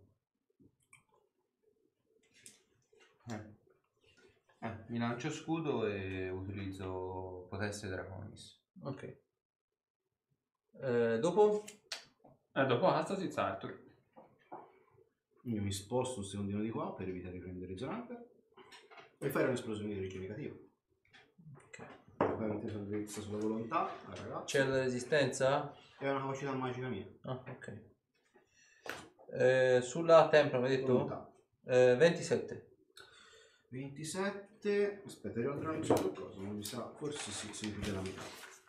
mi lancio scudo e utilizzo Potesse Draconis. Ok. Dopo? Dopo Astasis, Arthur. Io mi sposto un secondino di qua per evitare di prendere Zorander e fare un'esplosione di origine negativa. Ok. Ovviamente salvezza sulla volontà, ragazzi. C'è la resistenza? È una capacità magica mia. Ah, ok. Sulla tempra mi hai detto? Volontà. 27. 27. Aspetta, ero tra qualcosa, non mi sa. Forse sì, semplice la metà.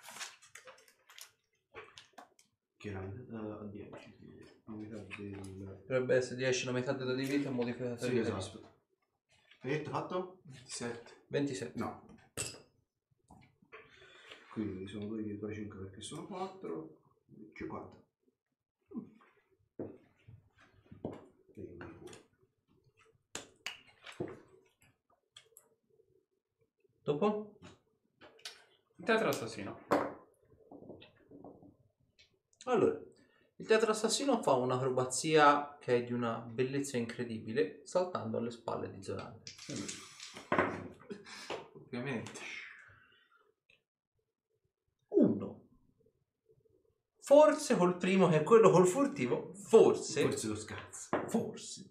Che era a 10. La metà del... Dovrebbe essere 10 la metà della di vita e modificata Sì, di vita. esatto. Hai detto fatto? 27. 27. No. Quindi sono 2,5 perché sono 4. 50. Dopo? Teatro assassino. Allora, Il teatro assassino fa un'acrobazia che è di una bellezza incredibile, saltando alle spalle di Zorander. Ovviamente. 1. Forse col primo, che è quello col furtivo, forse lo scazzo. Forse.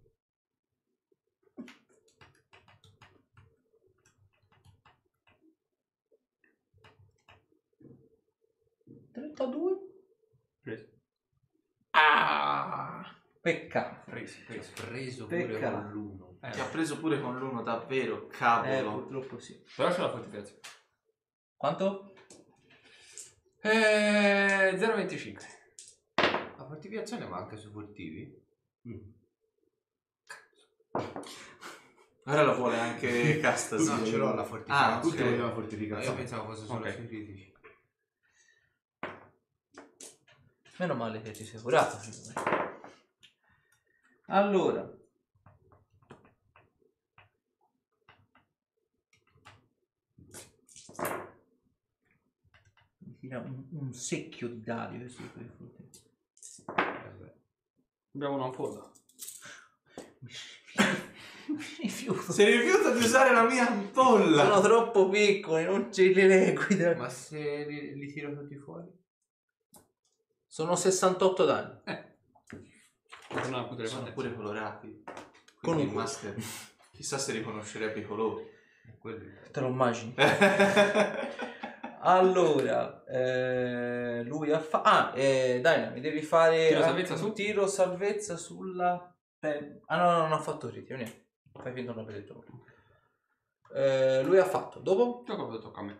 (32) Preso. Ah! Peccato. Preso pure Peccato. con l'uno. Ti ha preso pure con l'1, davvero, cavolo. Purtroppo sì. Però c'è la fortificazione. Quanto? 0,25. La fortificazione va anche sui furtivi? Ora la vuole anche Castasi. No, ce l'ho la fortificazione. Tutti vogliono la No, io fortificazione. pensavo fosse solo Ok. sui critici. Meno male che ti sei curato, figlio mio. Allora. Mi tira un secchio di dadi questo di quei frutti. Abbiamo un'ampolla. Mi rifiuto. Si rifiuta di usare la mia ampolla. Sono troppo piccoli, non ce li legui. Ma se li tiro tutti fuori? Sono 68 danni. Non ha potere Sono fare. pure colorati. Con Quindi un il master chissà se riconoscerebbe i colori. Te lo immagini? Allora, lui ha fatto... Dai, mi devi fare Tiro anche salvezza un su? tiro salvezza sulla... no, non ho fatto critico, niente. Fai finta non l'avevi detto. Lui ha fatto. Dopo? Gioco tocca a me.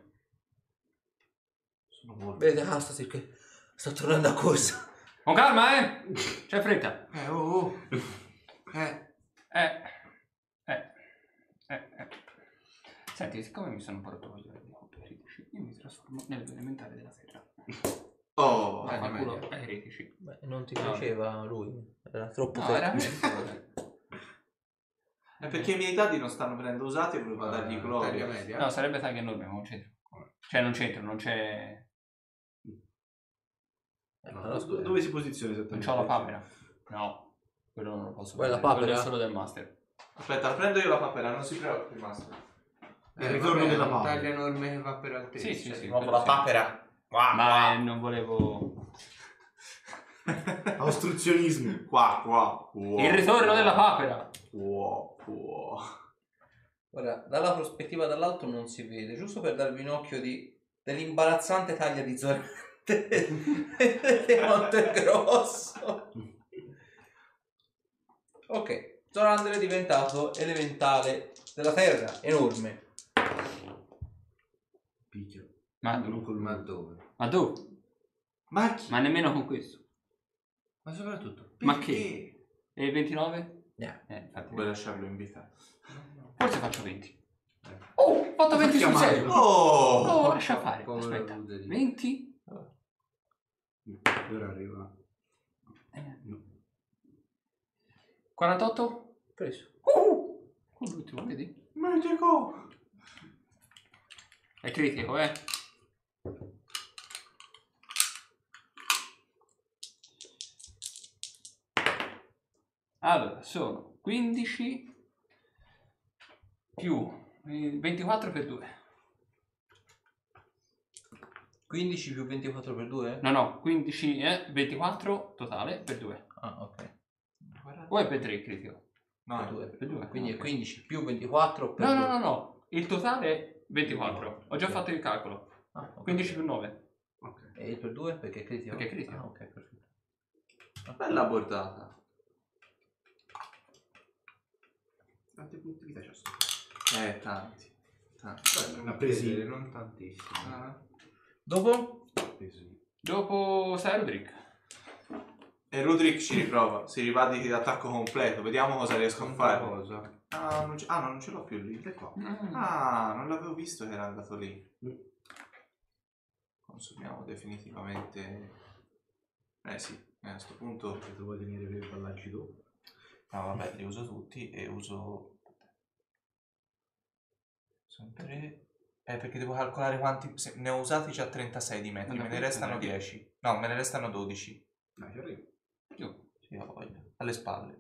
Sono molto... Vedete Castasi che sta tornando a corsa. Con calma, c'è fretta. Senti, siccome mi sono un po' rotto coglione di colpi critici, io mi trasformo nell'elementare della terra. Oh, Fa meglio. culo ai critici. Beh, non ti No. piaceva lui. Era troppo No, era tecnico. è perché i miei dadi non stanno venendo usati e volevo dargli Taglia gloria. media? No, sarebbe taglia enorme, ma non c'entro. Cioè, non c'entro, non c'è... Allora, scusa. Dove si posiziona Non esattamente? c'ho la papera. No, quello non lo posso Vuoi la fare. papera? Quello è solo del master. Aspetta, la prendo io la papera, non si preoccupi, master. Il ritorno della un papera. taglio enorme che va per altezza. Sì. Nuovo la papera. Ma non volevo... Ostruzionismo. Qua. Il ritorno della papera! Qua. Ora, dalla prospettiva dall'alto non si vede, giusto per darvi un occhio dell'imbarazzante taglia di Zorante. Vedete quanto è grosso. Ok, Zorander è diventato elementale della terra, enorme. Picchio. Ma Non col Ma mano. dove? Ma dove? Ma chi? Ma nemmeno con questo. Ma soprattutto, Ma che? E il 29? Infatti. Vuoi lasciarlo in vita? Forse faccio 20. Oh, ho fatto 20 sul serio. Oh! Oh, lascia fare. povero Aspetta. Ruderino. 20? Ora arriva. 48? Preso. Con l'ultimo, vedi? Magico! È critico, Allora, sono 15 più 24 per 2. 15 più 24 per 2? No, 15 24 totale per 2. Ah, ok. O è per 3 critico? No, Per 2. Per 2. Quindi è 15 più 24 per 2. No. Il totale è 24. Ho già fatto il calcolo. Ah, ok. 15 più 9. Ok. E il per 2 perché è critico? Perché è critico. Ah, ok, perfetto. bella portata. Quanti punti vita c'ha sto? Tanti. L'ha presi. Non tantissimo. Dopo? Presi. Dopo sai Rodrick. E Rudrick ci riprova, si rivà di attacco completo, vediamo cosa riesco a fare. Cosa? Non ce l'ho più lì. È qua. Non l'avevo visto che era andato lì. Consumiamo definitivamente. Sì, a sto punto. Se vuoi tenere per i ballaggi dopo. No, vabbè, li uso tutti e uso. Sono 3. Perché devo calcolare quanti. Ne ho usati già 36 di metri, me ne restano 10. No, me ne restano 12. Dai, ci arrivo. Giù. Sì, ho voglia. Alle spalle.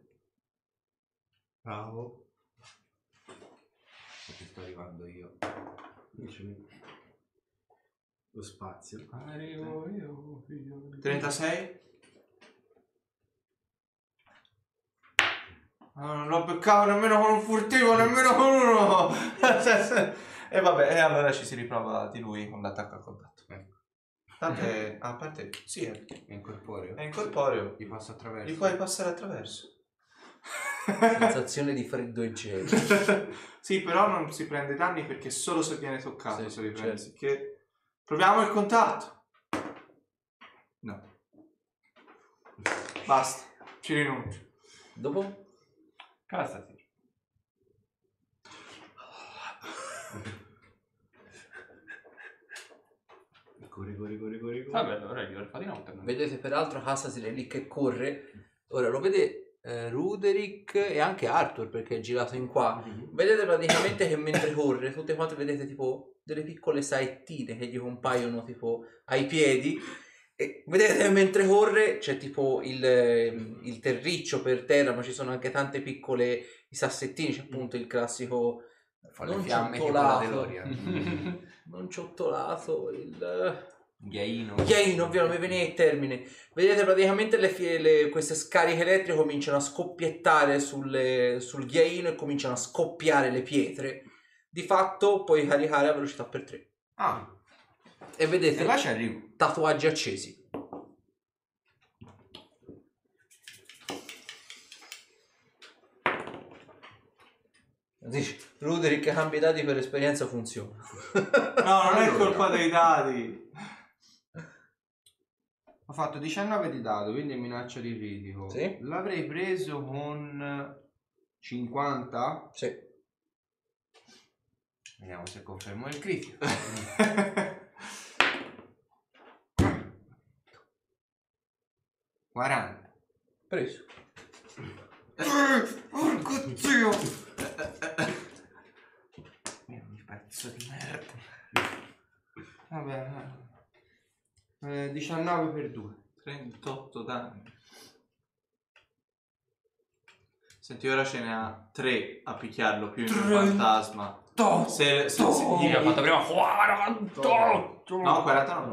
Bravo. Perché sto arrivando io. Dici lo spazio. Arrivo io, figlio di... 36? Non l'ho beccato nemmeno con un furtivo, nemmeno con uno. E vabbè, e allora ci si riprova di lui con l'attacco a contatto. Tanto è, a parte, sì, è incorporeo. È incorporeo. Gli passo attraverso. Gli puoi passare attraverso. Sensazione di freddo e gelo. Sì, però non si prende danni perché solo se viene toccato Sì, se li prende. certo. Che... Proviamo il contatto. No. Basta, ci rinuncio. Dopo? Castasi. Corri. Vabbè, allora io lo fa di notte. Vedete peraltro Hassasir è lì che corre. Ora lo vede Ruderick e anche Arthur perché è girato in qua. Vedete praticamente che mentre corre tutte quante vedete tipo delle piccole saettine che gli compaiono tipo ai piedi. E vedete che mentre corre c'è tipo il terriccio per terra, ma ci sono anche tante piccole i sassettini, c'è appunto il classico Fa le non fiamme tipo la ciottolato, DeLorean. non ciottolato, il Ghiaino. ghiaino, ovvio, non mi viene il termine. Vedete praticamente queste scariche elettriche cominciano a scoppiettare sul ghiaino e cominciano a scoppiare le pietre. Di fatto puoi caricare a velocità per 3. Ah, E vedete e là ci arrivo. tatuaggi accesi. Dici, Ruderick cambia i dati per esperienza funziona. No, non è colpa dei dadi. Ho fatto 19 di dado, quindi è minaccia di critico. Sì. L'avrei preso con 50. Sì. Vediamo se confermo il critico. 40. Preso. Porco zio! Un pezzo di merda. Vabbè. 19 per 2. 38 danni. Senti, ora ce ne ha 3 a picchiarlo più in un fantasma. Se Gli ha fatto prima 48. No, 49.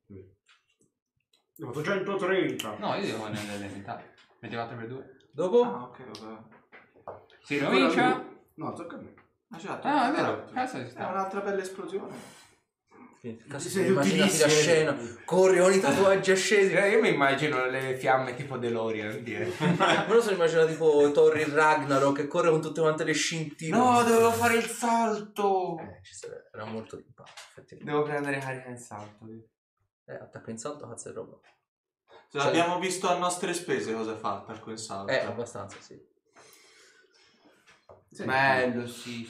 Ho fatto 130. No, io devo nell'elementare. 24 per 2. Dopo? Ah, ok, vabbè. Si ricomincia. No, tocca a me. Ah, già, Ah, è vero. Cazzo si È sta. un'altra bella esplosione. Cazzo, Sei immaginati la utilissimo. scena. Corri con i tatuaggi accesi. Io mi immagino le fiamme tipo DeLorean. Me lo sono immaginato tipo Thor in Ragnarok che corre con tutte quante le scintille. No, dovevo fare il salto. Era molto d'impatto, effettivamente. Devo prendere carica in salto. Attacco in salto, cazzo è roba. Cioè, abbiamo visto a nostre spese cosa fa attacco in salto. Abbastanza, sì. Bello, sì.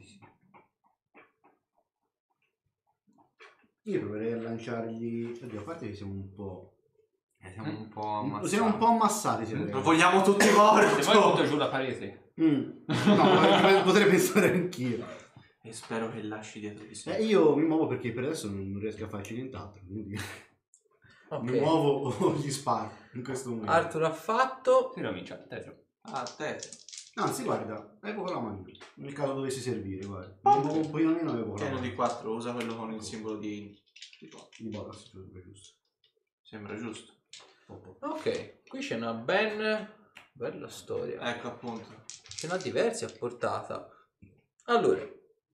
Io proverei a lanciargli. Oddio, a parte che siamo un po'. Siamo un po' ammassati. Siamo un po' ammassati. Lo vogliamo tutti morti. Se poi butto giù la parete. No, potrei pensare anch'io. E spero che lasci dietro di sé. Io mi muovo perché per adesso non riesco a farci nient'altro. Quindi Ok. mi muovo o gli sparo in questo momento. Arthur ha fatto. Si ricomincia. Tetro. Ah, te. Anzi, guarda, evoco la mano. Nel caso dovessi servire, guarda. Mi muovo un pochino meno, evoco la Pieno mano. di 4, usa quello con il simbolo di... Di bonus, giusto. Sembra giusto. Ok, qui c'è una bella storia. Ecco appunto. Ce n'ha diversi a portata. Allora,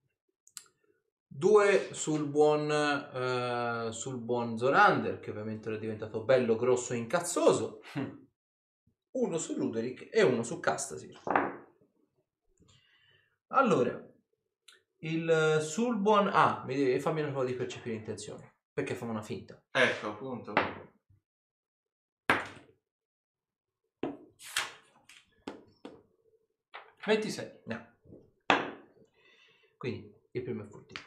2 sul buon Zorander, che ovviamente era diventato bello, grosso e incazzoso. 1 su Ruderick e 1 su Castasir. Allora, sul buon... fammi una prova di percepire intenzioni, perché fanno una finta. Ecco appunto. No. Quindi il primo è furtivo.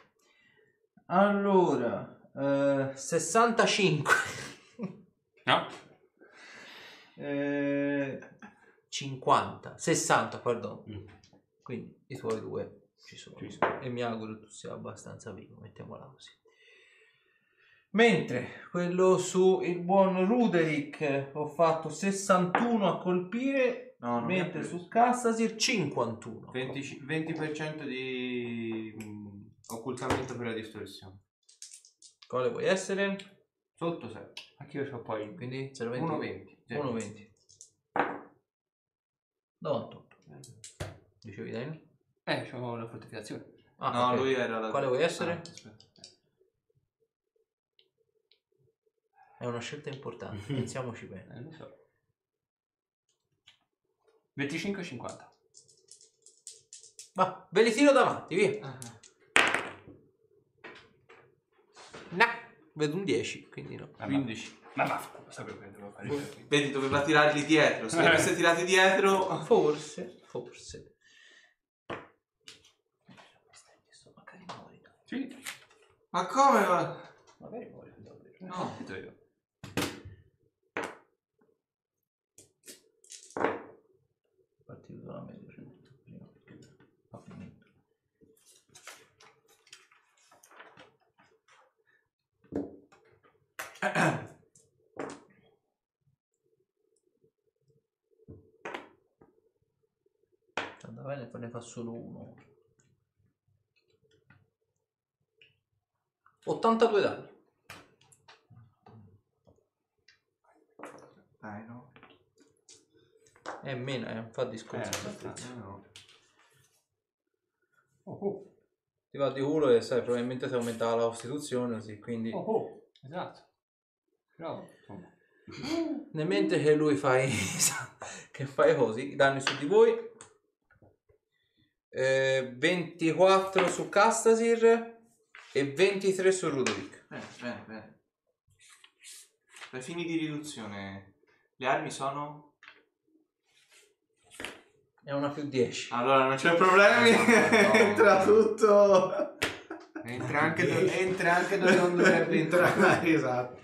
Allora, 65. No? 50. 60, perdono. Quindi i tuoi 2 ci sono. E mi auguro tu sia abbastanza vivo, mettiamola così. Mentre quello su il buon Ruderick ho fatto 61 a colpire, No, non mi ha mentre preso. su Castasir 51. 20% di occultamento per la distorsione. Quale vuoi essere? Sotto 7. Anche io ho poi. Quindi 0,20. 1,20. 1,20. 98. Dicevi Dani? C'ho la fortificazione. Ah, No, ok. lui era la... Quale vuoi essere? Ah, aspetta. È una scelta importante, pensiamoci bene. Lo so. 25-50. Va, ve li tiro davanti, via. No, vedo un 10, quindi no. 15. Ma vaffanculo, sapevo che dovevo fare. Vedi, doveva tirarli dietro. Se li avesse tirati dietro... Forse. Magari muori. Sì. Ma come? Magari muori. No. Io. Partito dalla media, cioè, prima perché fa finito. Andava bene, poi ne fa solo uno. 82 danni. Dai, no. È meno, è un po' di discorso. No. Ti va di culo e sai, probabilmente si aumentava la costituzione, così, quindi... Esatto. Bravo. Insomma. Nel mentre che lui fai che fai così, i danni su di voi. 24 su Castasir e 23 su Ruderick. Bene. Per fini di riduzione, le armi sono... È una più 10. Allora non c'è problemi, No. entra tutto. Entra anche dove non dovrebbe entrare. Esatto.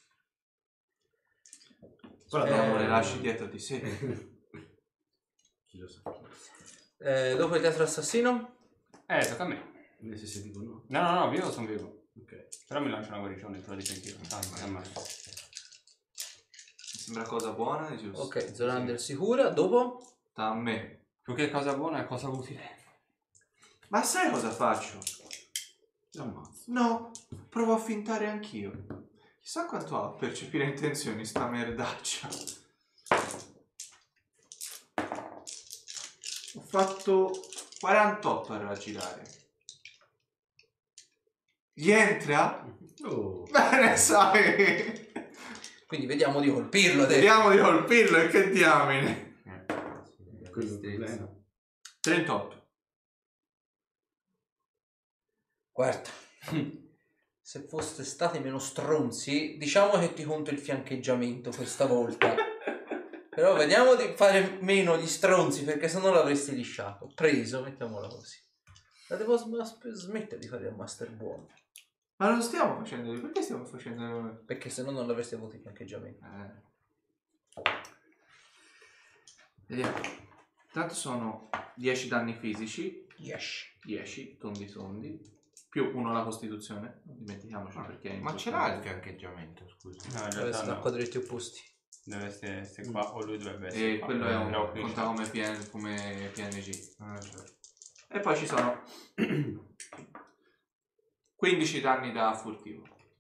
Però dopo le lasci dietro di sé. Chi lo sa. Dopo il teatro assassino? Tocca a me. Se sei tipo no. No, vivo sono vivo. Ok. Però mi lancia una guarigione sulla difensiva. Mi sembra cosa buona e giusto. Ok, Zorander sicura. Dopo? Sta a me. Più che cosa buona è cosa utile. Ma sai cosa faccio? Ammazzo. No, provo a fintare anch'io. Chissà quanto ha a percepire intenzioni sta merdaccia. Ho fatto 48 a raggirare. Gli entra? Oh. Bene, sai. Quindi vediamo di colpirlo adesso. Vediamo di colpirlo e che diamine. Quello è il problema. 38. Guarda, se foste stati meno stronzi, diciamo che ti conto il fiancheggiamento questa volta. Però vediamo di fare meno gli stronzi, perché sennò l'avresti lisciato. Preso, mettiamola così. La devo smettere di fare il master buono, Ma non stiamo facendo... Perché stiamo facendo... perché sennò non l'avresti avuto il fiancheggiamento. Vediamo. Tanto sono 10 danni fisici. Yes. 10 tondi. Più 1 alla costituzione. Non dimentichiamoci perché è Ma ce l'ha il fiancheggiamento, scusa. No, in Deve realtà stare a no. quadretti opposti. Deve essere qua o lui dovrebbe essere E qua. quello è un No, qui conta c'è. come PNG. Ah, certo. E poi ci sono 15 danni da furtivo.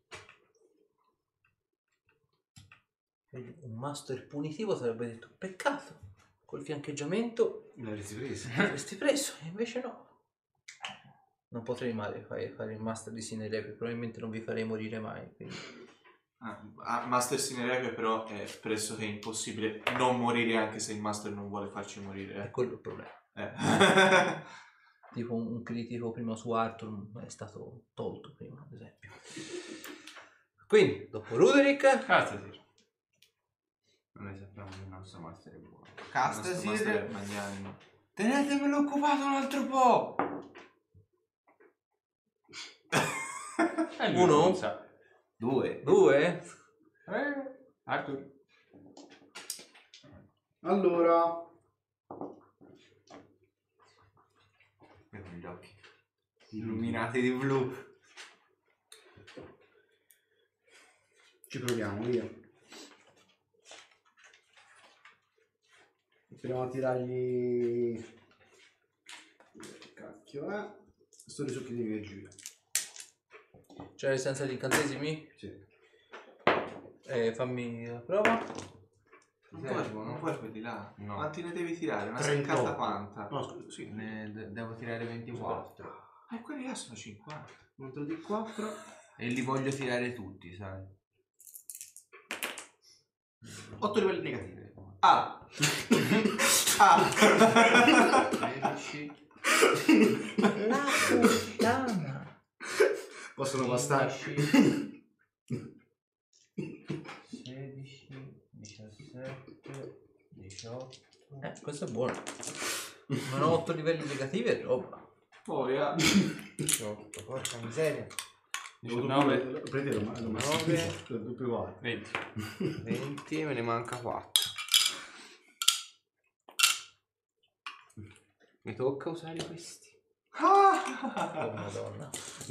Quindi un master punitivo sarebbe detto peccato, col fiancheggiamento L'avresti preso. l'avresti preso, e invece no. Non potrei mai fare il master di Sinerepe, probabilmente non vi farei morire mai, quindi... Master Sinerepe però è pressoché impossibile non morire anche se il master non vuole farci morire. è quello il problema. Tipo un critico prima su Arthur è stato tolto prima, ad esempio. Quindi, dopo Ruderick, Castasir. Noi sappiamo che il nostro master è buono. Il nostro master è Castasir, magnanimo. tenetemelo occupato un altro po'. Uno? 2. 2, Arthur. Allora, Con gli occhi illuminati di blu. Ci proviamo, via. Proviamo a tirargli... Cacchio, sto risucchi di energia. C'è l'essenza di incantesimi? Sì. Fammi la prova. Non puoi quelli là. No. Quanti ne devi tirare? Una 38. seccata quanta? No, scusa, sì. Devo tirare 24. Quelli là sono 50. Un altro di 4. E li voglio tirare tutti, sai? 8 livelli negativi. Ah! 13. La puttana. Possono bastare. 16, 17, 18. Questo è buono. Non ho 8 livelli negativi e roba. Poi 18, porca miseria. 19, Prendete lo 9, doppio 4. 20. 20, me ne manca 4. Mi tocca usare questi. Oh madonna.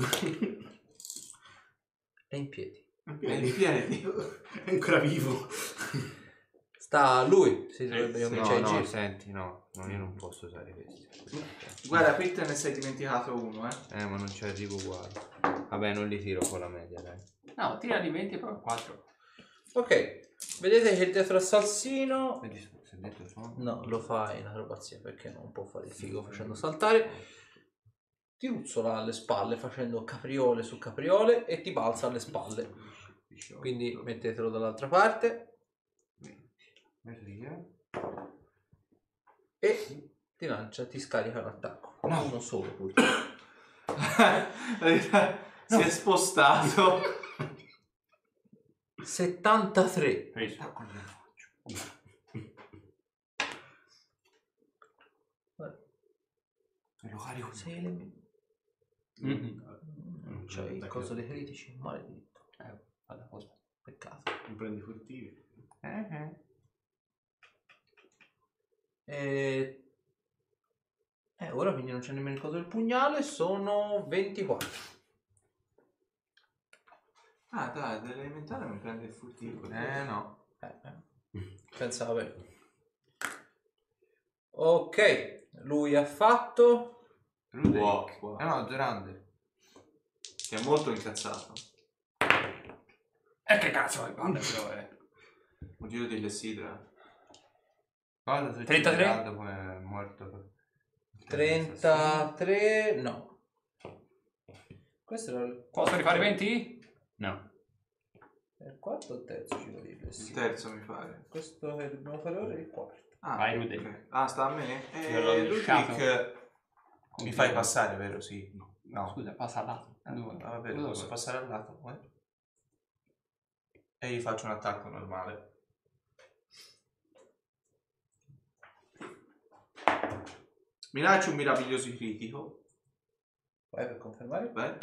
È in piedi. in piedi. È ancora vivo. Sta a lui. Si dovrebbe sì. cominciare No, a no, giro. senti, no, io non posso usare questi. Guarda, qui te ne sei dimenticato uno, Ma non ci arrivo uguale. Vabbè, non li tiro con la media, dai. No, tira di 20 e poi 4. Ok. Vedete che dietro al salsino... Vedi, se detto sono. No, lo fa in acrobazia perché non può fare il figo facendo saltare. Ti ruzzola alle spalle facendo capriole su capriole e ti balza alle spalle. Quindi mettetelo dall'altra parte e ti lancia, ti scarica un attacco. No, uno solo purtroppo. Si è spostato. 73. Preso. Lo carico. Sei elementi. C'è il coso dei critici, maledetto. Vada, cosa. Peccato. Non prendi furtivi. Ora quindi non c'è nemmeno il coso del pugnale, sono 24. Ah dai, dell'elementare non prende il furtivo. No. Pensavo bene. Ok, lui ha fatto. Ruderick. Wow. No, Zorander. Che è molto incazzato. E che cazzo hai palle però Un giro di Lessidra. Cosa se 33? Poi è morto. 33, no. Questo era Posso rifare 20? No. il quarto o il terzo giro di Il Blessing? terzo mi pare. Questo che dobbiamo fare ora è il quarto. Ah, Vai, Rudy. ok. Ah, sta a me? Io l'ho lisciato. Ludwig, mi fai passare, vero? Sì. No. Scusa, passa là. Dove? Vabbè, Dove? posso passare al lato. E gli faccio un attacco normale. Mi lancio un meraviglioso critico. Vai per confermare. Beh.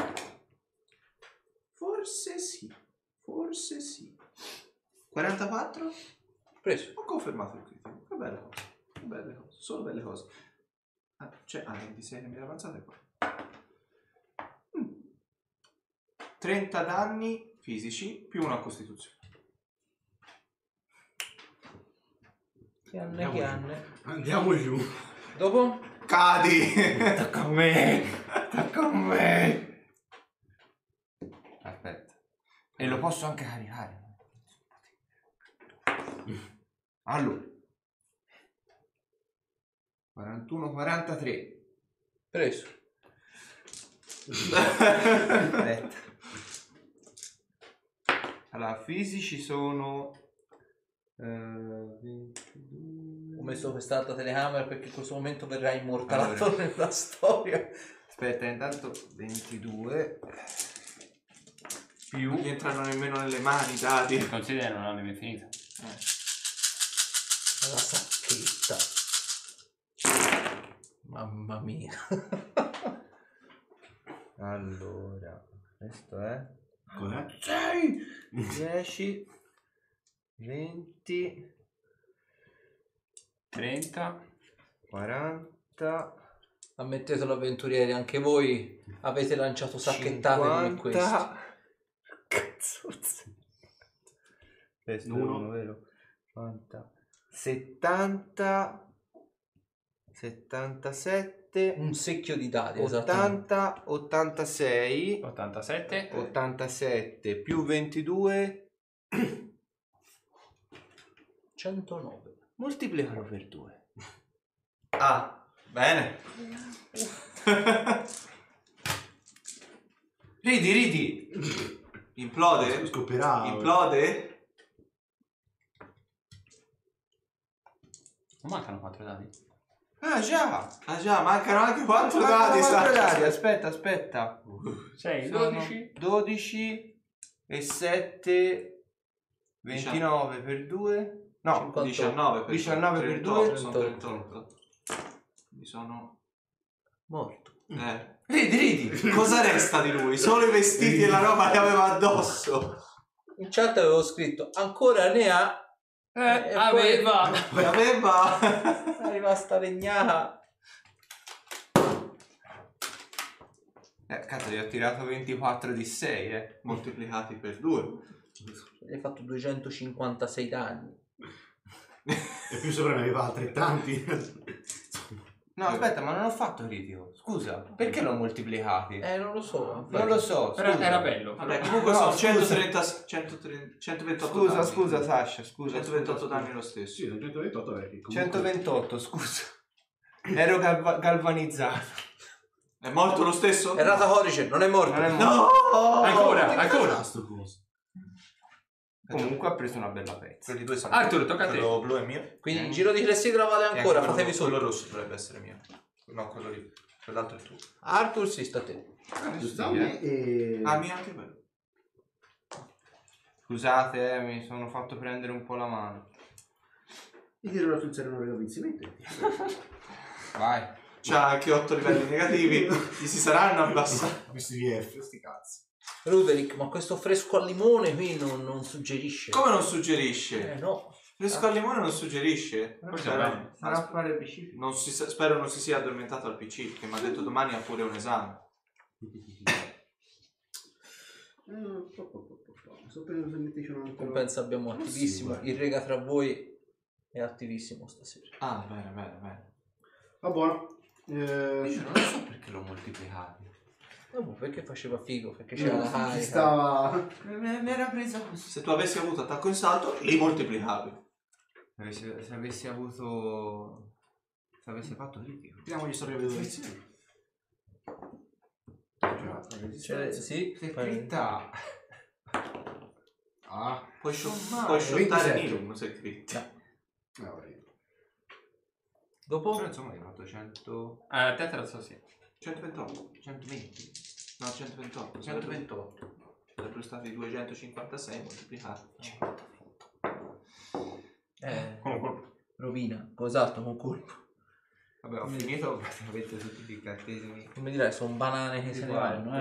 Forse sì. Forse sì. 44? Preso. Ho confermato il critico. Che belle cose. Che belle cose. Solo belle cose. C'è 26 che mi era avanzate qua. 30 danni fisici più una costituzione. Chianne. Andiamo giù. Dopo? Cadi! Tocca a me! Tocca a me! Aspetta. E lo posso anche caricare. Allora. 41-43. Preso. Aspetta. Allora, fisici sono 22. Ho messo quest'altra telecamera perché in questo momento verrà immortalato Allora. nella storia. Aspetta, intanto 22 più Non gli entrano nemmeno nelle mani i dadi. Considera non avevi finito. La sacchetta. Mamma mia. Allora, questo è Cos'è? 10 20 30. 40 Ammettetelo avventurieri, anche voi avete lanciato sacchettate come queste. 50. Cazzo. Resto Uno. 1, vero? 70, 77, Un secchio di dadi, esattamente. 80, 86, 87. 87 più 22, 109. moltiplicalo per 2. Ah, bene. Ridi. Implode? Scoppierà. Implode? Non mancano 4 dadi? Ah già! Ah già, mancano anche 4 Mancano dadi, quattro sa. dadi, aspetta. 6, Sono 12. 12 e 7, 29 per 2. No, 58. 19 per 19 per 38, 2. sono 38. Mi sono... Morto. Ridi. Cosa resta di lui? Solo i vestiti e la roba che aveva addosso. In chat avevo scritto ancora ne ha. E Aveva. poi Aveva... arriva sta legnata. Cazzo, gli ho tirato 24 di 6, Moltiplicati per 2. Gli hai fatto 256 danni. E più sopra ne aveva altrettanti. No, aspetta, ma non ho fatto critico. Scusa, perché l'ho moltiplicati? Non lo so. Non lo so, Però scusa. era bello. Vabbè, comunque No, sono scusa. 128 danni. Scusa Sasha, scusa. 128 danni lo stesso. Sì, sono 128 perché comunque... 128, scusa. Ero galvanizzato. È morto lo stesso? Errata codice, non è morto. Non è morto. No! Ancora. Sto coso. Comunque ha preso una bella pezza. Quelli due sono Arthur, tocca a te. quello blu è mio. Quindi il giro di clessidra vale ancora, E anche fatevi quello solo. rosso dovrebbe essere mio. No, quello lì. Quell'altro è tuo. Arthur si sta a te. Giusto a me e... Ah, mio anche quello. Scusate, mi sono fatto prendere un po' la mano. Mi dirò sul serio ringraziamento. Vai. C'ha anche 8 livelli negativi. Gli si saranno abbassati. Questi VF, sti cazzi. Ruderick, ma questo fresco al limone qui non suggerisce. Come non suggerisce? No. Fresco al limone non suggerisce. Forse va bene. Sarà a fare PC. Non si sa- spero non si sia addormentato al PC, che mi ha detto domani ha pure un esame. Sto pensando se mettici un altro... Compensa abbiamo attivissimo. Sì, Il rega tra voi è attivissimo stasera. Ah, bene. Va buono. Io non so perché l'ho moltiplicato. No, perché faceva figo? Perché c'era la Chi carica. stava... Mi era presa così. Se tu avessi avuto attacco in salto, li moltiplicavi. Se avessi avuto... Se avessi fatto critico. Tiriamogli storia vedo insieme. Sì, Fritta. Ah, Puoi male. shottare 27. Nilum se criti. dopo? Però insomma hai fatto 100... Tetrazzo sì. 128. 120. No, 128. 128. Sarebbero stati 256 moltiplicati. Con un colpo. Rovina. Esatto, con colpo. Vabbè, ho finito praticamente tutti i incantesimi. Come direi, sono banane che se ne vanno,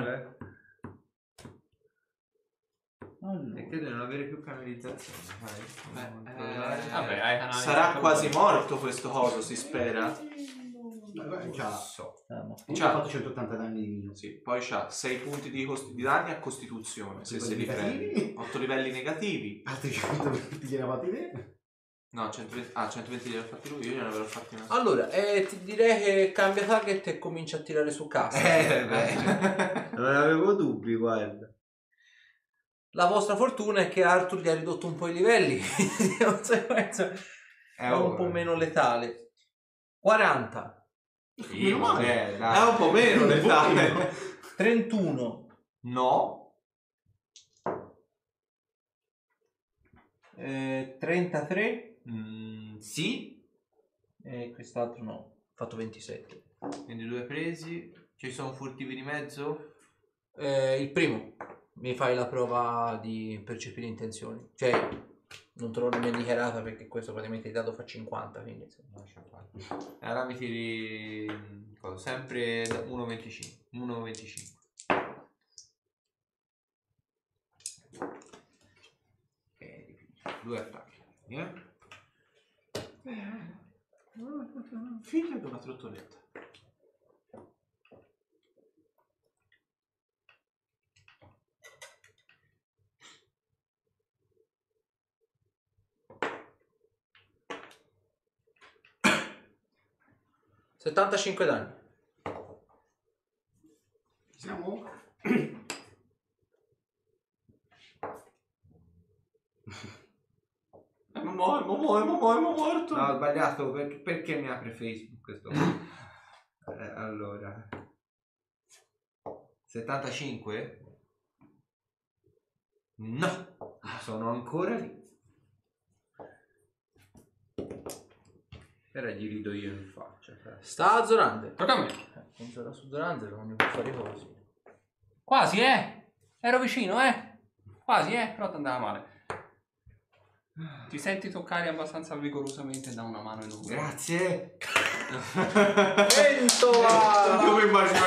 E credo di non avere più canalizzazione, sai? Vabbè, hai canali. Sarà quasi morto questo coso, si spera. già. So. Ma Già ha fatto 180 danni di mio. Sì, poi c'ha 6 punti di danni a costituzione, se li prendi. 8 livelli negativi. Altri 120 gliene fatti te? No, 120 li ha fatti lui, io gliene avrò fatti una. allora, ti direi che cambia target e comincia a tirare su cassa. Beh. Non avevo dubbi, guarda. La vostra fortuna è che Arthur gli ha ridotto un po' i livelli, di conseguenza è un po' meno letale. 40, Sì, vabbè, È dai. un po' meno letale. 31, No. 33 Sì. e quest'altro no, ho fatto 27. Quindi 2 presi. Ci sono furtivi di mezzo? Il primo, mi fai la prova di percepire intenzioni. Cioè, non te l'ho nemmeno dichiarata perché questo praticamente il dato fa 50, quindi insomma. Lascia fare. Allora mi tiri... cosa? Sempre 1,25. 1,25. Ok, 2 attacchi. Figlio di una trottoletta. 75 danni. Siamo? È morto. No, ho sbagliato. Perché mi apre Facebook questo? Allora. 75? No, sono ancora lì. Ora gli rido io in faccia. Sta a Zorande. Tocca a me. Funziona su Zorande, non può fare così. Quasi, Ero vicino, Quasi, però ti andava male. Ti senti toccare abbastanza vigorosamente da una mano enorme. Grazie. Ventola! Come immagino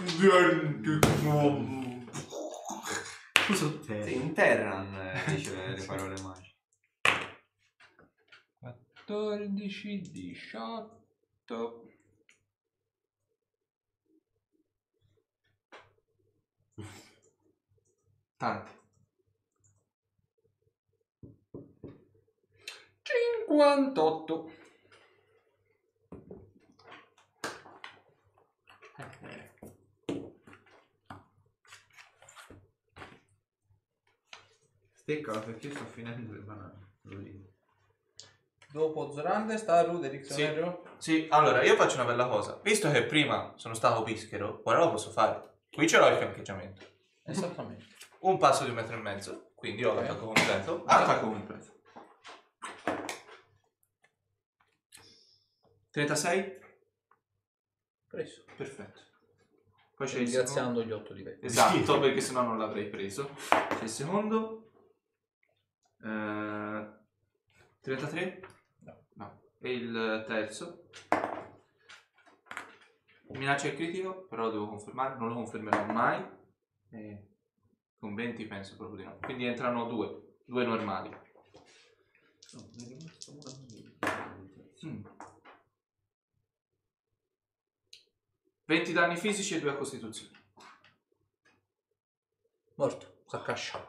Scusa te. Sì, in Terran dice le parole magiche. 14, 18. Tanti. 58. Steccalo perché io sto finendo le banane. Lo dico. Dopo Zorande sta Ruderix, Sì. vero? Sì, allora io faccio una bella cosa. Visto che prima sono stato pischero, ora lo posso fare. Qui ce l'ho il fiancheggiamento. Esattamente. Un passo di 1,5 metri, quindi ho l'attacco completo. Attacco completo. 36? Preso. Perfetto. Poi c'è il secondo. Ringraziando gli 8 di vetro. Esatto, perché sennò non l'avrei preso. C'è il secondo. 33? No. E il terzo. Minaccia il critico, però lo devo confermare, non lo confermerò mai. Con 20 penso proprio di no. Quindi entrano due normali. No, mi è rimasto una Mm. 20 danni fisici e 2 a costituzione. Morto, s'accascia.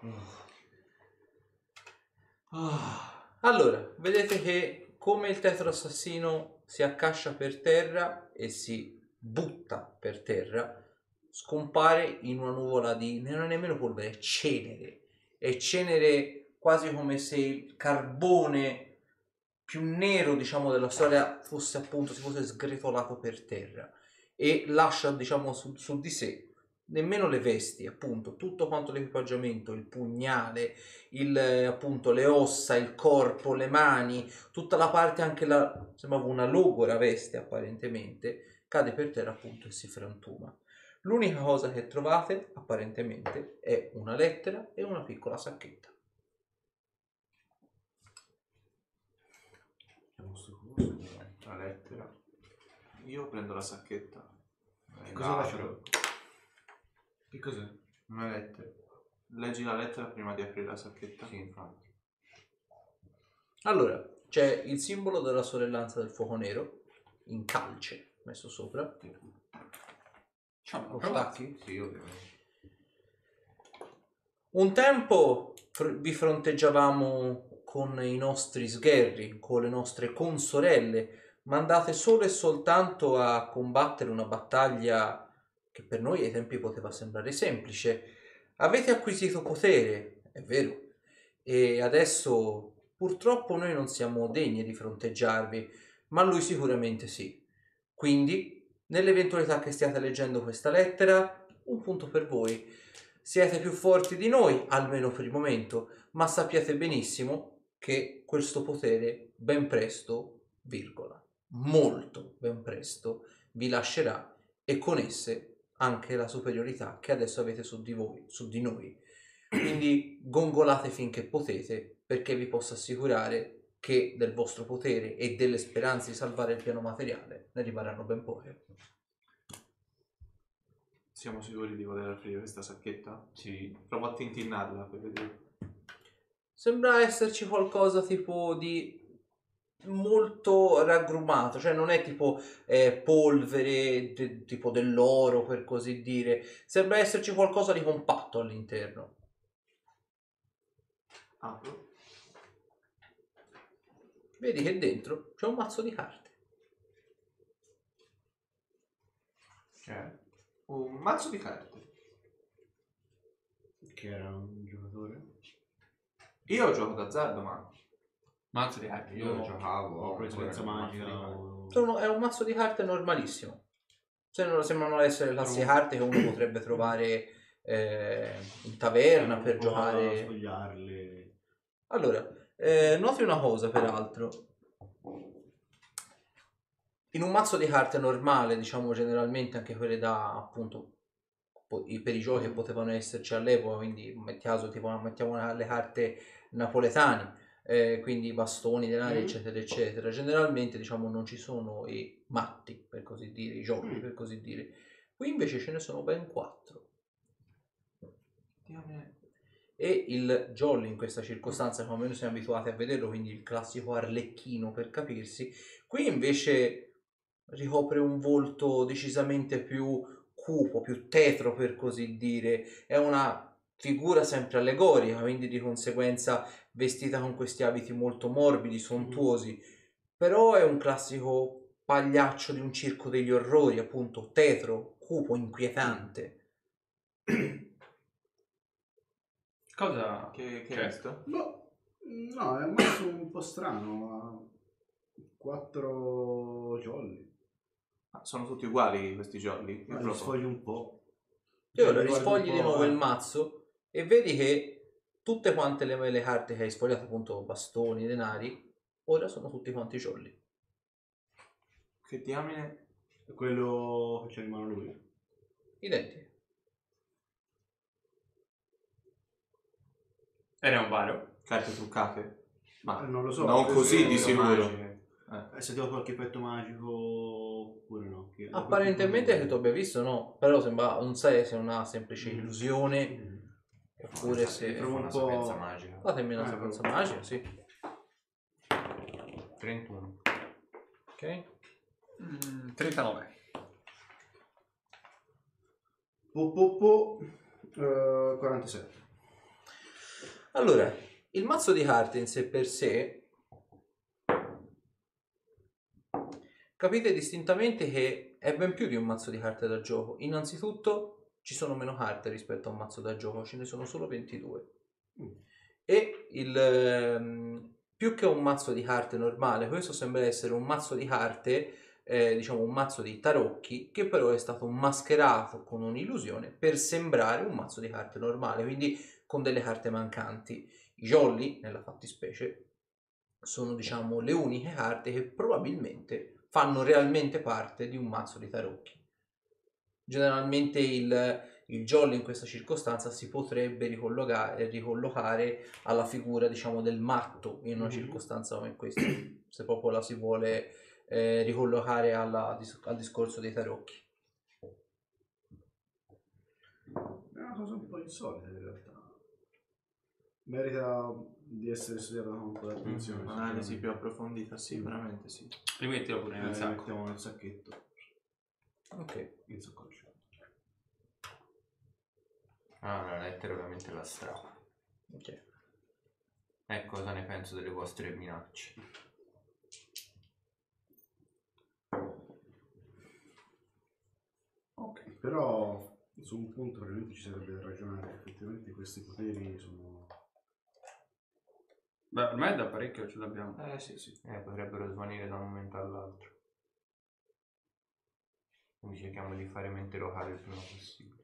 Allora, vedete che come il tetro assassino si accascia per terra e si butta per terra, scompare in una nuvola di, non è nemmeno polvere, è cenere. È cenere quasi come se il carbone più nero, diciamo, della storia fosse appunto, si fosse sgretolato per terra e lascia, diciamo, su di sé nemmeno le vesti, appunto, tutto quanto l'equipaggiamento, il pugnale, appunto le ossa, il corpo, le mani, tutta la parte, anche sembrava una logora veste apparentemente, cade per terra appunto e si frantuma. L'unica cosa che trovate apparentemente è una lettera e una piccola sacchetta. La lettera. Io prendo la sacchetta. Cosa la faccio? apro. Che cos'è? Una lettera. Leggi la lettera prima di aprire la sacchetta. Sì, infatti. Allora, c'è il simbolo della sorellanza del fuoco nero in calce messo sopra. Lo stacchi? Sì, ovviamente. Un tempo vi fronteggiavamo con i nostri sgherri, con le nostre consorelle, ma andate solo e soltanto a combattere una battaglia che per noi ai tempi poteva sembrare semplice. Avete acquisito potere, è vero, e adesso purtroppo noi non siamo degni di fronteggiarvi, ma lui sicuramente sì. Quindi, nell'eventualità che stiate leggendo questa lettera, un punto per voi. Siete più forti di noi, almeno per il momento, ma sappiate benissimo che questo potere ben presto, virgola, molto ben presto, vi lascerà e con esse anche la superiorità che adesso avete su di voi, su di noi. Quindi gongolate finché potete, perché vi posso assicurare che del vostro potere e delle speranze di salvare il piano materiale ne rimarranno ben poche. Siamo sicuri di voler aprire questa sacchetta? Sì. Provo a tintinnarla per vedere. Sembra esserci qualcosa tipo di molto raggrumato, cioè non è tipo polvere, tipo dell'oro per così dire, sembra esserci qualcosa di compatto all'interno. Apro. Vedi che dentro c'è un mazzo di carte. Un mazzo di carte. Che era un giocatore? Io gioco d'azzardo, ma Mazzo di carte. Io giocavo. Ho preso ancora senza nel magica. mazzo di È un mazzo di carte normalissimo. Sembrano essere le classiche carte che uno potrebbe trovare in taverna per giocare. Sfogliarle. Allora, noti una cosa peraltro. In un mazzo di carte normale, diciamo generalmente anche quelle da appunto per i giochi che potevano esserci all'epoca, quindi mettiamo le carte napoletane, quindi bastoni, denari, eccetera, eccetera. Generalmente, diciamo, non ci sono i matti, per così dire, i giochi, per così dire. Qui invece ce ne sono ben 4. E il jolly in questa circostanza, come noi siamo abituati a vederlo, quindi il classico arlecchino per capirsi, qui invece ricopre un volto decisamente più cupo, più tetro per così dire. È una figura sempre allegorica, quindi di conseguenza vestita con questi abiti molto morbidi, sontuosi, però è un classico pagliaccio di un circo degli orrori, appunto tetro, cupo, inquietante. Cosa? che Cioè, hai visto? Boh, no, è un mazzo un po' strano. Ha 4 jolly. Sono tutti uguali questi jolly? Ma li sfogli un po'. E ora Li guardo risfogli un di po', nuovo il mazzo e vedi che tutte quante le carte che hai sfogliato, appunto bastoni, denari, ora sono tutti quanti jolly. Che diamine? Quello che c'è in mano lui. Identici. era un varo? Carte truccate? Ma Non lo so. non questo così è di sicuro. Se devo qualche effetto magico oppure no. Apparentemente che tu abbia visto no, però sembra, non sai se è una semplice illusione oppure se... Fa un una po'- sapienza magica. Fatemi una sapienza magica, sì. 31. Ok. 39. 47. Allora, il mazzo di carte in sé per sé capite distintamente che è ben più di un mazzo di carte da gioco. Innanzitutto ci sono meno carte rispetto a un mazzo da gioco, ce ne sono solo 22. E più che un mazzo di carte normale, questo sembra essere un mazzo di carte, diciamo un mazzo di tarocchi, che però è stato mascherato con un'illusione per sembrare un mazzo di carte normale, quindi con delle carte mancanti. I jolly, nella fattispecie, sono diciamo le uniche carte che probabilmente fanno realmente parte di un mazzo di tarocchi. Generalmente il jolly in questa circostanza si potrebbe ricollocare alla figura diciamo del matto in una circostanza come questa, se proprio la si vuole ricollocare al discorso dei tarocchi. È una cosa un po' insolita in realtà. Merita di essere studiata con un po' di attenzione. Un'analisi più approfondita, sicuramente sì. Rimettilo pure nel sacco. Mettiamo nel sacchetto. Ok. In saccoccia. Ah, la lettera ovviamente la strappo. Ok. E cosa ne penso delle vostre minacce? Ok, però su un punto veramente ci sarebbe da ragionare. Effettivamente questi poteri sono... Beh, ormai da parecchio ce l'abbiamo. Sì, sì. Potrebbero svanire da un momento all'altro. Quindi cerchiamo di fare mente locale il prima possibile.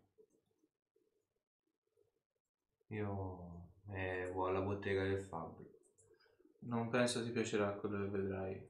Io vado alla bottega del fabbro. Non penso ti piacerà quello che vedrai.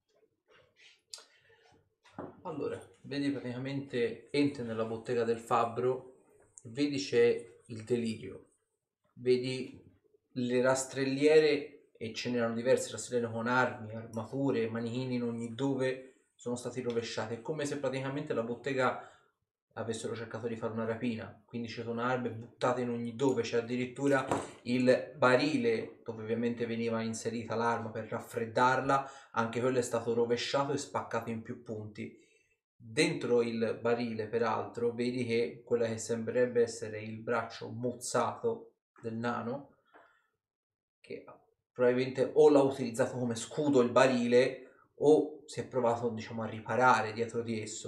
Allora, vedi praticamente entri nella bottega del fabbro, vedi c'è il delirio, vedi le rastrelliere e ce n'erano diverse rastrelliere con armi, armature, manichini in ogni dove sono stati rovesciati. È come se praticamente la bottega avessero cercato di fare una rapina, quindi ci sono armi buttate in ogni dove, c'è addirittura il barile dove ovviamente veniva inserita l'arma per raffreddarla, anche quello è stato rovesciato e spaccato in più punti. Dentro il barile peraltro vedi che quella che sembrerebbe essere il braccio mozzato del nano, che probabilmente o l'ha utilizzato come scudo il barile o si è provato diciamo a riparare dietro di esso.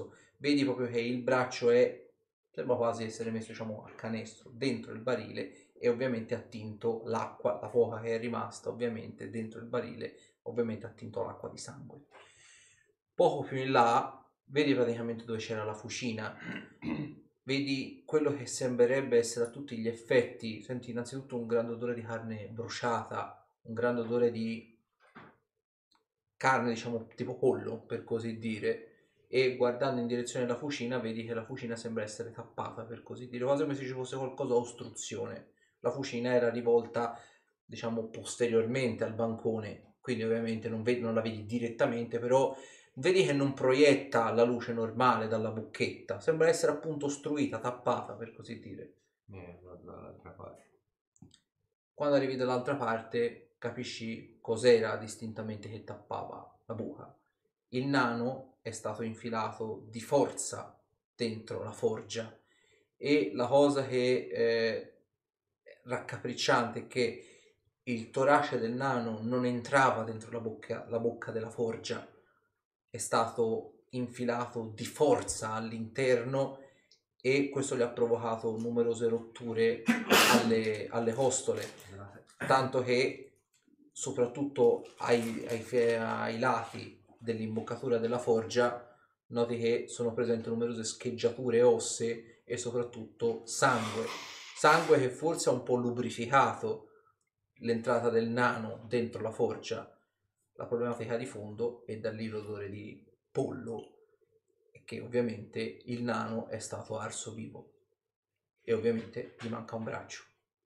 vedi proprio che il braccio sembra quasi essere messo, diciamo, a canestro dentro il barile, e ovviamente ha tinto l'acqua, la poca che è rimasta ovviamente dentro il barile, ovviamente ha tinto l'acqua di sangue. Poco più in là vedi praticamente dove c'era la fucina, vedi quello che sembrerebbe essere a tutti gli effetti, senti innanzitutto un grande odore di carne bruciata, un grande odore di carne, diciamo, tipo pollo, per così dire, e guardando in direzione della fucina vedi che la fucina sembra essere tappata, per così dire, quasi come se ci fosse qualcosa a ostruzione. La fucina era rivolta, diciamo, posteriormente al bancone, quindi ovviamente non la vedi direttamente, però vedi che non proietta la luce normale dalla bocchetta, sembra essere appunto ostruita, tappata, per così dire. Vado dall'altra parte. Quando arrivi dall'altra parte capisci cos'era distintamente che tappava la buca. Il nano è stato infilato di forza dentro la forgia, e la cosa che è raccapricciante è che il torace del nano non entrava dentro la bocca della forgia, è stato infilato di forza all'interno, e questo gli ha provocato numerose rotture alle costole, tanto che soprattutto ai lati dell'imboccatura della forgia noti che sono presenti numerose scheggiature ossee e soprattutto sangue che forse ha un po' lubrificato l'entrata del nano dentro la forgia. La problematica di fondo, e da lì l'odore di pollo, è che ovviamente il nano è stato arso vivo e ovviamente gli manca un braccio.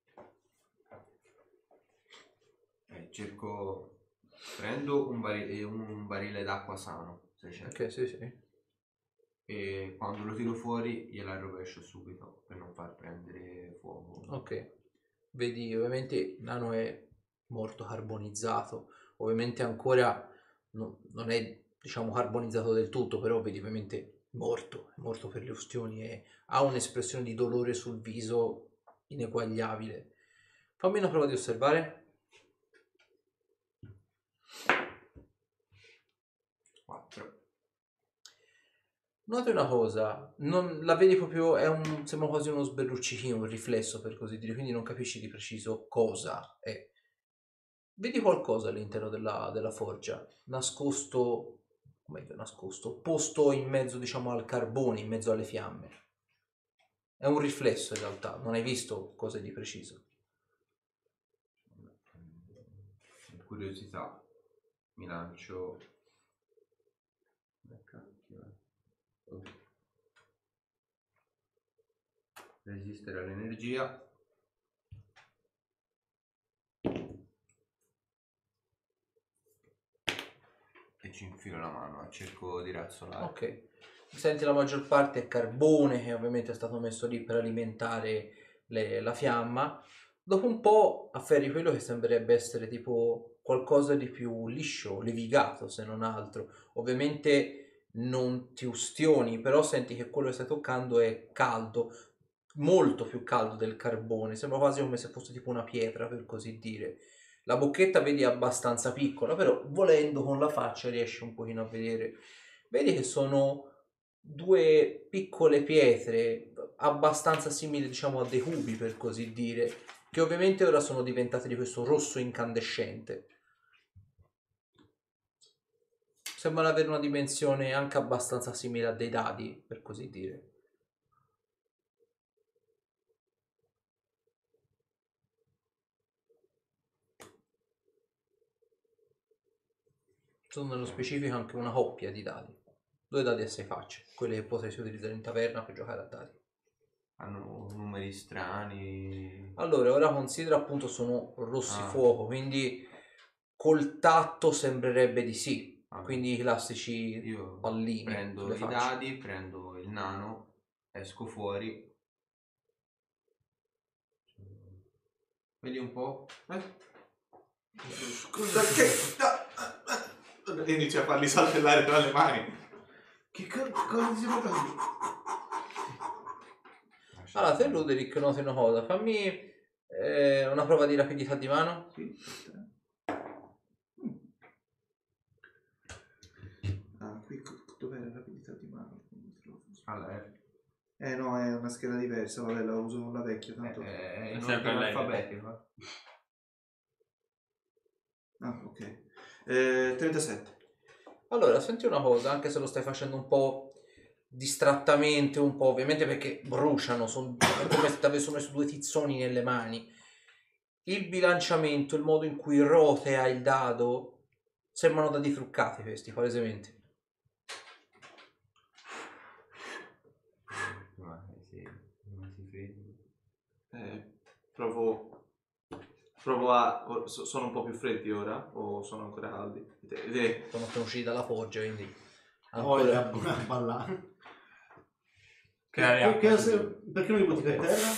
Prendo un barile d'acqua sano, se c'è. Ok, sì. E quando lo tiro fuori gliela rovescio subito per non far prendere fuoco. Ok, vedi ovviamente il nano è molto carbonizzato, ovviamente ancora non è, diciamo, carbonizzato del tutto, però vedi ovviamente è morto per le ustioni, e ha un'espressione di dolore sul viso ineguagliabile. Fammi una prova di osservare. 4. Noti una cosa, non la vedi proprio, sembra quasi uno sberluccichino, un riflesso, per così dire, quindi non capisci di preciso cosa è. Vedi qualcosa all'interno della forgia, nascosto, meglio nascosto, posto in mezzo, diciamo, al carbone, in mezzo alle fiamme. È un riflesso in realtà, non hai visto cosa di preciso. Per curiosità mi lancio. Resistere all'energia. E ci infilo la mano e cerco di razzolare. Ok, senti, la maggior parte è carbone che ovviamente è stato messo lì per alimentare la fiamma. Dopo un po' afferri quello che sembrerebbe essere tipo qualcosa di più liscio, levigato se non altro. Ovviamente non ti ustioni, però senti che quello che stai toccando è caldo, molto più caldo del carbone, sembra quasi come se fosse tipo una pietra, per così dire. La bocchetta vedi è abbastanza piccola, però volendo con la faccia riesci un pochino a vedere. Vedi che sono due piccole pietre abbastanza simili, diciamo, a dei cubi, per così dire, che ovviamente ora sono diventate di questo rosso incandescente. Sembrano avere una dimensione anche abbastanza simile a dei dadi, per così dire. Sono nello specifico anche una coppia di dadi. 2 dadi a 6 facce, quelli che potresti utilizzare in taverna per giocare a dadi. Hanno numeri strani. Allora, ora considera appunto sono rossi fuoco, quindi col tatto sembrerebbe di sì. Quindi i classici Io pallini. prendo i dadi, prendo il nano, esco fuori. Vedi un po'? Scusa, che... Inizia a farli saltellare tra le mani. Che cosa ti siamo fatti? Allora, te Luderick noti una cosa, fammi una prova di rapidità di mano. Sì. Ah, qui dov'è la rapidità di mano? Allora, No, è una scheda diversa, vabbè, la uso con la vecchia, tanto... è in sempre ordine lei. alfabetico. Ah, ok. 37. Allora, senti una cosa, anche se lo stai facendo un po' distrattamente, un po' ovviamente perché bruciano, è come se ti avessero messo due tizzoni nelle mani. Il bilanciamento, il modo in cui rotea il dado, sembrano dadi truccati questi, palesemente. Ma sì, non si freddi. Provo a... sono un po' più freddi ora o sono ancora caldi? Sono appena usciti dalla forgia, quindi... Voglia ancora... a ballare. Creare acqua. Perché non li butti per terra?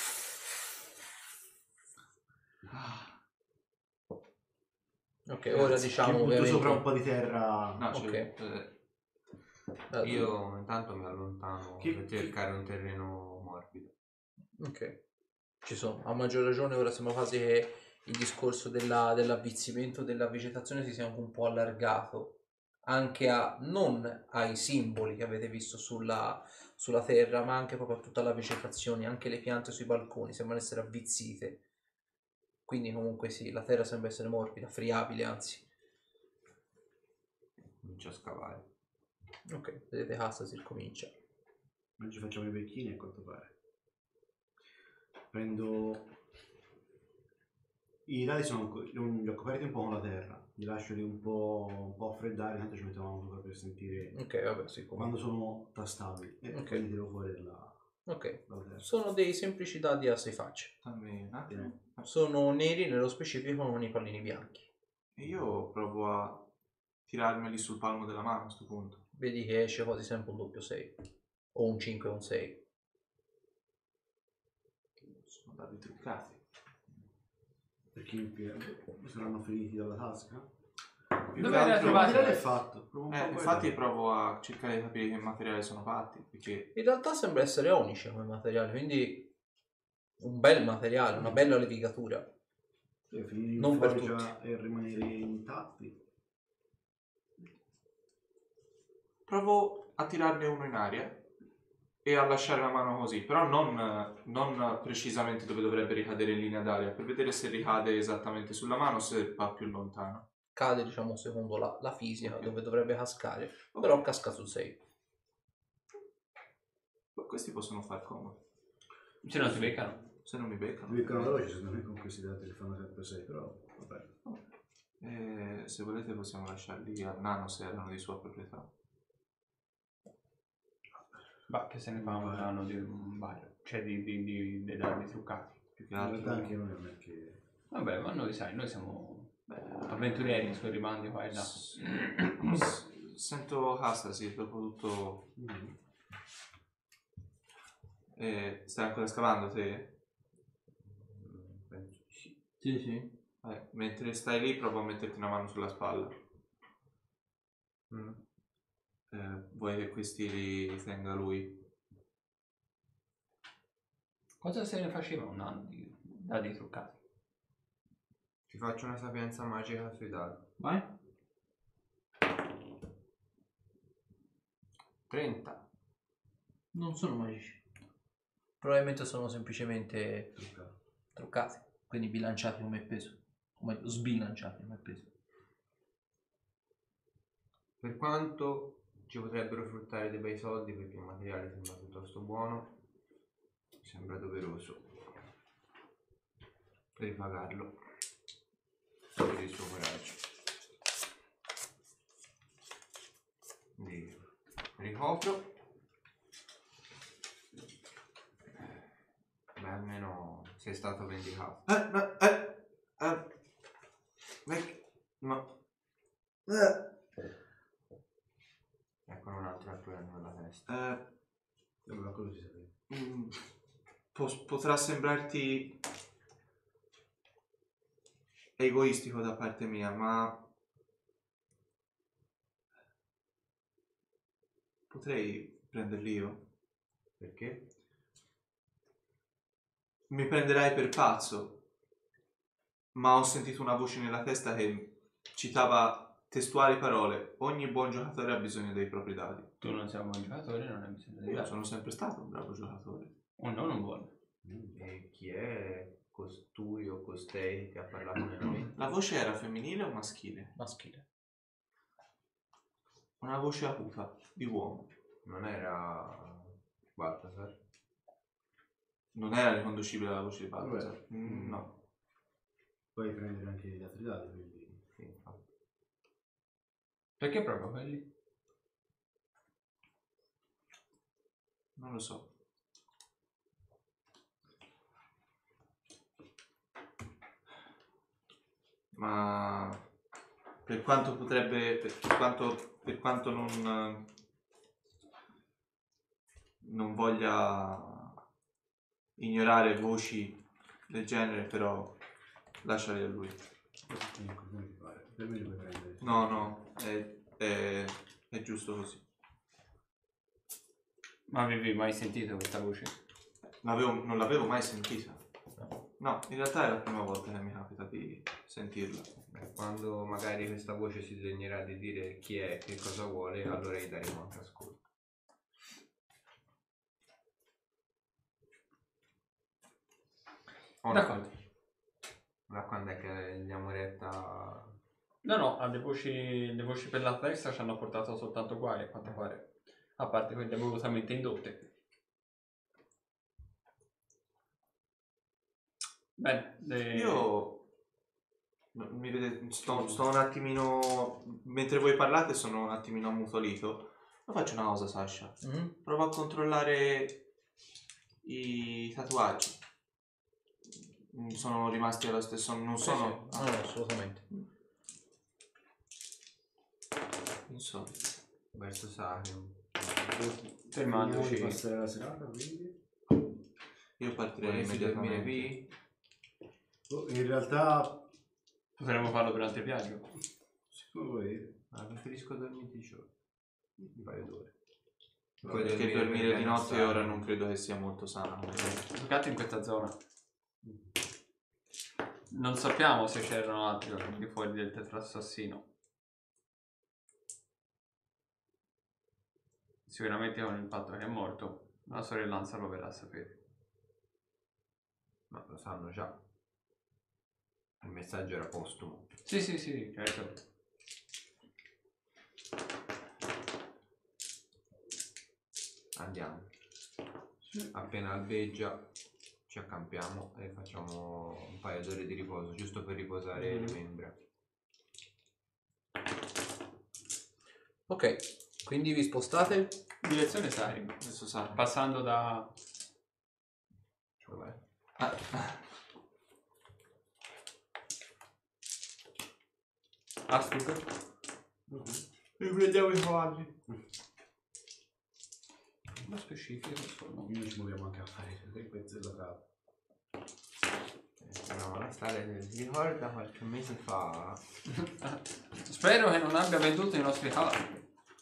Ok, ora diciamo Ci butto ovviamente... sopra un po' di terra. No, Ok. Io intanto mi allontano Chi- per cercare un terreno morbido. Ok, ci sono. A maggior ragione ora sembra quasi che il discorso dell'avvizzimento della vegetazione si sia anche un po' allargato anche non ai simboli che avete visto sulla terra, ma anche proprio a tutta la vegetazione, anche le piante sui balconi sembrano essere avvizzite. Quindi comunque sì, la terra sembra essere morbida, friabile anzi. Comincio a scavare. Ok, vedete casa si ricomincia. Oggi facciamo i vecchini a quanto pare. Prendo... I dadi li ho coperti un po' con la terra. Li lascio lì un po' a freddare, tanto ci mettiamo sopra per sentire Ok, vabbè, sì, quando sono tastabili. E Ok. poi li tiro fuori dalla terra. Sono dei semplici dadi a 6 facce. Dammi un attimo. Sono neri, nello specifico con i pallini bianchi. E io provo a tirarmeli sul palmo della mano a questo punto. Vedi che esce quasi sempre un doppio 6 o un 5 o un 6. Sono dadi truccati. Perché saranno feriti dalla tasca? Più Dove che era altro- Il trovato? materiale è fatto. Provo un po' a infatti guardare. provo a cercare di capire che materiale sono fatti, perché In realtà sembra essere onice come materiale, quindi un bel materiale, una bella levigatura. Finire Non in per forgia e rimanere intatti. provo a tirarne uno in aria e a lasciare la mano così, però non precisamente dove dovrebbe ricadere in linea d'aria, per vedere se ricade esattamente sulla mano o se va più lontano. Cade, diciamo, secondo la fisica, Ok. dove dovrebbe cascare, Ok. però casca sul 6. Questi possono far comodo, Se non si beccano. se non mi beccano. Due veloci secondo me con questi dati li fanno sempre 6, però vabbè. Se volete possiamo lasciarli a Nano se erano di sua proprietà. Ma che se ne fa un anno di un baio, cioè dei dadi truccati. Più che In realtà altro... anche noi non è che... Vabbè, ma noi sai, noi siamo avventurieri sui rimandi qua e là. Sento Castasi, dopo tutto... stai ancora scavando te? Penso di sì. Sì, sì. Mentre stai lì provo a metterti una mano sulla spalla. Vuoi che questi li tenga lui? Cosa se ne faceva un anno di dadi truccati? Ti faccio una sapienza magica sui dadi. Vai? 30. Non sono magici. Probabilmente sono semplicemente truccati, quindi bilanciati come peso, come sbilanciati come peso. Per quanto ci potrebbero fruttare dei bei soldi perché il materiale sembra piuttosto buono, mi sembra doveroso ripagarlo per il suo coraggio. Quindi ricopro. Beh, almeno sei stato vendicato. Ecco un altro attuale nella testa. Sembra così sapere. Potrà sembrarti egoistico da parte mia, ma potrei prenderli io? Perché? Mi prenderai per pazzo, ma ho sentito una voce nella testa che citava testuali parole, ogni buon giocatore ha bisogno dei propri dadi. Tu non sei un buon giocatore, non hai bisogno di Io dadi. sono sempre stato un bravo giocatore. O non un buono. E chi è costui o costei che ha parlato con noi? La voce era femminile o maschile? Maschile. Una voce acuta, di uomo. Non era Baltasar? Non era riconducibile alla voce di Baltasar. Vabbè. No. Puoi prendere anche gli altri dati, quindi. Sì, infatti. Perché proprio quelli? Non lo so. Ma per quanto potrebbe, per quanto non voglia ignorare voci del genere, però lasciali a lui. Ecco, come ti pare? Per me li puoi prendere. No, è giusto così. Ma avevi mai sentito questa voce? Non l'avevo mai sentita. No, in realtà è la prima volta che mi capita di sentirla. Quando magari questa voce si degnerà di dire chi è, che cosa vuole, allora gli daremo anche ascolto. D'accordo. Da quando è che andiamo retta? No, le voci per la testa ci hanno portato soltanto guai, a quanto pare. A parte quelle volutamente indotte. Bene, Io mi vedete, sto un attimino, mentre voi parlate sono un attimino ammutolito. Ma faccio una cosa, Sasha. Provo a controllare i tatuaggi. Sono rimasti allo stesso, non sono... No, assolutamente. Insolito. Verso Sacrium. fermandoci. Passare la serata, quindi. Io partirei Vorresti dormire immediatamente. qui? In realtà, Potremmo farlo durante il viaggio. secondo voi, Ma preferisco dormire di giorno. Un paio d'ore. Perché dormire di notte ora non credo che sia molto sano. Giocate in questa zona. Non sappiamo se c'erano altri al di fuori del tetrassassino. Sicuramente con il fatto che è morto, la sorellanza lo verrà a sapere. Ma lo sanno già. Il messaggio era postumo. Sì, certo. Andiamo. Appena albeggia ci accampiamo e facciamo un paio d'ore di riposo, giusto per riposare le membra. Ok, quindi vi spostate? Direzione sai, Adesso sa. passando da... Dov'è? Astug. Riprendiamo i cavalli. Lo specifico, insomma. noi ci muoviamo anche a fare il pezzo della strada. No, la strada si ricorda qualche mese fa. Spero che non abbia venduto i nostri cavalli.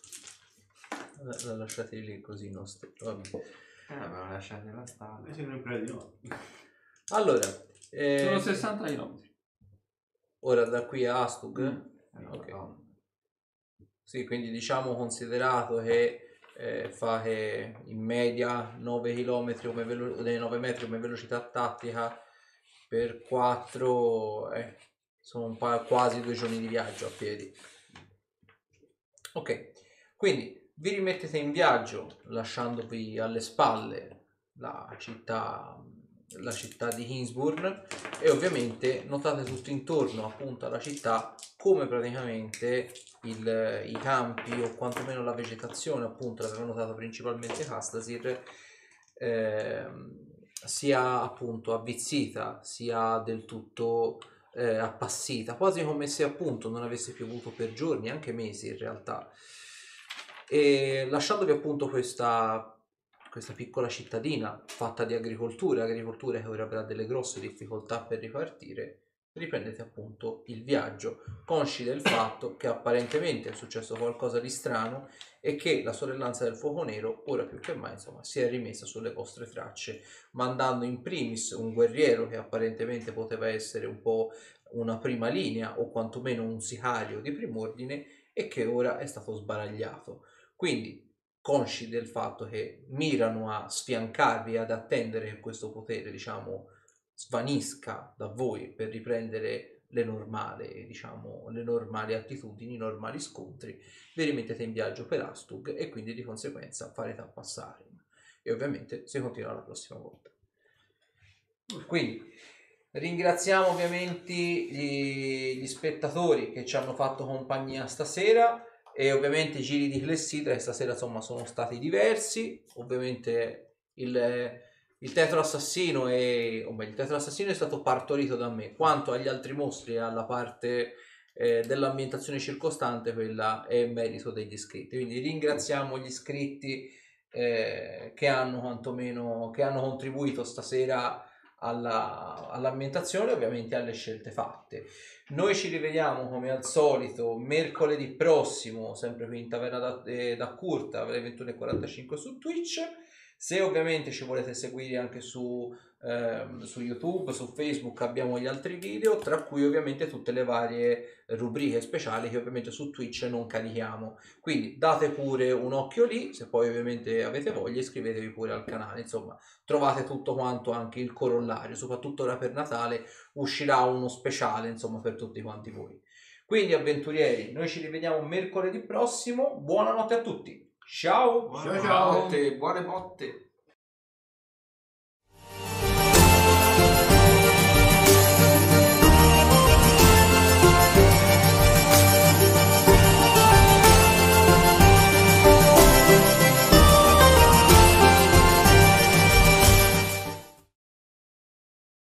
La lasciate lì così non sto. Vabbè. Abbiamo lasciato la strada. E se non impari di no. Allora, Sono 60 km. ora da qui a Astug. Ok. Ok. Sì, quindi diciamo considerato che fate in media 9 km come 9 metri come velocità tattica per 4 sono quasi 2 giorni di viaggio a piedi. Ok, quindi vi rimettete in viaggio lasciandovi alle spalle la città di Innsbruck e ovviamente notate tutto intorno appunto alla città come praticamente i campi o quantomeno la vegetazione appunto l'aveva notato principalmente Castasir sia appunto avvizzita sia del tutto appassita, quasi come se appunto non avesse piovuto per giorni, anche mesi in realtà, e lasciandovi appunto questa piccola cittadina fatta di agricoltura che ora avrà delle grosse difficoltà per ripartire, riprendete appunto il viaggio, consci del fatto che apparentemente è successo qualcosa di strano e che la sorellanza del fuoco nero ora più che mai insomma si è rimessa sulle vostre tracce, mandando in primis un guerriero che apparentemente poteva essere un po' una prima linea o quantomeno un sicario di prim'ordine e che ora è stato sbaragliato. Quindi, consci del fatto che mirano a sfiancarvi, ad attendere che questo potere, diciamo, svanisca da voi per riprendere le normali, diciamo, le normali attitudini, i normali scontri, vi rimettete in viaggio per Astug e quindi di conseguenza farete a passare. E ovviamente si continua la prossima volta. Quindi ringraziamo ovviamente gli spettatori che ci hanno fatto compagnia stasera e ovviamente i giri di Clessidra che stasera insomma sono stati diversi. Ovviamente il tetro assassino il tetro assassino è stato partorito da me, quanto agli altri mostri e alla parte dell'ambientazione circostante, quella è merito degli iscritti. Quindi ringraziamo gli iscritti che hanno contribuito stasera all'ambientazione e ovviamente alle scelte fatte. Noi ci rivediamo come al solito mercoledì prossimo, sempre qui in Taverna da Curta alle 21:45 su Twitch. Se ovviamente ci volete seguire anche su YouTube, su Facebook abbiamo gli altri video, tra cui ovviamente tutte le varie rubriche speciali che ovviamente su Twitch non carichiamo. Quindi date pure un occhio lì, se poi ovviamente avete voglia iscrivetevi pure al canale, insomma trovate tutto quanto, anche il corollario, soprattutto ora per Natale uscirà uno speciale insomma per tutti quanti voi. Quindi avventurieri, noi ci rivediamo mercoledì prossimo, buonanotte a tutti, ciao! Ciao. Buone botte.